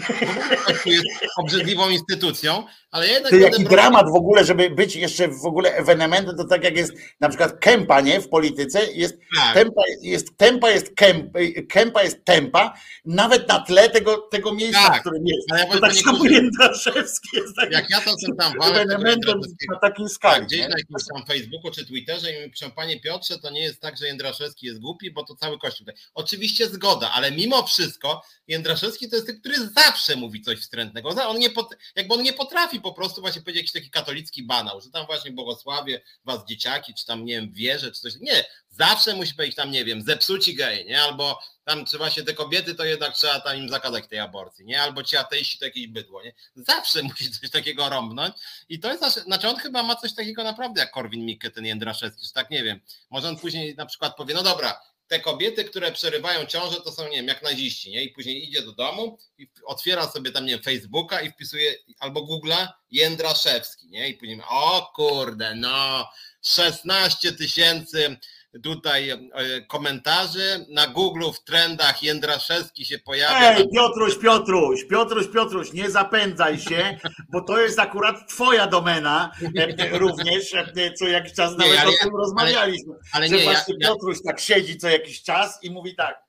Kościół jest obrzydliwą instytucją, ale jednak... To jaki dramat w ogóle, żeby być jeszcze w ogóle ewenementem, to tak jak jest na przykład Kępa, nie, w polityce, jest tak. tempa, jest tempa, jest kępa, kępa jest tempa, nawet na tle tego, tego miejsca, tak. w którym jest. Ja to tak samo Jędraszewski jest taki jak ja to jestem tam ewenementem na takiej skali. Tak, gdzieś na jakimś tam Facebooku czy Twitterze i mi piszą, panie Piotrze, to nie jest tak, że Jędraszewski jest głupi, bo to cały Kościół. Oczywiście zgoda, ale mimo wszystko Jędraszewski to jest ten, który zawsze mówi coś wstrętnego. On nie pot, jakby on nie potrafi po prostu właśnie powiedzieć jakiś taki katolicki banał, że tam właśnie błogosławię was dzieciaki, czy tam nie wiem, wierzę, czy coś. Nie, zawsze musi powiedzieć tam, nie wiem, zepsuci gej, nie? Albo tam czy właśnie te kobiety, to jednak trzeba tam im zakazać tej aborcji, nie? Albo ci ateiści to jakieś bydło, nie? Zawsze musi coś takiego rąbnąć i to jest, znaczy on chyba ma coś takiego naprawdę jak Korwin-Mikke, ten Jędraszewski, że tak nie wiem, może on później na przykład powie, no dobra, te kobiety, które przerywają ciążę, to są, nie wiem, jak naziści, nie? I później idzie do domu i otwiera sobie tam, nie wiem, Facebooka i wpisuje albo Google'a Jędraszewski, nie? I później, o kurde, no, szesnaście tysięcy tutaj komentarzy na Google w trendach Jędraszewski się pojawia. Ej, Piotruś, Piotruś, Piotruś, Piotruś, nie zapędzaj się, bo to jest akurat twoja domena również, co jakiś czas nawet nie, o tym ja, rozmawialiśmy, ale, ale że nie, właśnie ja, Piotruś ja... tak siedzi co jakiś czas i mówi tak,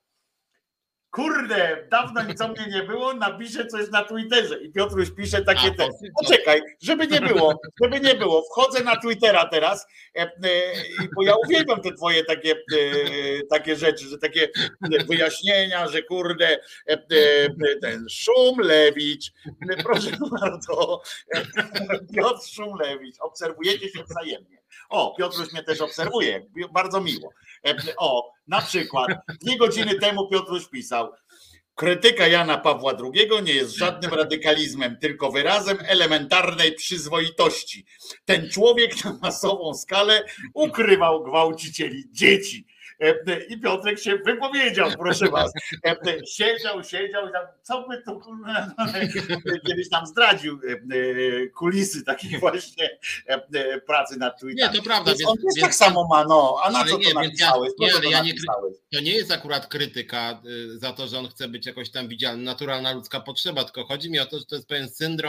kurde, dawno nic o mnie nie było, napiszę coś na Twitterze i Piotruś pisze takie te, poczekaj, żeby nie było, żeby nie było, wchodzę na Twittera teraz, bo ja uwielbiam te twoje takie, takie rzeczy, że takie wyjaśnienia, że kurde, ten Szumlewicz, proszę bardzo, Piotr Szumlewicz, obserwujecie się wzajemnie. O, Piotruś mnie też obserwuje, bardzo miło. O, na przykład dwie godziny temu Piotruś pisał: krytyka Jana Pawła drugiego nie jest żadnym radykalizmem, tylko wyrazem elementarnej przyzwoitości. Ten człowiek na masową skalę ukrywał gwałcicieli dzieci. I Piotrek się wypowiedział, proszę was. Siedział, siedział, co by tu kiedyś tam zdradził kulisy takiej właśnie pracy nad tweetami. Nie, to prawda. Więc on więc, więc, tak samo ma, no, a na co nie, to napisałeś? Ja, nie, ale ja nie, to nie jest akurat krytyka za to, że on chce być jakoś tam widzialny, naturalna ludzka potrzeba, tylko chodzi mi o to, że to jest pewien syndrom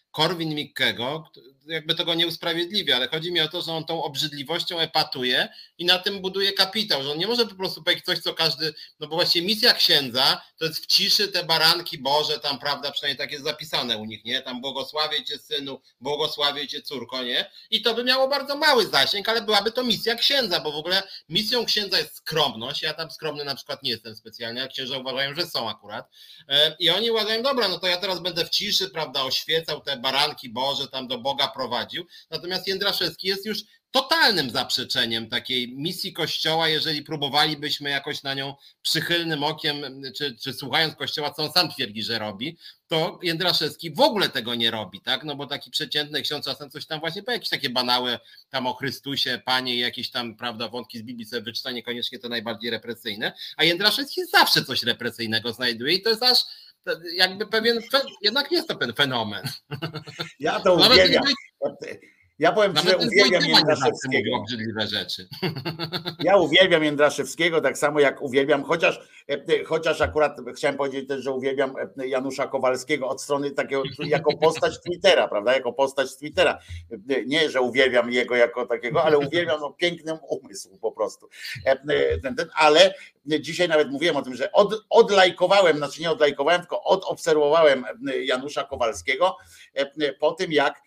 Korwin-Mikkego, jakby tego nie usprawiedliwia, ale chodzi mi o to, że on tą obrzydliwością epatuje i na tym buduje kapitał, że on nie może po prostu powiedzieć coś, co każdy, no bo właśnie misja księdza to jest w ciszy te baranki Boże, tam prawda, przynajmniej tak jest zapisane u nich, nie? Tam błogosławię cię synu, błogosławię cię córko, nie? I to by miało bardzo mały zasięg, ale byłaby to misja księdza, bo w ogóle misją księdza jest skromność, ja tam skromny na przykład nie jestem specjalnie, a księża uważają, że są akurat i oni uważają, dobra, no to ja teraz będę w ciszy, prawda, oświecał te baranki Boże, tam do Boga prowadził, natomiast Jędraszewski jest już totalnym zaprzeczeniem takiej misji Kościoła, jeżeli próbowalibyśmy jakoś na nią przychylnym okiem, czy, czy słuchając Kościoła, co on sam twierdzi, że robi, to Jędraszewski w ogóle tego nie robi, tak? No bo taki przeciętny ksiądz czasem coś tam właśnie, po jakieś takie banały tam o Chrystusie, Panie, jakieś tam, prawda, wątki z Biblii sobie wyczyta, niekoniecznie to najbardziej represyjne, a Jędraszewski zawsze coś represyjnego znajduje i to jest aż jakby pewien, jednak jest to ten fenomen. Ja to uwielbiam. Ja powiem Ci, że uwielbiam Jędraszewskiego. Obrzydliwe rzeczy. Ja uwielbiam Jędraszewskiego, tak samo jak uwielbiam, chociaż, chociaż akurat chciałem powiedzieć też, że uwielbiam Janusza Kowalskiego od strony takiego, jako postać Twittera, prawda, jako postać Twittera. Nie, że uwielbiam jego jako takiego, ale uwielbiam no, piękny umysł po prostu. Ten, ten, ale dzisiaj nawet mówiłem o tym, że od, odlajkowałem, znaczy nie odlajkowałem, tylko odobserwowałem Janusza Kowalskiego po tym, jak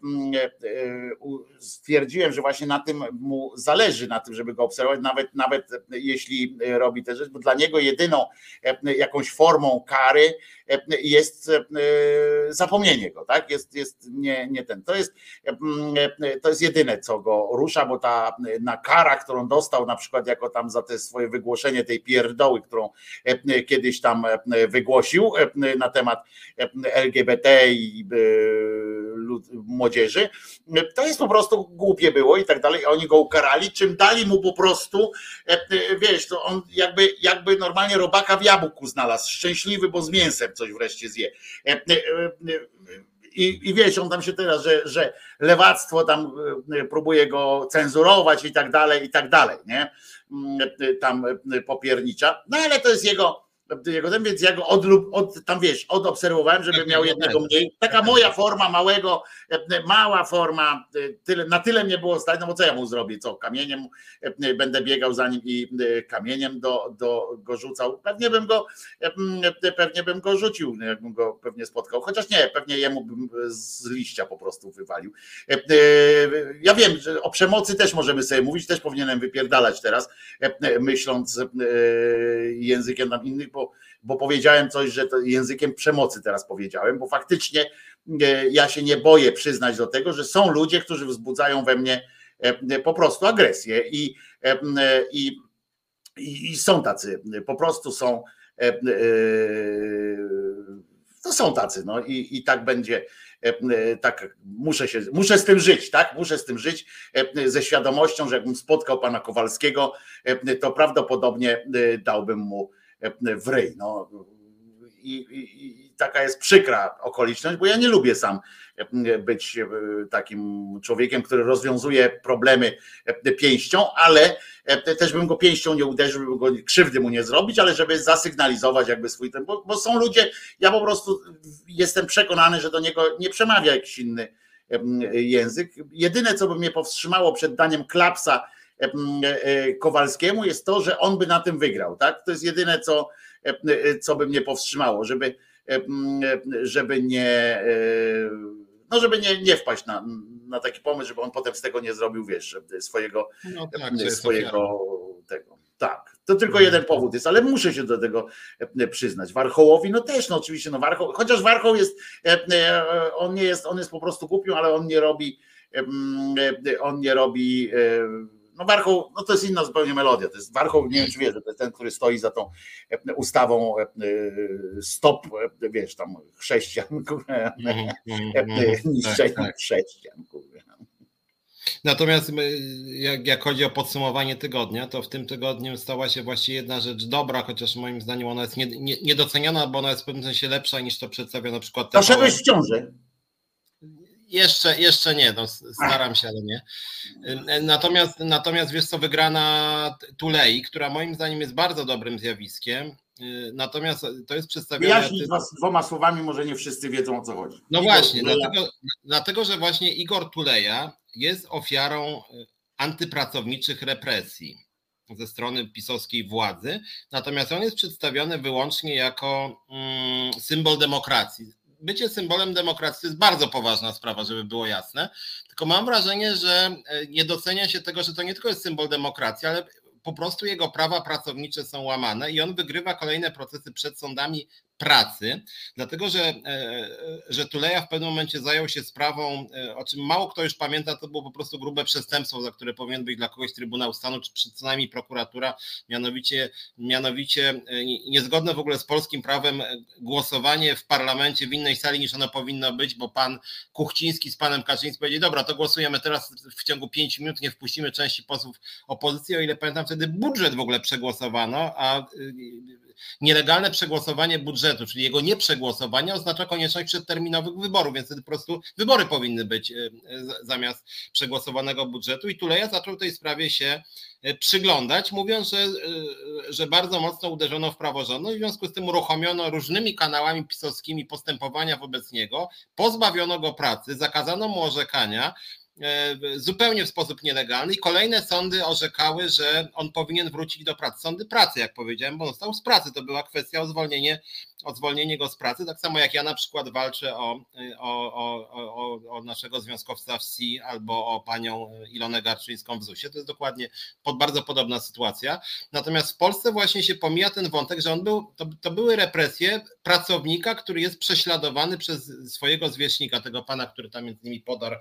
stwierdziłem, że właśnie na tym mu zależy, na tym, żeby go obserwować, nawet, nawet jeśli robi te rzeczy, bo dla niego jedyną jakąś formą kary jest zapomnienie go, tak? Jest, jest nie, nie ten. To jest, to jest jedyne, co go rusza, bo ta na kara, którą dostał na przykład jako tam za te swoje wygłoszenie tej pierdoły, którą kiedyś tam wygłosił na temat L G B T i młodzieży, to jest po prostu głupie było i tak dalej, oni go ukarali, czym dali mu po prostu, wiesz, to on jakby, jakby normalnie robaka w jabłku znalazł, szczęśliwy, bo z mięsem coś wreszcie zje. I, i wiesz, on tam się teraz, że, że lewactwo tam próbuje go cenzurować i tak dalej, i tak dalej, nie? Tam popiernicza, no ale to jest jego jego ten, więc ja go od, od, tam wiesz, odobserwowałem, żeby miał jednego mniej. Taka moja forma małego, mała forma, tyle, na tyle mnie było stać, no bo co ja mu zrobię, co kamieniem będę biegał za nim i kamieniem do, do go rzucał. Pewnie bym go, pewnie bym go rzucił, jakbym go pewnie spotkał, chociaż nie, pewnie jemu bym z liścia po prostu wywalił. Ja wiem, że o przemocy też możemy sobie mówić, też powinienem wypierdalać teraz, myśląc językiem tam innych, bo Bo, bo powiedziałem coś, że to językiem przemocy teraz powiedziałem, bo faktycznie ja się nie boję przyznać do tego, że są ludzie, którzy wzbudzają we mnie po prostu agresję i, i, i, i są tacy, po prostu są to są tacy, no i, i tak będzie, tak muszę się, muszę z tym żyć, tak, muszę z tym żyć ze świadomością, że jakbym spotkał pana Kowalskiego, to prawdopodobnie dałbym mu w ryj. No. I, i, I taka jest przykra okoliczność, bo ja nie lubię sam być takim człowiekiem, który rozwiązuje problemy pięścią, ale też bym go pięścią nie uderzył, żeby go krzywdy mu nie zrobić, ale żeby zasygnalizować jakby swój ten, bo, bo są ludzie, ja po prostu jestem przekonany, że do niego nie przemawia jakiś inny język. Jedyne, co by mnie powstrzymało przed daniem klapsa Kowalskiemu, jest to, że on by na tym wygrał, tak? To jest jedyne, co, co by mnie powstrzymało, żeby, żeby nie, no żeby nie, nie wpaść na, na taki pomysł, żeby on potem z tego nie zrobił, wiesz, swojego, no tak, swojego tego. Tak, to tylko jeden powód jest, ale muszę się do tego przyznać. Warchołowi, no też, no oczywiście, no Warchoł, chociaż Warchoł jest, on nie jest, on jest po prostu głupią, ale on nie robi, on nie robi. No Warchoł, no to jest inna zupełnie melodia. To jest Warchoł, nie wiem czy wiesz, że to jest ten, który stoi za tą ustawą stop, wiesz, tam chrześcijan, niszczenia chrześcijan. Natomiast jak, jak chodzi o podsumowanie tygodnia, to w tym tygodniu stała się właśnie jedna rzecz dobra, chociaż moim zdaniem ona jest nie, nie, niedoceniana, bo ona jest w pewnym sensie lepsza niż to przedstawia na przykład. Poszedłeś w ciąży. Jeszcze, jeszcze nie, no, staram się, ale nie. Natomiast, natomiast wiesz co, wygrana Tulei, która moim zdaniem jest bardzo dobrym zjawiskiem, natomiast to jest przedstawione... Wyjaśnij was dwoma słowami, może nie wszyscy wiedzą, o co chodzi. No Igor właśnie, Tuleja... dlatego, dlatego, że właśnie Igor Tuleja jest ofiarą antypracowniczych represji ze strony pisowskiej władzy, natomiast on jest przedstawiony wyłącznie jako mm, symbol demokracji. Bycie symbolem demokracji to jest bardzo poważna sprawa, żeby było jasne, tylko mam wrażenie, że nie docenia się tego, że to nie tylko jest symbol demokracji, ale po prostu jego prawa pracownicze są łamane i on wygrywa kolejne procesy przed sądami pracy, dlatego że, że Tuleja w pewnym momencie zajął się sprawą, o czym mało kto już pamięta, to było po prostu grube przestępstwo, za które powinien być dla kogoś Trybunał Stanu, czy co najmniej prokuratura, mianowicie, mianowicie niezgodne w ogóle z polskim prawem głosowanie w parlamencie w innej sali niż ono powinno być, bo pan Kuchciński z panem Kaczyńskim powiedzieli, dobra, to głosujemy teraz w ciągu pięciu minut, nie wpuścimy części posłów opozycji, o ile pamiętam, wtedy budżet w ogóle przegłosowano, a nielegalne przegłosowanie budżetu, czyli jego nieprzegłosowanie oznacza konieczność przedterminowych wyborów, więc wtedy po prostu wybory powinny być zamiast przegłosowanego budżetu i Tuleja zaczął tej sprawie się przyglądać, mówiąc, że, że bardzo mocno uderzono w praworządność, w związku z tym uruchomiono różnymi kanałami pisowskimi postępowania wobec niego, pozbawiono go pracy, zakazano mu orzekania, zupełnie w sposób nielegalny i kolejne sądy orzekały, że on powinien wrócić do pracy. Sądy pracy, jak powiedziałem, bo on został z pracy, to była kwestia o zwolnienie, o zwolnienie go z pracy, tak samo jak ja na przykład walczę o, o, o, o naszego związkowca w S I albo o panią Ilonę Garczyńską w zusie, to jest dokładnie pod, bardzo podobna sytuacja, natomiast w Polsce właśnie się pomija ten wątek, że on był, to, to były represje pracownika, który jest prześladowany przez swojego zwierzchnika, tego pana, który tam między innymi podarł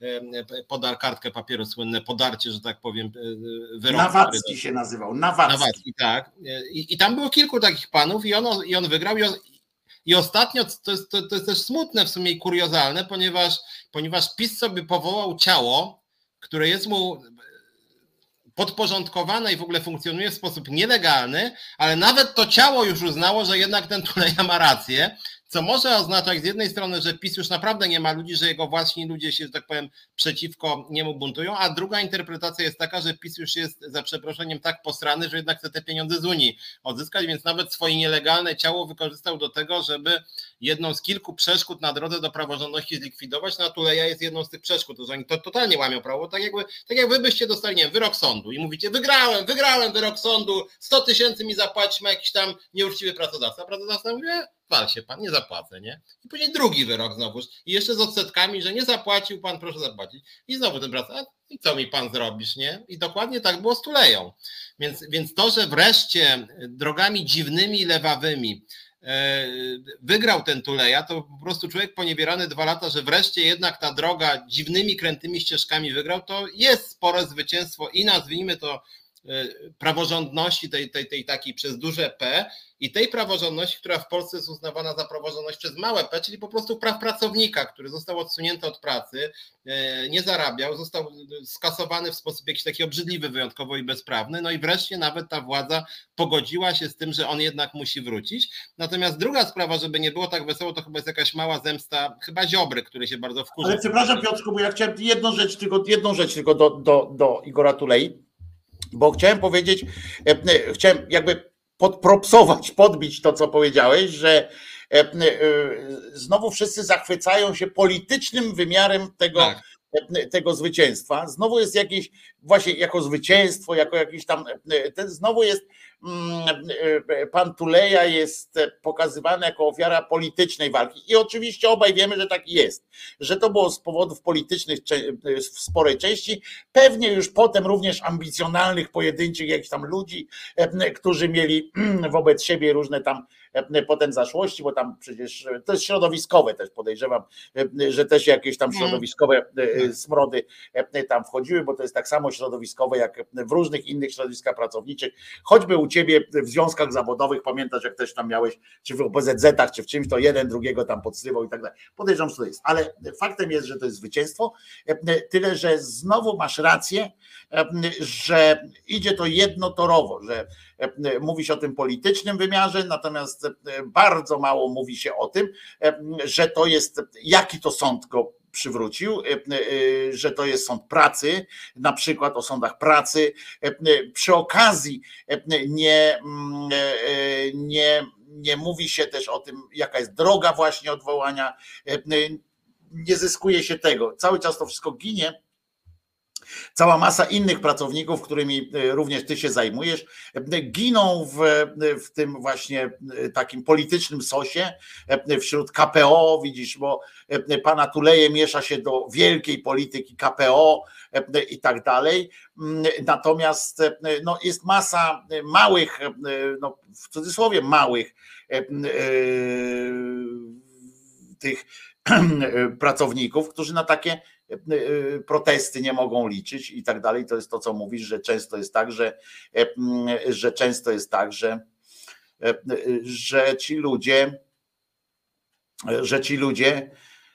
podar kartkę papieru, słynne podarcie, że tak powiem, wyrok. Nawacki który... się nazywał, Nawacki. Nawacki, tak. I, I tam było kilku takich panów i on, i on wygrał i, on, i ostatnio, to jest, to, to jest też smutne w sumie i kuriozalne, ponieważ, ponieważ PiS sobie powołał ciało, które jest mu podporządkowane i w ogóle funkcjonuje w sposób nielegalny, ale nawet to ciało już uznało, że jednak ten Tuleja ma rację, co może oznaczać z jednej strony, że PiS już naprawdę nie ma ludzi, że jego własni ludzie się, że tak powiem, przeciwko niemu buntują, a druga interpretacja jest taka, że PiS już jest za przeproszeniem tak posrany, że jednak chce te pieniądze z Unii odzyskać, więc nawet swoje nielegalne ciało wykorzystał do tego, żeby jedną z kilku przeszkód na drodze do praworządności zlikwidować, no a Tuleja jest jedną z tych przeszkód, to że oni to totalnie łamią prawo, tak jakby, tak jak wy byście dostali, nie wiem, wyrok sądu i mówicie, wygrałem, wygrałem wyrok sądu, sto tysięcy mi zapłaćmy, jakiś tam nieuczciwy pracodawca, pracodawca mówi, wal się pan, nie zapłacę, nie? I później drugi wyrok znowuż i jeszcze z odsetkami, że nie zapłacił pan, proszę zapłacić. I znowu ten pracodawca, i co mi pan zrobisz, nie? I dokładnie tak było z Tuleją. Więc, więc to, że wreszcie drogami dziwnymi, lewawymi wygrał ten Tuleja, to po prostu człowiek poniewierany dwa lata, że wreszcie jednak ta droga dziwnymi, krętymi ścieżkami wygrał, to jest spore zwycięstwo i nazwijmy to praworządności, tej, tej, tej takiej przez duże P i tej praworządności, która w Polsce jest uznawana za praworządność przez małe P, czyli po prostu praw pracownika, który został odsunięty od pracy, nie zarabiał, został skasowany w sposób jakiś taki obrzydliwy wyjątkowo i bezprawny, no i wreszcie nawet ta władza pogodziła się z tym, że on jednak musi wrócić. Natomiast druga sprawa, żeby nie było tak wesoło, to chyba jest jakaś mała zemsta, chyba Ziobry, który się bardzo wkurzył. Ale przepraszam Piotrku, bo ja chciałem jedną rzecz tylko, jedną rzecz tylko do, do, do Igora Tulei, bo chciałem powiedzieć, chciałem jakby podpropsować, podbić to, co powiedziałeś, że znowu wszyscy zachwycają się politycznym wymiarem tego, tak. tego zwycięstwa. Znowu jest jakieś, właśnie jako zwycięstwo, jako jakiś tam, ten znowu jest, pan Tuleja jest pokazywany jako ofiara politycznej walki i oczywiście obaj wiemy, że tak jest, że to było z powodów politycznych w sporej części, pewnie już potem również ambicjonalnych, pojedynczych jakichś tam ludzi, którzy mieli wobec siebie różne tam potem zaszłości, bo tam przecież to jest środowiskowe też, podejrzewam, że też jakieś tam środowiskowe smrody tam wchodziły, bo to jest tak samo środowiskowe jak w różnych innych środowiskach pracowniczych, choćby u ciebie w związkach zawodowych, pamiętasz jak też tam miałeś, czy w O P Z zetach, czy w czymś, to jeden drugiego tam podsywał i tak dalej. Podejrzewam, że to jest, ale faktem jest, że to jest zwycięstwo, tyle, że znowu masz rację, że idzie to jednotorowo, że mówi się o tym politycznym wymiarze, natomiast bardzo mało mówi się o tym, że to jest, jaki to sąd go przywrócił, że to jest sąd pracy, na przykład o sądach pracy. Przy okazji nie, nie, nie mówi się też o tym, jaka jest droga właśnie odwołania, nie zyskuje się tego. Cały czas to wszystko ginie. Cała masa innych pracowników, którymi również ty się zajmujesz, giną w, w tym właśnie takim politycznym sosie wśród K P O, widzisz, bo pana Tuleje miesza się do wielkiej polityki K P O i tak dalej. Natomiast no, jest masa małych, no, w cudzysłowie małych tych pracowników, którzy na takie protesty nie mogą liczyć i tak dalej. To jest to, co mówisz, że często jest tak, że, że często jest tak, że, że ci ludzie, że ci ludzie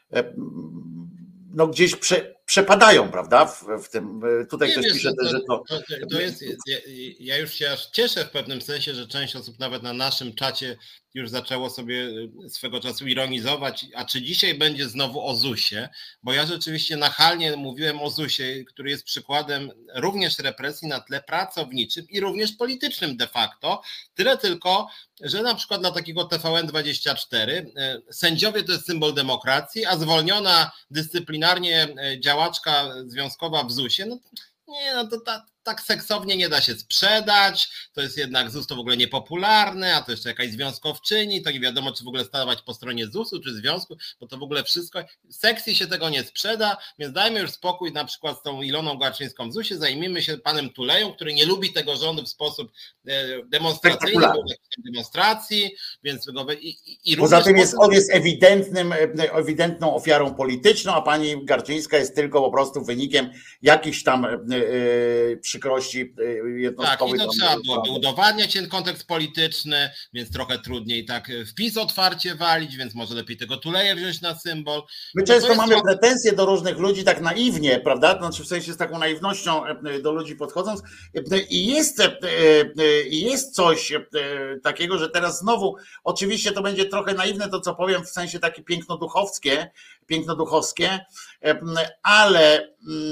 no gdzieś prze, przepadają, prawda? W, w tym, tutaj nie ktoś wiesz, pisze, to, że to... to, to jest, ja, ja już się aż cieszę w pewnym sensie, że część osób nawet na naszym czacie już zaczęło sobie swego czasu ironizować, a czy dzisiaj będzie znowu o zusie, bo ja rzeczywiście nachalnie mówiłem o zusie, który jest przykładem również represji na tle pracowniczym i również politycznym de facto, tyle tylko, że na przykład dla takiego T V N dwadzieścia cztery sędziowie to jest symbol demokracji, a zwolniona dyscyplinarnie działaczka związkowa w zusie, no nie, no to ta, tak seksownie nie da się sprzedać, to jest jednak Z U S to w ogóle niepopularne, a to jeszcze jakaś związkowczyni, to nie wiadomo, czy w ogóle stawać po stronie Z U S-u, czy związku, bo to w ogóle wszystko, seksy się tego nie sprzeda, więc dajmy już spokój na przykład z tą Iloną Garczyńską w Z U S-ie, zajmijmy się panem Tuleją, który nie lubi tego rządu w sposób demonstracyjny, demonstracji, więc go i, i, i poza tym jest, sposób... on jest ewidentnym, ewidentną ofiarą polityczną, a pani Garczyńska jest tylko po prostu wynikiem jakichś tam yy, przykrości jednostkowych. Tak, i to trzeba byłoby udowadniać ten kontekst polityczny, więc trochę trudniej tak wpis otwarcie walić, więc może lepiej tego Tuleję wziąć na symbol. My no często jest... mamy pretensje do różnych ludzi tak naiwnie, prawda? Znaczy w sensie z taką naiwnością do ludzi podchodząc i jest, jest coś takiego, że teraz znowu, oczywiście to będzie trochę naiwne to, co powiem, w sensie takie pięknoduchowskie, pięknoduchowskie, ale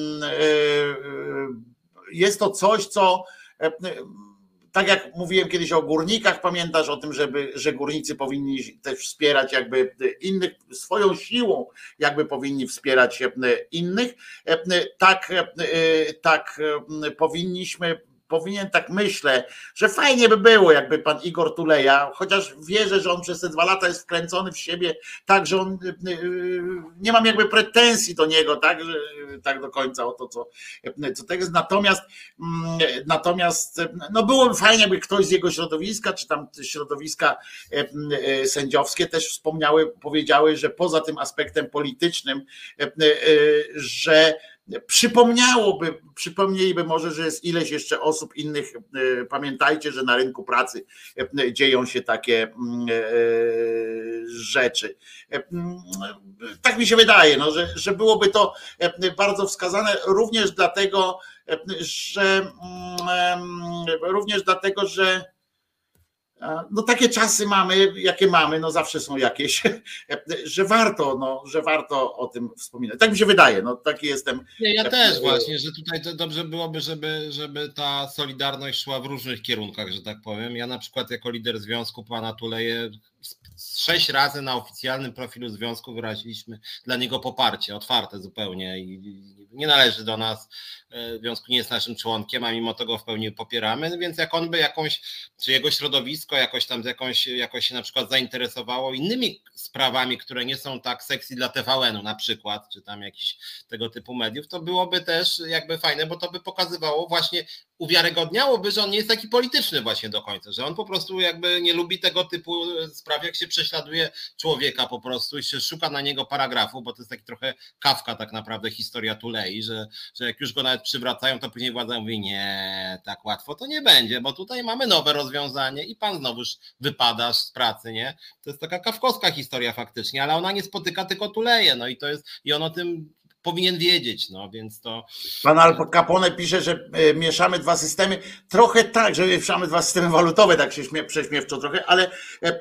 jest to coś, co tak jak mówiłem kiedyś o górnikach, pamiętasz o tym, żeby, że górnicy powinni też wspierać jakby innych, swoją siłą jakby powinni wspierać innych, tak, tak powinniśmy powinien, tak myślę, że fajnie by było, jakby pan Igor Tuleja, chociaż wierzę, że on przez te dwa lata jest wkręcony w siebie, tak, że on, nie mam jakby pretensji do niego, tak, że, tak do końca o to, co, co tego jest, natomiast natomiast, no byłoby fajnie, jakby ktoś z jego środowiska, czy tam środowiska sędziowskie też wspomniały, powiedziały, że poza tym aspektem politycznym, że przypomniałoby, przypomnieliby może, że jest ileś jeszcze osób innych. Pamiętajcie, że na rynku pracy dzieją się takie rzeczy. Tak mi się wydaje, no, że, że byłoby to bardzo wskazane również dlatego, że również dlatego, że no takie czasy mamy, jakie mamy, no zawsze są jakieś, że warto, no, że warto o tym wspominać. Tak mi się wydaje, no taki jestem. Nie, ja też właśnie, że tutaj to dobrze byłoby, żeby, żeby ta solidarność szła w różnych kierunkach, że tak powiem. Ja na przykład jako lider związku pana Tuleje sześć razy na oficjalnym profilu związku wyraziliśmy dla niego poparcie, otwarte zupełnie i nie należy do nas, związku nie jest naszym członkiem, a mimo to go w pełni popieramy, więc jak on by jakąś, czy jego środowisko jakoś tam jakąś, jakoś się na przykład zainteresowało innymi sprawami, które nie są tak sexy dla T V N-u na przykład, czy tam jakichś tego typu mediów, to byłoby też jakby fajne, bo to by pokazywało właśnie, uwiarygodniałoby, że on nie jest taki polityczny właśnie do końca, że on po prostu jakby nie lubi tego typu spraw, jak się prześladuje człowieka po prostu i się szuka na niego paragrafu, bo to jest taki trochę Kafka tak naprawdę historia Tulei, że, że jak już go nawet przywracają, to później władza mówi, nie, tak łatwo to nie będzie, bo tutaj mamy nowe rozwiązanie i pan znowuż wypadasz z pracy, nie? To jest taka kafkowska historia faktycznie, ale ona nie spotyka tylko Tuleję, no i to jest, i on o tym powinien wiedzieć, no więc to... Pan Al Capone pisze, że mieszamy dwa systemy, trochę tak, że mieszamy dwa systemy walutowe, tak się prześmiewczo trochę, ale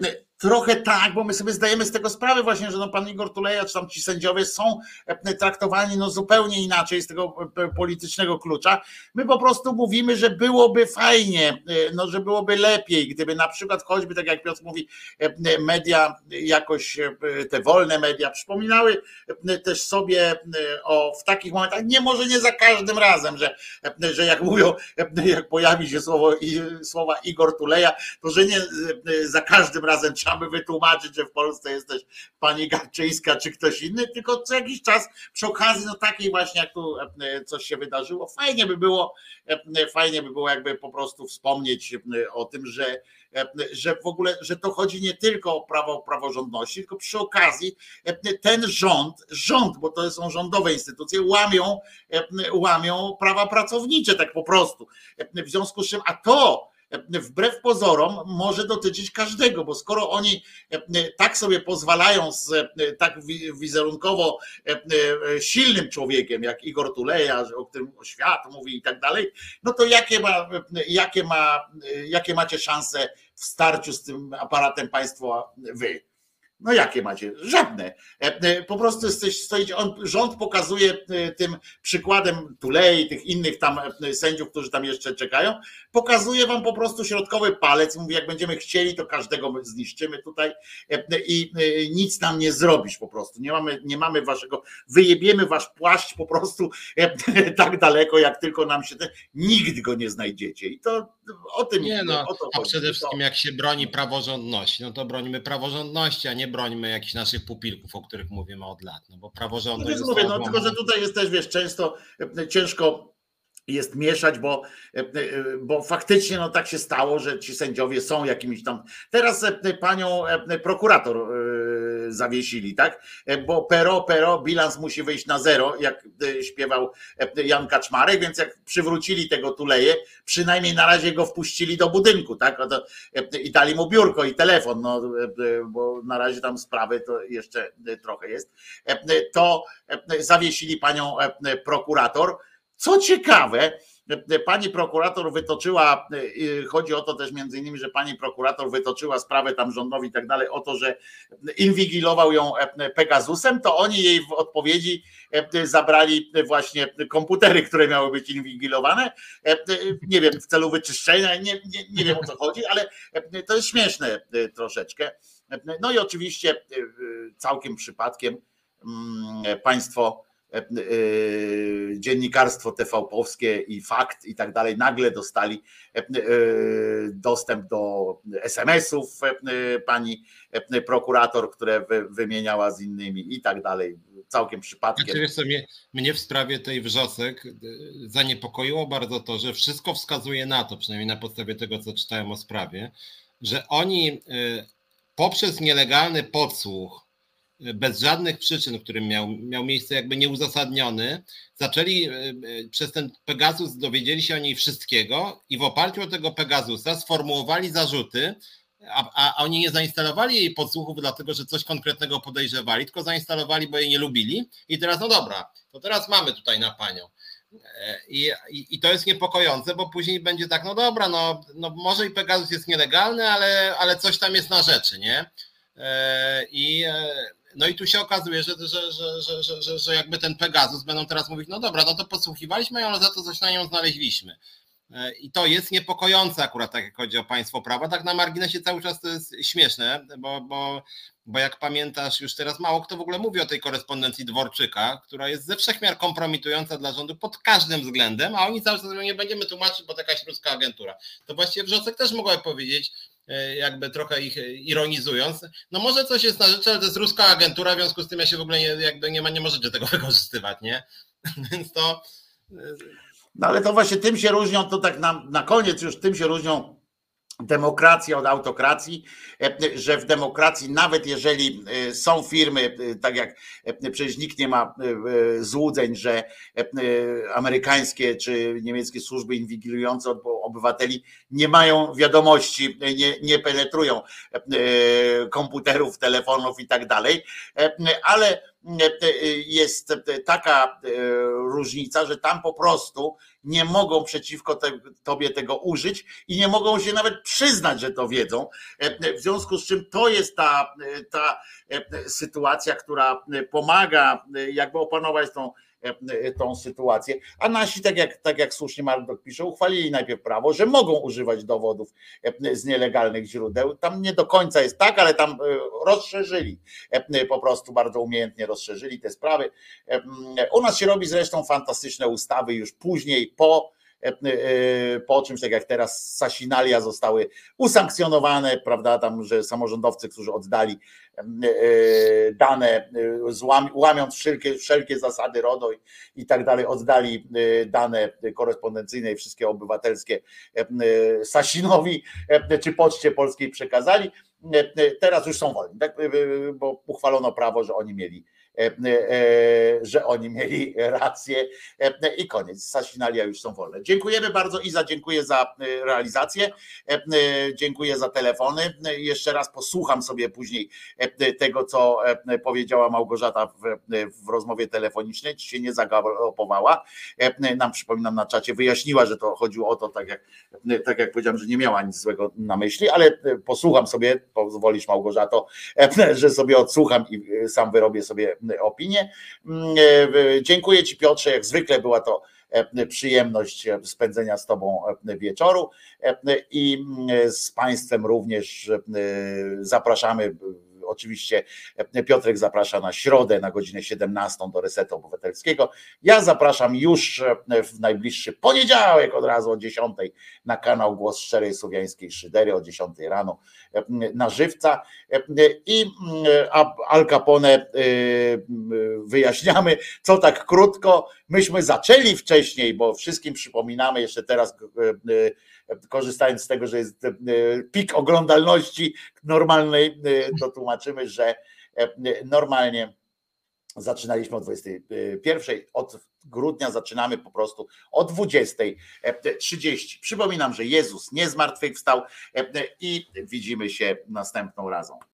trochę tak, bo my sobie zdajemy z tego sprawę właśnie, że no pan Igor Tuleja, czy tam ci sędziowie są traktowani no zupełnie inaczej z tego politycznego klucza. My po prostu mówimy, że byłoby fajnie, no że byłoby lepiej, gdyby na przykład choćby, tak jak Piotr mówi, media jakoś, te wolne media przypominały też sobie o w takich momentach, nie może nie za każdym razem, że, że jak mówią, jak pojawi się słowo, słowa Igor Tuleja, to że nie za każdym razem trzeba by wytłumaczyć, że w Polsce jest też pani Garczyńska czy ktoś inny, tylko co jakiś czas przy okazji no takiej właśnie jak tu coś się wydarzyło, fajnie by było, fajnie by było jakby po prostu wspomnieć o tym, że że w ogóle, że to chodzi nie tylko o prawo praworządności, tylko przy okazji ten rząd, rząd, bo to są rządowe instytucje, łamią, łamią prawa pracownicze tak po prostu. W związku z czym, a to wbrew pozorom może dotyczyć każdego, bo skoro oni tak sobie pozwalają z tak wizerunkowo silnym człowiekiem jak Igor Tuleja, o którym świat mówi i tak dalej, no to jakie ma, jakie ma, jakie macie szanse w starciu z tym aparatem państwa wy? No jakie macie? Żadne. Po prostu jesteś, stoicie, on, rząd pokazuje tym przykładem Tulei, tych innych tam sędziów, którzy tam jeszcze czekają, pokazuje wam po prostu środkowy palec, mówi jak będziemy chcieli, to każdego zniszczymy tutaj i nic nam nie zrobisz po prostu. Nie mamy, nie mamy waszego, wyjebiemy wasz płaszcz po prostu tak daleko, jak tylko nam się, ten, nigdy go nie znajdziecie. I to o tym nie no, o to a chodzi. przede wszystkim jak się broni praworządności, no to bronimy praworządności, a nie bronimy jakichś naszych pupilków, o których mówimy od lat, no bo praworządność... No, mówię, no tylko, że tutaj jest też, wiesz, często ciężko jest mieszać, bo, bo faktycznie no tak się stało, że ci sędziowie są jakimiś tam... Teraz panią prokurator zawiesili, tak? Bo pero, pero, bilans musi wyjść na zero, jak śpiewał Jan Kaczmarek, więc jak przywrócili tego Tuleję, przynajmniej na razie go wpuścili do budynku, tak? I dali mu biurko i telefon, no, bo na razie tam sprawy to jeszcze trochę jest. To zawiesili panią prokurator. Co ciekawe, pani prokurator wytoczyła, chodzi o to też między innymi, że pani prokurator wytoczyła sprawę tam rządowi i tak dalej, o to, że inwigilował ją Pegasusem, to oni jej w odpowiedzi zabrali właśnie komputery, które miały być inwigilowane, nie wiem, w celu wyczyszczenia, nie, nie, nie wiem o co chodzi, ale to jest śmieszne troszeczkę. No i oczywiście całkiem przypadkiem państwo dziennikarstwo T V P-owskie i Fakt i tak dalej nagle dostali dostęp do es em esów pani prokurator, które wymieniała z innymi i tak dalej, całkiem przypadkiem. Znaczy, wiesz co, mnie, mnie w sprawie tej Wrzosek zaniepokoiło bardzo to, że wszystko wskazuje na to, przynajmniej na podstawie tego, co czytałem o sprawie, że oni poprzez nielegalny podsłuch bez żadnych przyczyn, którym miał, miał miejsce jakby nieuzasadniony, zaczęli przez ten Pegasus, dowiedzieli się o niej wszystkiego i w oparciu o tego Pegasusa sformułowali zarzuty, a, a oni nie zainstalowali jej podsłuchów dlatego, że coś konkretnego podejrzewali, tylko zainstalowali, bo jej nie lubili i teraz no dobra, to teraz mamy tutaj na panią. I, i, i to jest niepokojące, bo później będzie tak, no dobra, no, no może i Pegasus jest nielegalny, ale, ale coś tam jest na rzeczy, nie? I no i tu się okazuje, że, że, że, że, że, że, że jakby ten Pegasus będą teraz mówić, no dobra, no to podsłuchiwaliśmy ją, ale za to coś na nią znaleźliśmy. I to jest niepokojące akurat, tak jak chodzi o państwo prawa. Tak na marginesie cały czas to jest śmieszne, bo, bo, bo jak pamiętasz, już teraz mało kto w ogóle mówi o tej korespondencji Dworczyka, która jest ze wszechmiar kompromitująca dla rządu pod każdym względem, a oni cały czas mówią, nie będziemy tłumaczyć, bo to jakaś ruska agentura. To właściwie Wrzosek też mogłaby powiedzieć, jakby trochę ich ironizując, no może coś jest na rzeczy, ale to jest ruska agentura, w związku z tym ja się w ogóle nie, jakby nie, ma, nie możecie tego wykorzystywać, nie? Więc to... No ale to właśnie tym się różnią, to tak na, na koniec już tym się różnią demokracja od autokracji, że w demokracji nawet jeżeli są firmy, tak jak przecież nikt nie ma złudzeń, że amerykańskie czy niemieckie służby inwigilujące obywateli nie mają wiadomości, nie, nie penetrują komputerów, telefonów i tak dalej, ale jest taka różnica, że tam po prostu nie mogą przeciwko te, tobie tego użyć i nie mogą się nawet przyznać, że to wiedzą. W związku z czym to jest ta, ta sytuacja, która pomaga jakby opanować tą tą sytuację, a nasi, tak jak, tak jak słusznie Marduk pisze, uchwalili najpierw prawo, że mogą używać dowodów z nielegalnych źródeł. Tam nie do końca jest tak, ale tam rozszerzyli, po prostu bardzo umiejętnie rozszerzyli te sprawy. U nas się robi zresztą fantastyczne ustawy już później, po po czymś, tak jak teraz sasinalia zostały usankcjonowane, prawda, tam, że samorządowcy, którzy oddali dane, łamiąc wszelkie, wszelkie zasady RODO i, i tak dalej, oddali dane korespondencyjne i wszystkie obywatelskie Sasinowi czy Poczcie Polskiej przekazali, teraz już są wolni, tak, bo uchwalono prawo, że oni mieli że oni mieli rację i koniec. Sasinalia już są wolne. Dziękujemy bardzo. Iza, dziękuję za realizację. Dziękuję za telefony. Jeszcze raz posłucham sobie później tego, co powiedziała Małgorzata w, w rozmowie telefonicznej, czy się nie zagalopowała. Nam, przypominam, na czacie wyjaśniła, że to chodziło o to, tak jak, tak jak powiedziałem, że nie miała nic złego na myśli, ale posłucham sobie, pozwolisz, Małgorzato, że sobie odsłucham i sam wyrobię sobie opinię. Dziękuję Ci, Piotrze, jak zwykle była to przyjemność spędzenia z Tobą wieczoru i z Państwem również zapraszamy. Oczywiście Piotrek zaprasza na środę na godzinę siedemnastą do Resetu Obywatelskiego. Ja zapraszam już w najbliższy poniedziałek od razu o dziesiątej na kanał Głos Szczerej Słowiańskiej Szydery o dziesiątej rano na żywca i Al Capone wyjaśniamy, co tak krótko. Myśmy zaczęli wcześniej, bo wszystkim przypominamy jeszcze teraz, korzystając z tego, że jest pik oglądalności normalnej, to tłumaczymy, że normalnie zaczynaliśmy o dwudziestej pierwszej, od grudnia zaczynamy po prostu o dwudziestej trzydzieści. Przypominam, że Jezus nie zmartwychwstał i widzimy się następną razą.